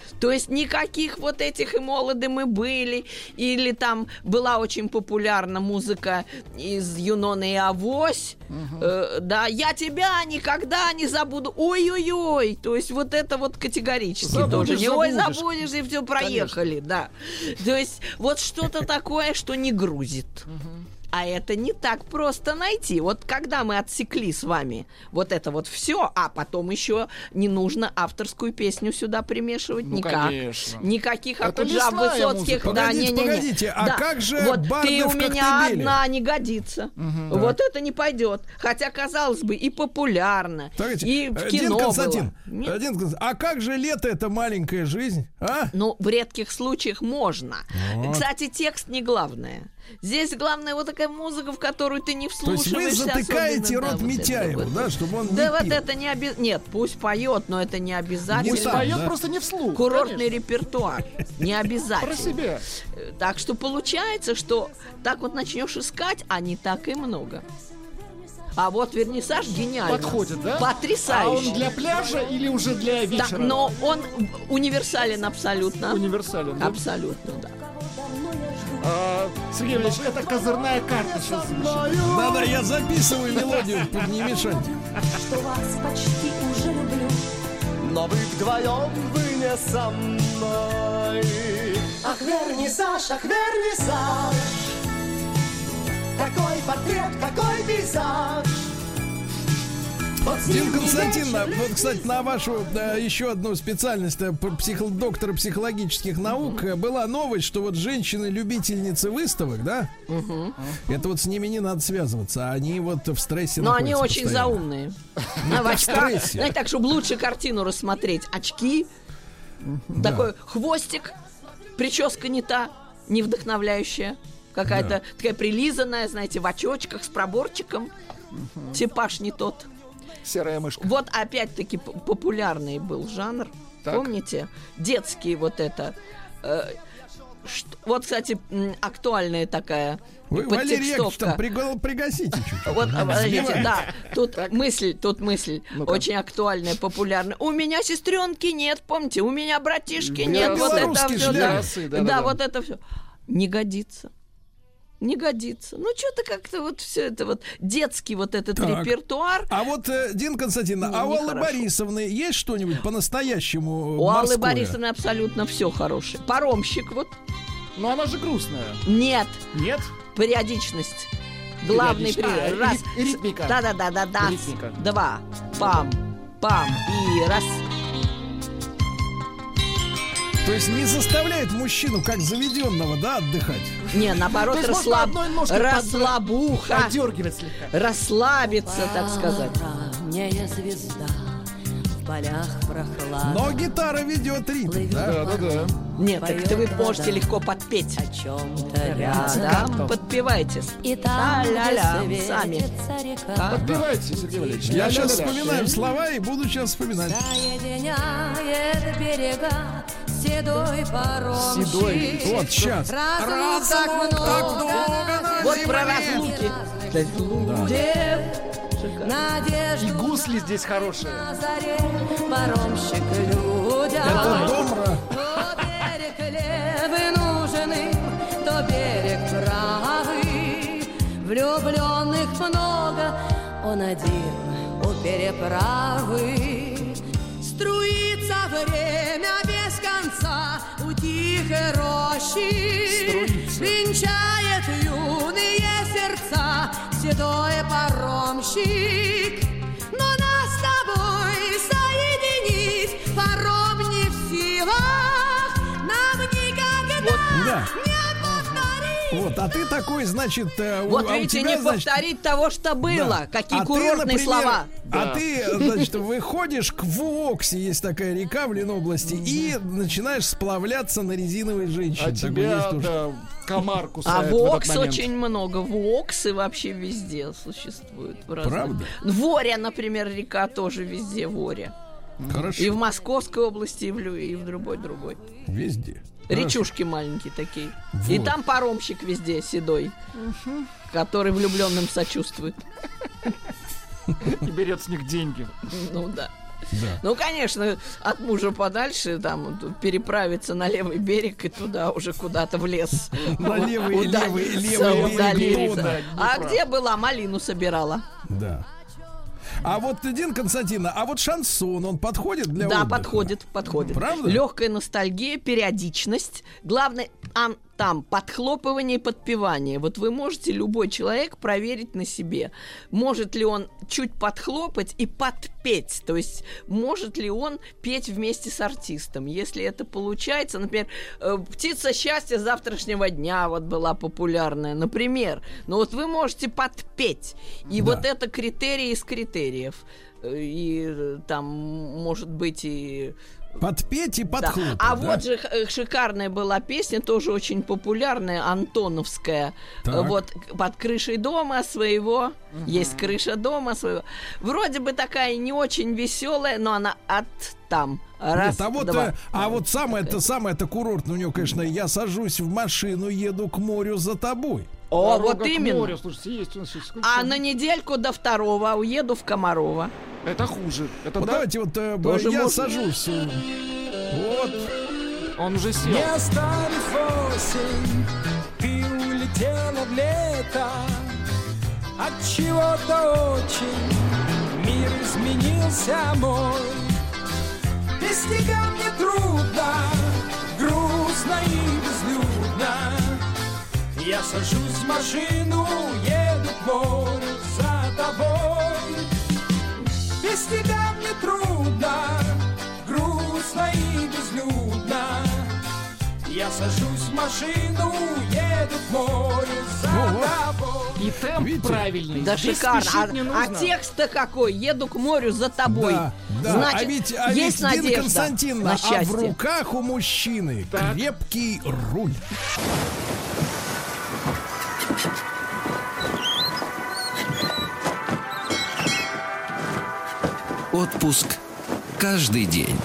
То есть никаких вот этих «И молоды мы были», или там была очень популярна музыка из «Юнона и Авось», да, «Я тебя никогда не забуду», ой-ой-ой, то есть вот это вот категорически забудешь, тоже. Не ой, забудешь. забудешь, и все, проехали, да. То есть вот что-то такое, что не грузит. А это не так просто найти. Вот когда мы отсекли с вами вот это вот все, а потом еще не нужно авторскую песню сюда примешивать никак. Конечно. Никаких Это Акуджав Высоцких. Да, погодите, а да. как же вот барды ты у в меня Коктебеле? одна не годится. Вот это не пойдет. Хотя, казалось бы, и популярно, и в кино Константин, было. а как же «Лето — это маленькая жизнь», а? Ну, в редких случаях можно. Вот. Кстати, текст не главное. Здесь главное вот такая музыка, в которую ты не вслушиваешься. То есть вы затыкаете особенно, рот да, Митяеву, вот да, чтобы он да, не вот пил. это не обязательно. Нет, пусть поет, но это не обязательно. Пусть поет, просто не вслух. Курортный репертуар. Не обязательно. Про себя. Так что получается, что так вот начнешь искать, а не так и много. А вот вернисаж гениальный. Подходит, да? Потрясающе. А он для пляжа или уже для вечера? Да, но он универсален абсолютно. Универсален, да? Абсолютно, да. Сергей Ильич, это козырная карта сейчас звучит. Да-да, я записываю мелодию, не мешайте. Что вас почти уже люблю. Но вы вдвоем, вы не со мной. Ах, вернисаж, какой портрет, какой пейзаж. Дин Константин, вот, кстати, на вашу еще одну специальность доктора психологических наук была новость, что вот женщины-любительницы выставок, да? Это вот с ними не надо связываться, они вот в стрессе но они находятся очень постоянно. заумные. В очках, знаете, так, чтобы лучше картину рассмотреть. Очки, такой хвостик, прическа не та, не вдохновляющая. Какая-то такая прилизанная, знаете, в очочках с проборчиком. Типаж не тот. Серая мышка. Вот опять-таки популярный был жанр. Так. Помните? Детский вот это. Вот, кстати, актуальная такая подтекстовка. Пригасите чуть-чуть. Вот, подождите, да. Тут мысль очень актуальная, популярная. У меня сестренки нет, помните? У меня братишки нет. Вот это все. Да, вот это все. Не годится. Не годится. Ну, что-то как-то вот все это вот детский вот этот репертуар. А вот, Дина Константиновна, а у Аллы Борисовны есть что-нибудь по-настоящему У Аллы Борисовны абсолютно все хорошее. Паромщик вот. Но она же грустная. Нет. Нет? Периодичность. Главный прием. Раз. Ритмика. Да-да-да-да. Ритмика. Два. Пам. Пам. И раз. То есть не заставляет мужчину, как заведенного, да, отдыхать? Не, наоборот, расслабуха. Подергивать слегка. Расслабиться, так сказать. Ранняя звезда в полях прохладных. Но гитара ведет ритм, да? Да. Нет, так это вы можете легко подпеть. О чем-то рядом. Подпевайте. И там, где сами. Подпевайте, Сергей Валерьевич. Я сейчас вспоминаю слова и буду сейчас вспоминать. Соединяет берега седой паромщик. Седой. Вот сейчас. Разлук так много. Вот про разлуки. Надежду. И гусли здесь хорошие. На заре паромщик людям. Это добро. То берег левый нужен им, то берег правый. Влюбленных много, он один у переправы. Струится время без конца у тихой рощи. Венчает юные сердца седой паромщик. Но нас с тобой соединить паром не в силах. Нам никогда не повторить. Вот, а ты такой, значит, вот видите, тебя, не повторить того, что было. Да. Какие А курортные ты, например, слова. А ты, значит, выходишь к Вуоксе, есть такая река в Ленобласти, и начинаешь сплавляться на резиновой женщине. А тебя, да, комар кусает. А Вуокс очень много. Вуоксы вообще везде существуют. Правда? Воря, например, река тоже везде Воря. Хорошо. И в Московской области, и в другой. Везде. Речушки маленькие такие. Вот. И там паромщик везде седой, который влюбленным сочувствует. И берет с них деньги. Ну да. Да. Ну, конечно, от мужа подальше, там, переправиться на левый берег и туда уже куда-то в лес. На левый берег. А где была? Малину собирала. Да. А вот, Дина Константиновна, а вот шансон, он подходит для отдыха? Да, подходит. Правда? Легкая ностальгия, периодичность. Главное, там подхлопывание и подпевание. Вот вы можете, любой человек, проверить на себе, может ли он чуть подхлопать и подпеть. То есть, может ли он петь вместе с артистом. Если это получается, например, «Птица счастья завтрашнего дня» вот была популярная, например. Но вот вы можете подпеть. И вот это критерий из критериев. И там, может быть, и... Подпеть и подхлопать. Да. Вот же шикарная была песня, тоже очень популярная, антоновская. Так. Вот «Под крышей дома своего». Есть крыша дома своего. Вроде бы такая не очень веселая, но она там. Раз, нет, два. А вот самое-то курортное у него, конечно, «Я сажусь в машину, еду к морю за тобой». О, Дорога вот именно. Морю, слушайте, есть у нас сейчас. А на недельку до 2 уеду в Комарова. Это хуже. Это вот давайте «Я сажусь». Вот. Он уже сел. Не оставив осень, ты улетела в лето. От чего-то очень мир изменился мой. Без тебя мне трудно, грустно и безлюдно. Я сажусь в машину, еду к морю за тобой. Без тебя мне трудно, грустно и безлюдно. Я сажусь в машину, еду к морю за тобой. И темп правильный. Да, шикарно. А текст-то какой? «Еду к морю за тобой». Да. Значит, есть надежда. Дина Константиновна, на счастье. а в руках у мужчины крепкий руль. Отпуск каждый день.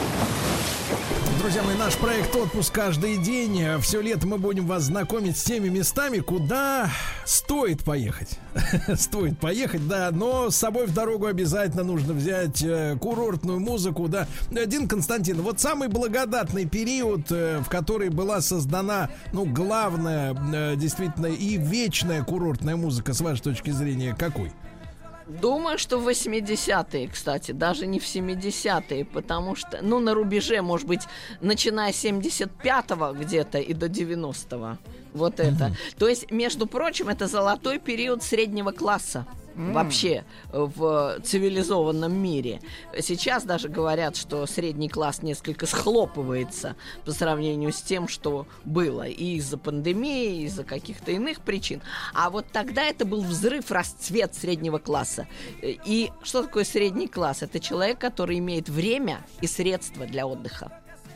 Друзья мои, наш проект «Отпуск каждый день». Все лето мы будем вас знакомить с теми местами, куда стоит поехать. Стоит поехать, да, но с собой в дорогу обязательно нужно взять курортную музыку, да. Дина Константиновна, вот самый благодатный период, в который была создана, главная, действительно, и вечная курортная музыка, с вашей точки зрения, какой? Думаю, что в 80-е, кстати, даже не в 70-е, потому что, на рубеже, может быть, начиная с 75-го где-то и до 90-го. Вот это. То есть, между прочим, это золотой период среднего класса. Вообще в цивилизованном мире. Сейчас даже говорят, что средний класс несколько схлопывается по сравнению с тем, что было. И из-за пандемии, и из-за каких-то иных причин. А вот тогда это был взрыв, расцвет среднего класса. И что такое средний класс? Это человек, который имеет время и средства для отдыха.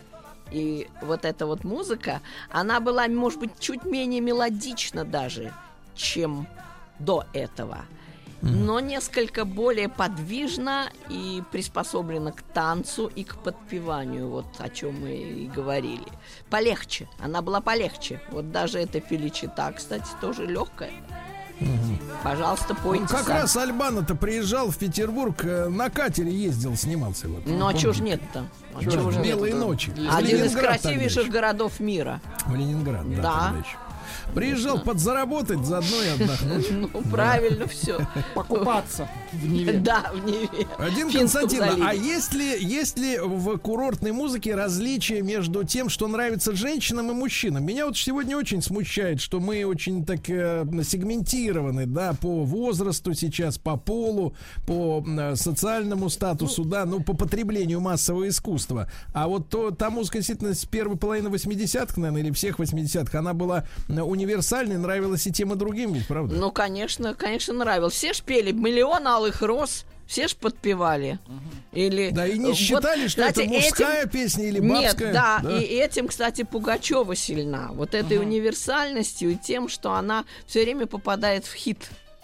И вот эта вот музыка, она была, может быть, чуть менее мелодична даже, чем до этого. Но несколько более подвижна и приспособлена к танцу и к подпеванию, вот о чем мы и говорили. Полегче, она была полегче. Вот даже эта Феличита, кстати, тоже легкая. Пожалуйста, пойте. Как раз Альбано-то приезжал в Петербург, на катере ездил, снимался. Вот. Ну а чего ж нет-то? Белые ночи. Один из красивейших городов мира. В Ленинград, да. Приезжал подзаработать, заодно и отдохнуть. Ну, правильно все. Покупаться в Неве. Да, в Неве. Дина Константиновна, а есть ли в курортной музыке различия между тем, что нравится женщинам и мужчинам? Меня вот сегодня очень смущает, что мы очень так сегментированы, да, по возрасту сейчас, по полу, по социальному статусу, да, по потреблению массового искусства. А вот та музыка, действительно, с первой половины 80-х, наверное, или всех 80-х, она была универсальной, нравилась и тем, и другим, ведь, правда? Ну, конечно, нравилось. Все ж пели «Миллион алых роз», все ж подпевали. Или, да, и не считали, что это мужская песня или бабская. Нет, да, и этим, кстати, Пугачева сильна. Вот этой универсальностью и тем, что она все время попадает в хит.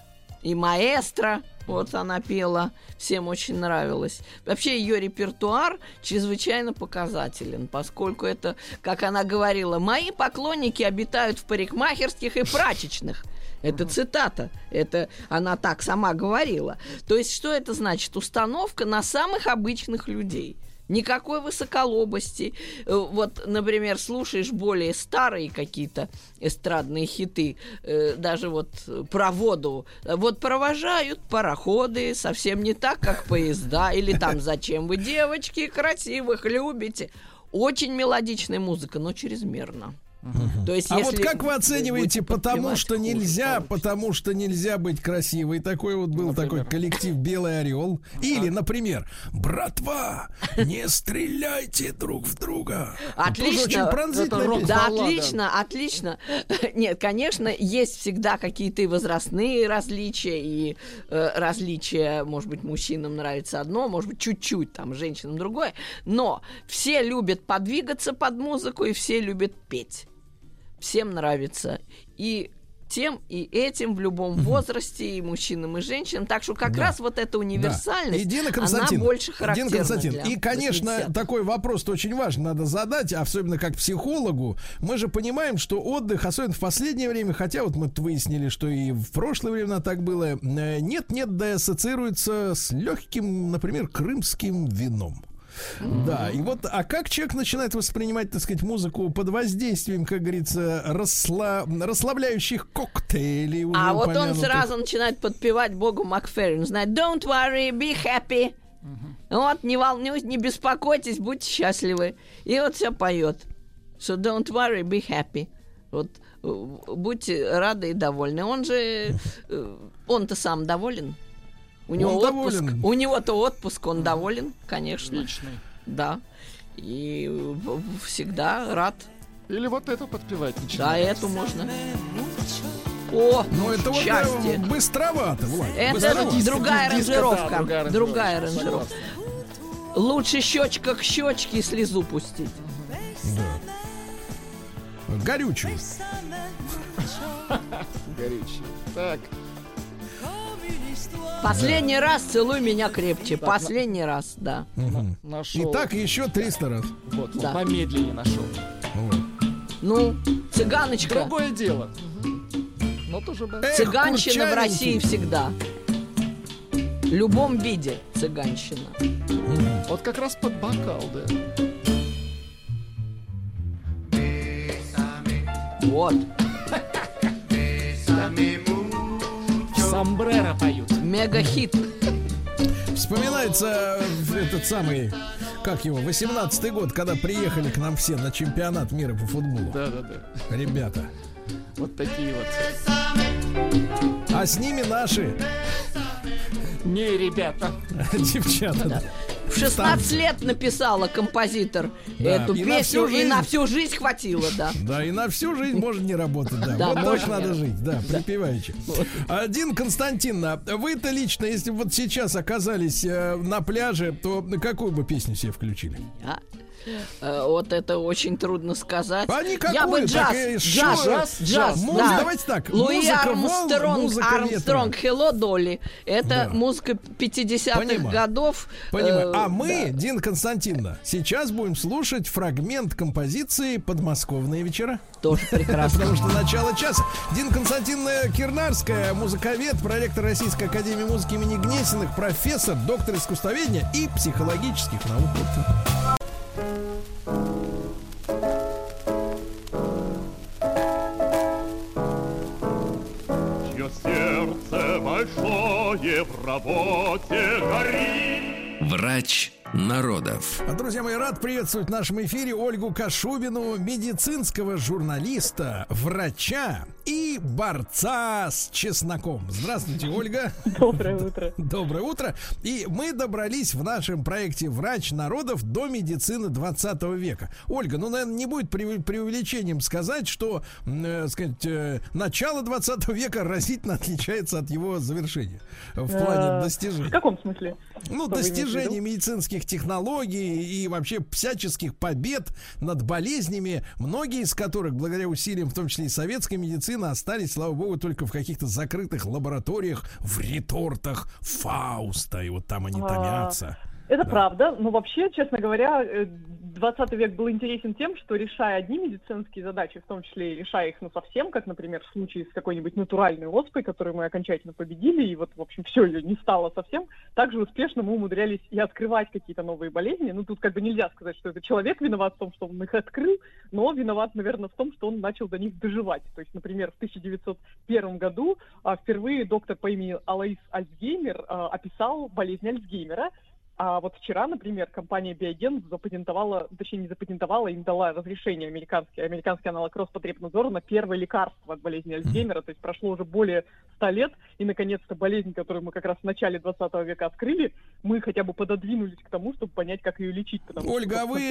и маэстро. Вот она пела, всем очень нравилось. Вообще ее репертуар чрезвычайно показателен, поскольку это, как она говорила, мои поклонники обитают в парикмахерских и прачечных. Это цитата, это она так сама говорила. То есть что это значит? Установка на самых обычных людей. Никакой высоколобости. Вот, например, слушаешь более старые какие-то эстрадные хиты, даже вот про воду. Вот провожают пароходы совсем не так, как поезда. Или там «Зачем вы, девочки, красивых любите?» Очень мелодичная музыка, но чрезмерно. То есть, вот как вы оцениваете, потому что нельзя быть красивой? Такой вот был, например, такой коллектив «Белый орел». Или, например, «Братва, не стреляйте друг в друга». Отлично. Очень пронзительная. Да, отлично. Нет, конечно, есть всегда какие-то и возрастные различия, и различия, может быть, мужчинам нравится одно, может быть, чуть-чуть, там, женщинам другое. Но все любят подвигаться под музыку, и все любят петь. Всем нравится. И тем, и этим в любом возрасте, и мужчинам, и женщинам. Так что как раз вот эта универсальность, она больше характерна для И, конечно, 80-х. Такой вопрос очень важный надо задать, особенно как психологу. Мы же понимаем, что отдых, особенно в последнее время, хотя вот мы выяснили, что и в прошлое время так было, нет-нет, да ассоциируется с легким, например, крымским вином. Да, и вот, а как человек начинает воспринимать, так сказать, музыку под воздействием, как говорится, расслабляющих коктейлей? А вот он сразу начинает подпевать Богу Макферрину, знает, don't worry, be happy. Вот, не волнуйтесь, не беспокойтесь, будьте счастливы. И вот все поет. So don't worry, be happy. Вот, будьте рады и довольны. Он-то сам доволен. У него отпуск, у него-то отпуск, он доволен, конечно. Личный. Да. И всегда рад. Или вот это подпевать начинает. Да, эту можно. О, это счастье. Вот быстровато, Влад. Это другая аранжировка. Другая аранжировка. Лучше щечка к щечке слезу пустить. Да. Горючую. Горючую. Так. Последний раз целуй меня крепче. Последний раз, да. Нашел. И так еще 300 раз. Вот, да. Помедленнее нашел. Ну, цыганочка. Другое дело. Но тоже цыганщина в России всегда. В любом виде цыганщина. Вот как раз под бокал, да. Вот. Сомбреро поют. Мега-хит. Вспоминается этот самый, как его, 18-й год, когда приехали к нам все на чемпионат мира по футболу. Да. Ребята. Вот такие вот. А с ними наши. Не ребята. Девчата. Да. В 16 лет написала композитор эту песню, и на всю жизнь хватило, да. Да, и на всю жизнь можно не работать, да. Вот так надо жить, да, припеваючи. Дина Константиновна, вы-то лично, если бы вот сейчас оказались на пляже, то какую бы песню себе включили? Вот это очень трудно сказать. Я бы джаз. Да. Давайте так. Луи Армстронг, Hello, Dolly. Это музыка 50-х годов. Понимаю. А мы, Дина Константиновна, сейчас будем слушать фрагмент композиции «Подмосковные вечера». Тоже прекрасно. Потому что начало часа. Дина Константиновна Кирнарская, музыковед, проректор Российской академии музыки имени Гнесиных, профессор, доктор искусствоведения и психологических наук. Чье сердце большое в работе горит. Врач народов. Друзья мои, рад приветствовать в нашем эфире Ольгу Кашубину, медицинского журналиста, врача и борца с чесноком. Здравствуйте, Ольга. Доброе утро. Доброе утро. И мы добрались в нашем проекте «Врач народов» до медицины 20 века. Ольга, ну, наверное, не будет преувеличением сказать, что, начало 20 века разительно отличается от его завершения в плане достижений. В каком смысле? Ну, достижений медицинских технологий и вообще всяческих побед над болезнями, многие из которых, благодаря усилиям, в том числе и советской медицины, вакцины остались, слава богу, только в каких-то закрытых лабораториях, в ретортах Фауста, и вот там они томятся. Это правда, но вообще, честно говоря, 20 век был интересен тем, что, решая одни медицинские задачи, в том числе и решая их совсем, как, например, в случае с какой-нибудь натуральной оспой, которую мы окончательно победили, и вот, в общем, все ее не стало совсем, также успешно мы умудрялись и открывать какие-то новые болезни. Ну, тут как бы нельзя сказать, что это человек виноват в том, что он их открыл, но виноват, наверное, в том, что он начал до них доживать. То есть, например, в 1901 году впервые доктор по имени Алоис Альцгеймер описал болезнь Альцгеймера. А вот вчера, например, компания Biogen запатентовала, точнее не запатентовала, им дала разрешение американский аналог Роспотребнадзора на первое лекарство от болезни Альцгеймера. То есть прошло уже более 100 лет, и наконец-то болезнь, которую мы как раз в начале 20 века открыли, мы хотя бы пододвинулись к тому, чтобы понять, как ее лечить. Ольга, а вы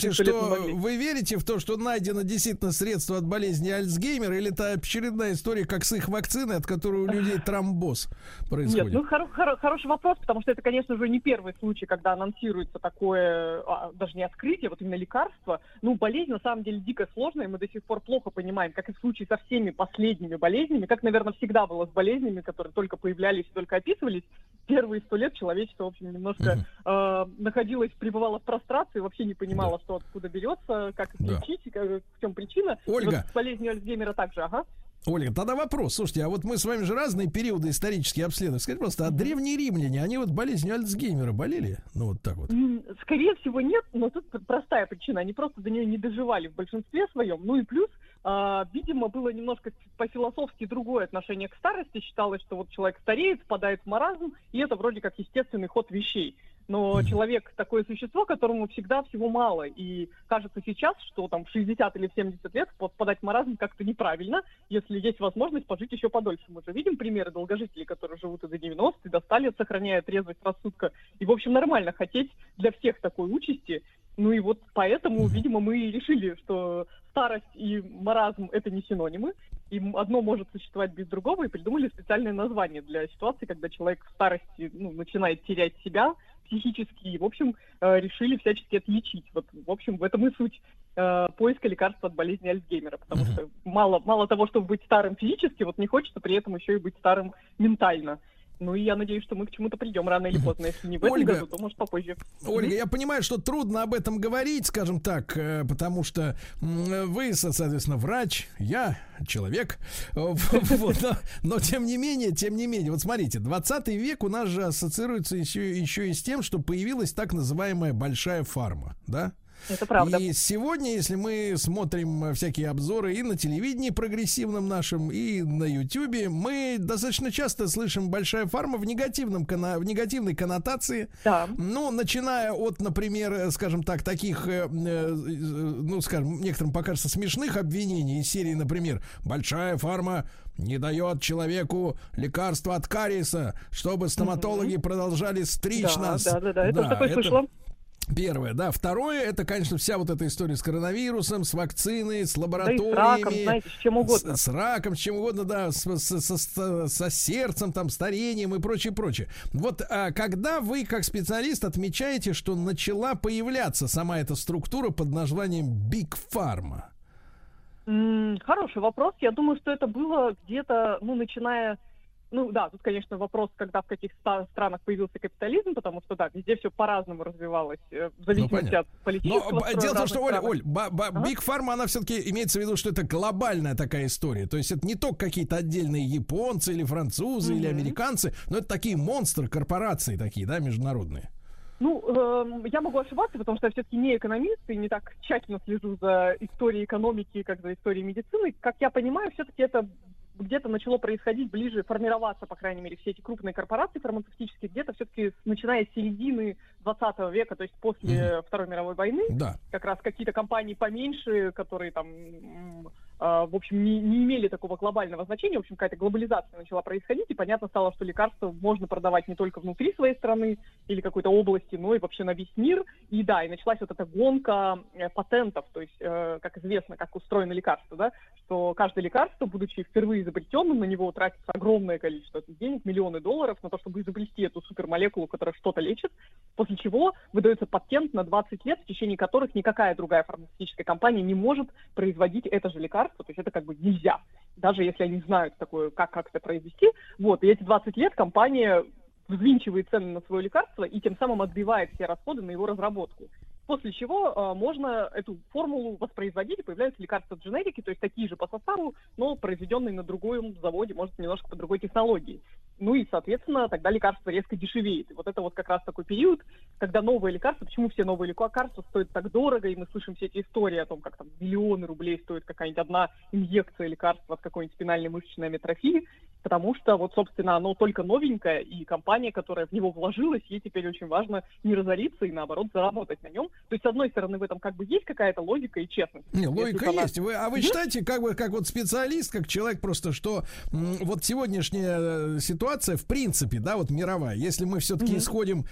верите в то, что найдено действительно средство от болезни Альцгеймера, или это очередная история, как с их вакциной, от которой у людей тромбоз происходит? Нет, хороший вопрос, потому что это, конечно же, не первый случай, когда анонсируется такое, даже не открытие, вот именно лекарство. Ну, болезнь на самом деле дико сложная, и мы до сих пор плохо понимаем, как и в случае со всеми последними болезнями, как, наверное, всегда было с болезнями, которые только появлялись и только описывались. Первые 100 лет человечество, в общем, немножко пребывало в прострации, вообще не понимало, что откуда берется, как их лечить, в чем причина. Ольга. И вот с болезнью Альцгеймера также, Ольга, тогда вопрос. Слушайте, а вот мы с вами же разные периоды исторические обследуем. Скажите просто, а древние римляне, они вот болезнью Альцгеймера болели? Ну, вот так вот. Скорее всего, нет, но тут простая причина. Они просто до нее не доживали в большинстве своем. Ну и плюс, видимо, было немножко по-философски другое отношение к старости. Считалось, что вот человек стареет, впадает в маразм, и это вроде как естественный ход вещей. Но человек такое существо, которому всегда всего мало. И кажется сейчас, что там в 60 или в 70 лет впадать в маразм как-то неправильно, если есть возможность пожить еще подольше. Мы же видим примеры долгожителей, которые живут и до 90, и до 100 лет, сохраняя трезвость рассудка. И, в общем, нормально хотеть для всех такой участи. Ну и вот поэтому, видимо, мы и решили, что старость и маразм — это не синонимы, и одно может существовать без другого, и придумали специальное название для ситуации, когда человек в старости начинает терять себя психически, и, в общем, решили всячески это лечить. Вот, в общем, в этом и суть поиска лекарства от болезни Альцгеймера, потому что мало того, чтобы быть старым физически, вот не хочется при этом еще и быть старым ментально. Ну и я надеюсь, что мы к чему-то придем рано или поздно. Если не в этом году, то, может, попозже. Ольга, я понимаю, что трудно об этом говорить, скажем так, потому что вы, соответственно, врач, я человек. Но тем не менее, вот смотрите, 20 век у нас же ассоциируется еще и с тем, что появилась так называемая большая фарма, да? Это правда. И сегодня, если мы смотрим всякие обзоры и на телевидении прогрессивном нашем, и на Ютубе, мы достаточно часто слышим «большая фарма» в негативной коннотации. Да. Ну, начиная от, например, скажем так, таких, некоторым покажется смешных обвинений из серии, например, «большая фарма не дает человеку лекарства от кариеса, чтобы стоматологи продолжали стричь нас». Да, я тоже такое слышала. Первое, да. Второе, это, конечно, вся вот эта история с коронавирусом, с вакциной, с лабораториями. Да и с раком, знаете, с чем угодно. С раком, с чем угодно, да, со сердцем, там, старением и прочее. Вот когда вы, как специалист, отмечаете, что начала появляться сама эта структура под названием Big Pharma? Хороший вопрос. Я думаю, что это было где-то, начиная... Ну да, тут, конечно, вопрос, когда в каких странах появился капитализм, потому что, да, везде все по-разному развивалось, в зависимости от политического строя. Но дело в том, что, Оль, Big Pharma, она все-таки имеется в виду, что это глобальная такая история. То есть это не только какие-то отдельные японцы или французы или американцы, но это такие монстры, корпорации такие, да, международные. Я могу ошибаться, потому что я все-таки не экономист и не так тщательно слежу за историей экономики, как за историей медицины. Как я понимаю, все-таки это где-то начало происходить ближе, формироваться, по крайней мере, все эти крупные корпорации фармацевтические, где-то все-таки начиная с середины 20 века, то есть после Второй мировой войны, как раз какие-то компании поменьше, которые там, в общем, не имели такого глобального значения, в общем, какая-то глобализация начала происходить, и понятно стало, что лекарства можно продавать не только внутри своей страны или какой-то области, но и вообще на весь мир. И да, и началась вот эта гонка патентов, то есть, как известно, как устроено лекарство, да, что каждое лекарство, будучи впервые изобретенным, на него тратится огромное количество денег, миллионы долларов на то, чтобы изобрести эту супермолекулу, которая что-то лечит, после чего выдается патент на 20 лет, в течение которых никакая другая фармацевтическая компания не может производить это же лекарство, лекарства, то есть это как бы нельзя, даже если они знают такое, как это произвести. Вот, и эти 20 лет компания взвинчивает цены на свое лекарство и тем самым отбивает все расходы на его разработку. После чего можно эту формулу воспроизводить, и появляются лекарства дженерики, то есть такие же по составу, но произведенные на другом заводе, может, немножко по другой технологии. Ну и, соответственно, тогда лекарство резко дешевеет. И вот это вот как раз такой период, когда новые лекарства, почему все новые лекарства стоят так дорого, и мы слышим все эти истории о том, как там миллионы рублей стоит какая-нибудь одна инъекция лекарства от какой-нибудь спинальной мышечной амиотрофии, потому что вот, собственно, оно только новенькое, и компания, которая в него вложилась, ей теперь очень важно не разориться и, наоборот, заработать на нем. То есть, с одной стороны, в этом как бы есть какая-то логика и честность. Не, логика есть. Вы считаете, как вот специалист, как человек просто, что вот сегодняшняя ситуация, в принципе, да, вот мировая, если мы все-таки исходим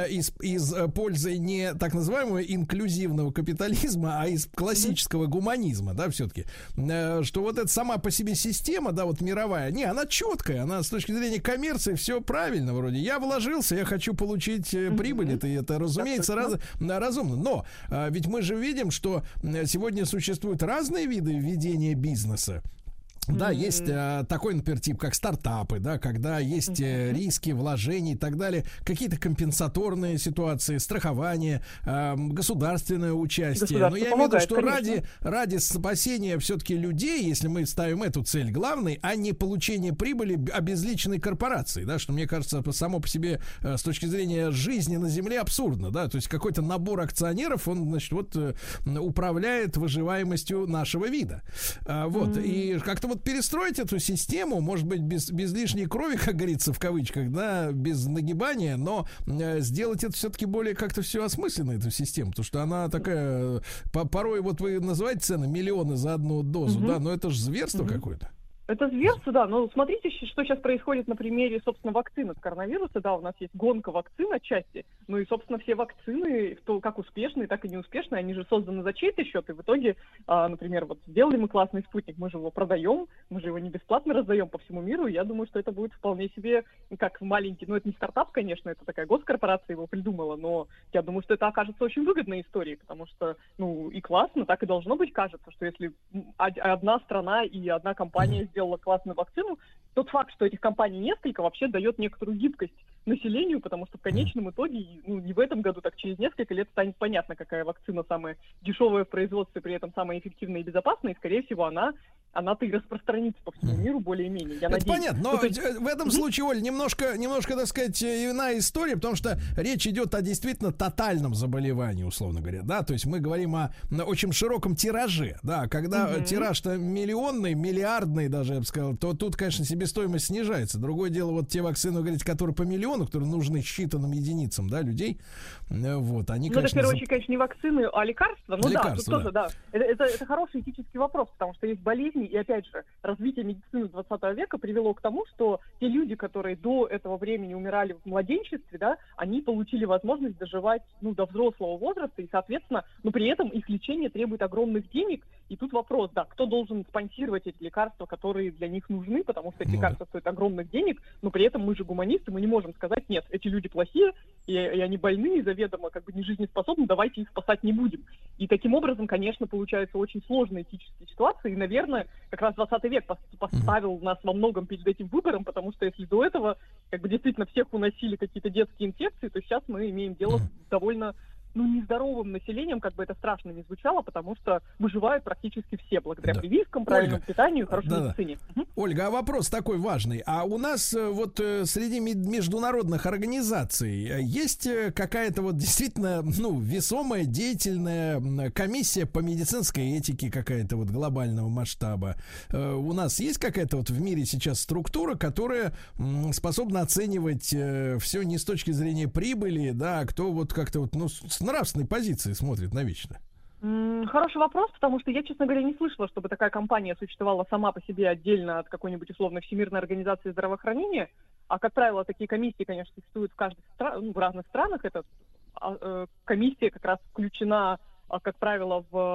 из пользы не так называемого инклюзивного капитализма, а из классического гуманизма, да, все-таки, что вот эта сама по себе система, да, вот мировая, она четкая, она с точки зрения коммерции все правильно вроде. Я вложился, я хочу получить прибыль, это разумеется, разумно. Но ведь мы же видим, что сегодня существуют разные виды ведения бизнеса. Да, есть такой, например, тип, как стартапы, да, когда есть риски, вложений и так далее, какие-то компенсаторные ситуации, страхование, государственное участие. Но я имею в виду, что ради спасения все-таки людей, если мы ставим эту цель главной, а не получение прибыли обезличенной корпорации, да, что, мне кажется, само по себе с точки зрения жизни на Земле абсурдно, да, то есть какой-то набор акционеров, он, значит, вот управляет выживаемостью нашего вида. Вот, и как-то вот перестроить эту систему, может быть, без лишней крови, как говорится, в кавычках, да, без нагибания, но сделать это все-таки более как-то все осмысленно, эту систему, потому что она такая, порой, вот вы называете цены миллионы за одну дозу, да, но это же зверство какое-то. Это зверство, да, но смотрите, что сейчас происходит на примере, собственно, вакцин от коронавируса, да, у нас есть гонка вакцин отчасти, ну и, собственно, все вакцины, как успешные, так и неуспешные, они же созданы за чей-то счет, и в итоге, например, вот сделали мы классный спутник, мы же его продаем, мы же его не бесплатно раздаем по всему миру, и я думаю, что это будет вполне себе, как маленький, ну это не стартап, конечно, это такая госкорпорация его придумала, но я думаю, что это окажется очень выгодной историей, потому что, ну, и классно, так и должно быть, кажется, что если одна страна и одна компания сделала классную вакцину, тот факт, что этих компаний несколько, вообще дает некоторую гибкость населению, потому что в конечном итоге, ну, не в этом году, так через несколько лет станет понятно, какая вакцина самая дешевая в производстве, при этом самая эффективная и безопасная, и, скорее всего, она-то и распространится по всему миру более-менее. Я надеюсь. Понятно, но в этом случае, Оль, немножко, так сказать, иная история, потому что речь идет о действительно тотальном заболевании, условно говоря, да, то есть мы говорим о очень широком тираже, да, когда тираж-то миллионный, миллиардный даже, я бы сказал, то тут, конечно, себестоимость снижается. Другое дело, вот те вакцины, вы говорите, которые по миллиону, которые нужны считанным единицам, да, людей, вот, они, конечно... это, в первую очередь, конечно, не вакцины, а лекарства, ну лекарства, да, тут тоже, да. Это хороший этический вопрос, потому что есть болезни, и, опять же, развитие медицины 20 века привело к тому, что те люди, которые до этого времени умирали в младенчестве, да, они получили возможность доживать, ну, до взрослого возраста, и, соответственно, но при этом их лечение требует огромных денег, и тут вопрос, да, кто должен спонсировать эти лекарства, которые для них нужны, потому что эти лекарства стоят огромных денег, но при этом мы же гуманисты, мы не можем сказать, нет, эти люди плохие, и они больны, и заведомо как бы не жизнеспособны, давайте их спасать не будем. И таким образом, конечно, получаются очень сложные этические ситуации, и, наверное, как раз 20 век поставил нас во многом перед этим выбором, потому что если до этого как бы действительно всех уносили какие-то детские инфекции, то сейчас мы имеем дело с довольно нездоровым населением, как бы это страшно не звучало, потому что выживают практически все благодаря прививкам, правильному питанию и хорошей медицине. Ольга, а вопрос такой важный. А у нас вот среди международных организаций есть какая-то вот действительно, ну, весомая, деятельная комиссия по медицинской этике какая-то вот глобального масштаба? У нас есть какая-то вот в мире сейчас структура, которая способна оценивать все не с точки зрения прибыли, да, а кто вот как-то вот, ну, с нравственной позиции смотрит на вечно? Хороший вопрос, потому что я, честно говоря, не слышала, чтобы такая компания существовала сама по себе отдельно от какой-нибудь условной Всемирной организации здравоохранения. А, как правило, такие комиссии, конечно, существуют в разных странах. Эта комиссия как раз включена, как правило, в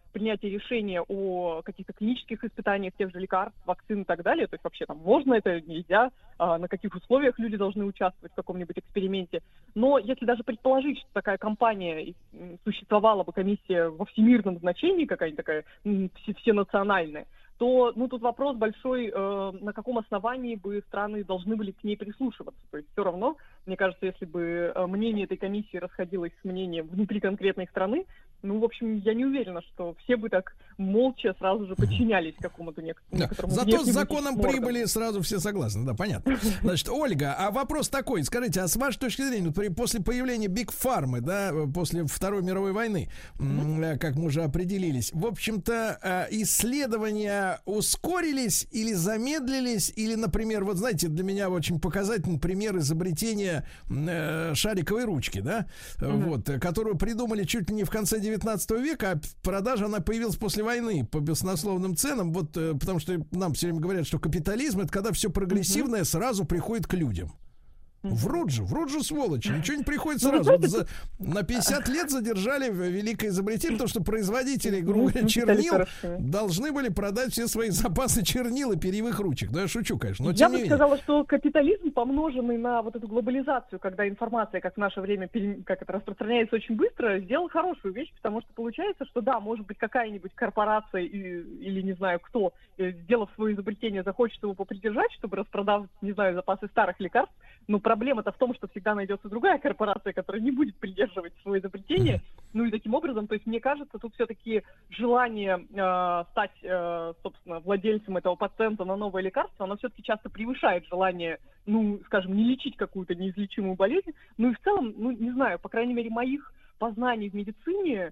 принятия решения о каких-то клинических испытаниях тех же лекарств, вакцин и так далее. То есть вообще там можно это, нельзя, на каких условиях люди должны участвовать в каком-нибудь эксперименте. Но если даже предположить, что такая компания, существовала бы комиссия во всемирном значении, какая-нибудь такая всенациональная, то, тут вопрос большой, на каком основании бы страны должны были к ней прислушиваться. То есть все равно, мне кажется, если бы мнение этой комиссии расходилось с мнением внутри конкретной страны, в общем, я не уверена, что все бы так молча сразу же подчинялись какому-то некоторому... Зато с законом прибыли сразу все согласны, да, понятно. Значит, Ольга, а вопрос такой, скажите, а с вашей точки зрения, после появления Big Pharma, да, после Второй мировой войны, как мы уже определились, в общем-то, исследования ускорились или замедлились, или, например, вот знаете, для меня очень показательный пример изобретения шариковой ручки, да, вот, которую придумали чуть ли не в конце 19 века, а продажа она появилась после войны по баснословным ценам, вот, потому что нам все время говорят, что капитализм — это когда все прогрессивное сразу приходит к людям. Врут же, сволочи, ничего не приходит сразу. Вот на 50 лет задержали великое изобретение, потому что производители, грубо говоря, чернил должны были продать все свои запасы чернил и перьевых ручек. Да, я шучу, конечно, но я бы сказала, что капитализм, помноженный на вот эту глобализацию, когда информация, как в наше время, распространяется очень быстро, сделал хорошую вещь, потому что получается, что да, может быть, какая-нибудь корпорация или не знаю кто, сделав свое изобретение, захочет его попридержать, чтобы распродав, не знаю, запасы старых лекарств, но проблема-то в том, что всегда найдется другая корпорация, которая не будет придерживать свое изобретение. И таким образом, то есть мне кажется, тут все-таки желание стать, собственно, владельцем этого патента на новое лекарство, оно все-таки часто превышает желание, скажем, не лечить какую-то неизлечимую болезнь. И в целом, не знаю, по крайней мере, моих познаний в медицине,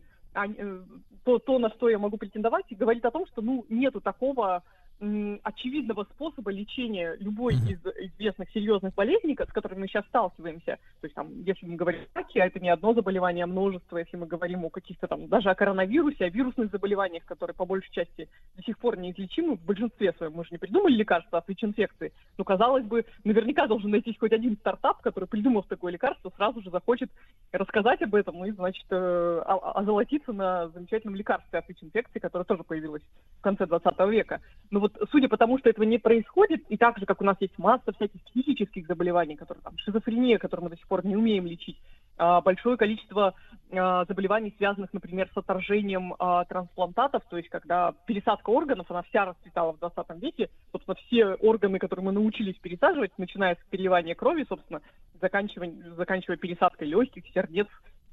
то, на что я могу претендовать, говорит о том, что, нету такого очевидного способа лечения любой из известных серьезных болезней, с которыми мы сейчас сталкиваемся. То есть, если мы говорим о раке, это не одно заболевание, а множество. Если мы говорим о каких-то даже о коронавирусе, о вирусных заболеваниях, которые по большей части до сих пор неизлечимы, в большинстве своем мы же не придумали лекарства от ВИЧ-инфекции. Но, казалось бы, наверняка должен найтись хоть один стартап, который, придумав такое лекарство, сразу же захочет рассказать об этом и, значит, озолотиться на замечательном лекарстве от ВИЧ-инфекции, которое тоже появилось в конце 20 века. Судя по тому, что этого не происходит, и так же, как у нас есть масса всяких психических заболеваний, которые шизофрения, которую мы до сих пор не умеем лечить, большое количество заболеваний, связанных, например, с отторжением трансплантатов, то есть когда пересадка органов, она вся расцветала в 20 веке, собственно, все органы, которые мы научились пересаживать, начиная с переливания крови, собственно, заканчивая пересадкой легких, сердец,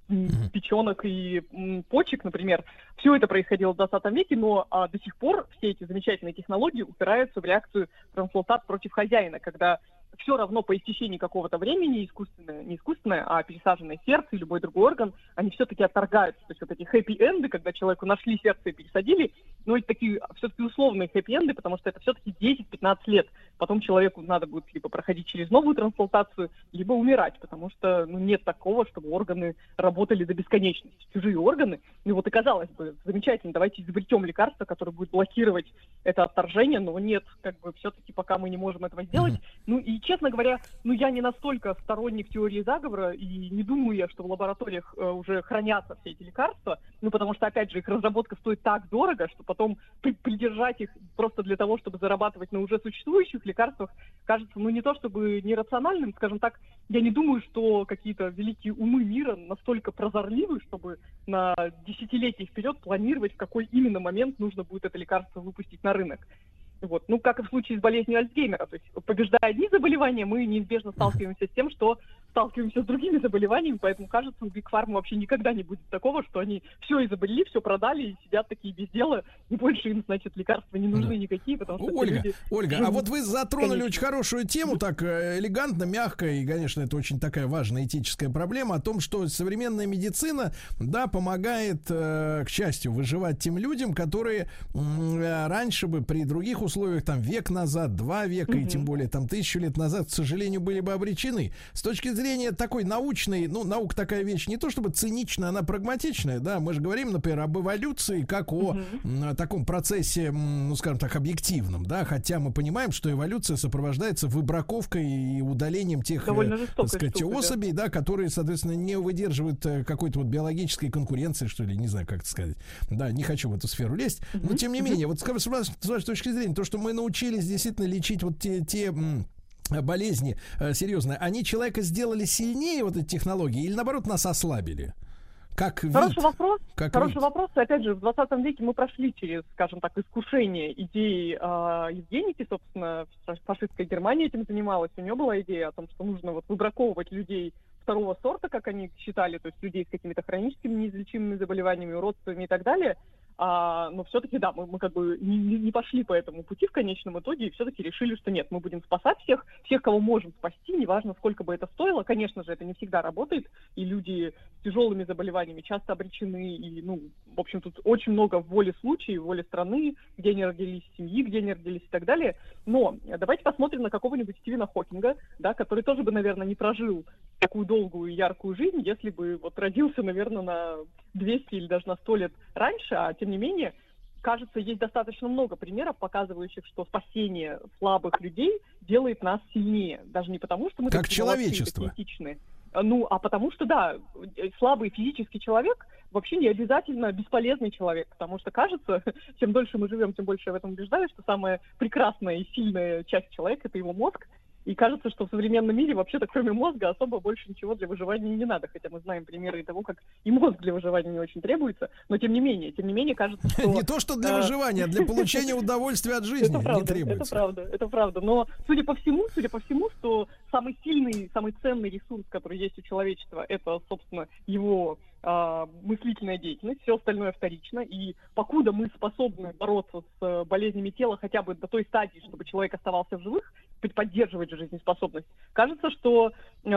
печенок и почек, например. Все это происходило в 20 веке, но до сих пор все эти замечательные технологии упираются в реакцию трансплантат против хозяина, когда все равно по истечении какого-то времени не искусственное, а пересаженное сердце и любой другой орган, они все-таки отторгаются. То есть вот эти хэппи-энды, когда человеку нашли сердце и пересадили, это такие все-таки условные хэппи-энды, потому что это все-таки 10-15 лет. Потом человеку надо будет либо проходить через новую трансплантацию, либо умирать, потому что нет такого, чтобы органы работали до бесконечности. Чужие органы. И казалось бы, замечательно, давайте изобретем лекарство, которое будет блокировать это отторжение, но нет, все-таки пока мы не можем этого сделать. И честно говоря, я не настолько сторонник теории заговора, и не думаю я, что в лабораториях уже хранятся все эти лекарства, потому что, опять же, их разработка стоит так дорого, что потом придержать их просто для того, чтобы зарабатывать на уже существующих лекарствах, кажется, не то чтобы нерациональным, скажем так, я не думаю, что какие-то великие умы мира настолько прозорливы, чтобы на десятилетия вперед планировать, в какой именно момент нужно будет это лекарство выпустить на рынок. Как и в случае с болезнью Альцгеймера. То есть, побеждая одни заболевания, мы неизбежно сталкиваемся с тем, что сталкиваемся с другими заболеваниями, поэтому, кажется, у Big Pharma вообще никогда не будет такого, что они все изобрели, все продали и сидят такие без дела, и больше им, значит, лекарства не нужны никакие, потому что... Ольга, а вот вы затронули очень хорошую тему, так элегантно, мягко, и, конечно, это очень такая важная этическая проблема, о том, что современная медицина, да, помогает, к счастью, выживать тем людям, которые раньше бы при других условиях, век назад, 2 века, и тем более 1000 лет назад, к сожалению, были бы обречены. С точки зрения зрения такой научной, ну, наука такая вещь не то чтобы циничная, она прагматичная, да, мы же говорим, например, об эволюции как о таком процессе, ну, скажем так, объективном, да, хотя мы понимаем, что эволюция сопровождается выбраковкой и удалением тех, так сказать, особей, да, которые, соответственно, не выдерживают какой-то вот биологической конкуренции, что ли, не знаю, как это сказать. Да, не хочу в эту сферу лезть, но тем не менее, вот с вашей точки зрения, то, что мы научились действительно лечить вот те болезни серьезные, они человека сделали сильнее, вот эти технологии, или наоборот нас ослабили? Как вид? Хороший вопрос. Хороший вопрос. Опять же, в 20 веке мы прошли через, скажем так, искушение идей евгеники. Собственно, фашистская Германия этим занималась. У нее была идея о том, что нужно вот выбраковывать людей второго сорта, как они считали, то есть людей с какими-то хроническими неизлечимыми заболеваниями, уродствами и так далее. Но все-таки, да, мы как бы не пошли по этому пути в конечном итоге и все-таки решили, что нет, мы будем спасать всех, кого можем спасти, неважно, сколько бы это стоило. Конечно же, это не всегда работает, и люди с тяжелыми заболеваниями часто обречены, и, ну, в общем, тут очень много воли случаев, воли страны, где они родились, семьи, где они родились и так далее. Но давайте посмотрим на какого-нибудь Стивена Хокинга, да, который тоже бы, наверное, не прожил такую долгую и яркую жизнь, если бы вот родился, наверное, на 200 или даже на 100 лет раньше, а тем не менее, кажется, есть достаточно много примеров, показывающих, что спасение слабых людей делает нас сильнее. Даже не потому, что мы как человечество. Этичные. Ну, а потому что, да, слабый физический человек вообще не обязательно бесполезный человек, потому что, кажется, чем дольше мы живем, тем больше я в этом убеждаюсь, что самая прекрасная и сильная часть человека — это его мозг. И кажется, что в современном мире вообще-то кроме мозга особо больше ничего для выживания не надо. Хотя мы знаем примеры того, как и мозг для выживания не очень требуется. Но тем не менее, кажется, что... Не то, что для выживания, а для получения удовольствия от жизни не требуется. Это правда. Но судя по всему, что самый сильный, самый ценный ресурс, который есть у человечества, это, собственно, его мыслительная деятельность, все остальное вторично. И покуда мы способны бороться с болезнями тела хотя бы до той стадии, чтобы человек оставался в живых, поддерживать жизнеспособность, кажется, что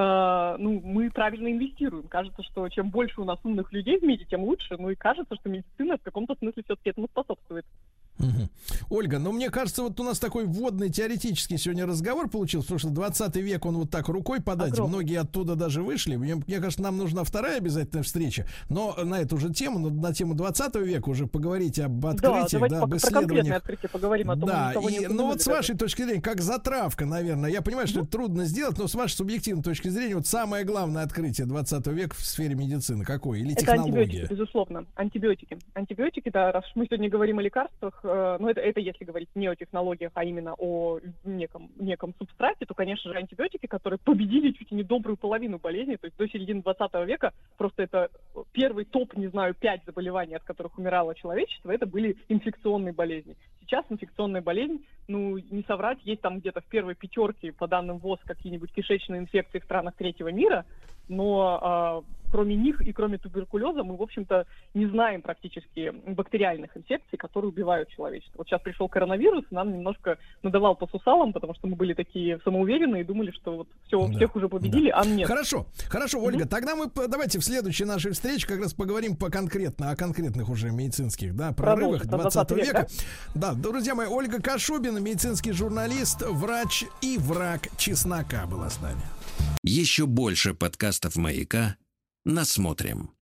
мы правильно инвестируем. Кажется, что чем больше у нас умных людей в мире, тем лучше. Ну и кажется, что медицина в каком-то смысле все-таки этому способствует. Ольга, ну мне кажется, вот у нас такой вводный теоретический сегодня разговор получился, потому что 20 век, он вот так рукой подать, огромный. Многие оттуда даже вышли. Мне кажется, нам нужна вторая обязательная встреча, но на эту же тему, на тему 20 века уже поговорить об открытиях, об исследованиях. Поговорим о том, ну вот с вашей точки зрения, как затравка, наверное, я понимаю, что это трудно сделать, но с вашей субъективной точки зрения, вот самое главное открытие 20 века в сфере медицины какое? Или технология? Это антибиотики, безусловно. Антибиотики, да, раз мы сегодня говорим о лекарствах, ну это если говорить не о технологиях, а именно о неком субстрате, то, конечно же, антибиотики, которые победили чуть ли не добрую половину болезней, то есть до середины 20 века просто это первый топ, 5 заболеваний, от которых умирало человечество, это были инфекционные болезни. Сейчас инфекционная болезнь, ну, не соврать, есть там где-то в первой 5 по данным ВОЗ какие-нибудь кишечные инфекции в странах третьего мира, но кроме них и кроме туберкулеза мы, в общем-то, не знаем практически бактериальных инфекций, которые убивают человечество. Вот сейчас пришел коронавирус, и нам немножко надавал по сусалам, потому что мы были такие самоуверенные и думали, что вот всех уже победили, а нет. Хорошо, Ольга, тогда мы давайте в следующей нашей встрече как раз поговорим о конкретных уже медицинских, прорывах 20 века. Да, друзья мои, Ольга Кашубина, медицинский журналист, врач и враг чеснока была с нами. Еще больше подкастов «Маяка» насмотрим.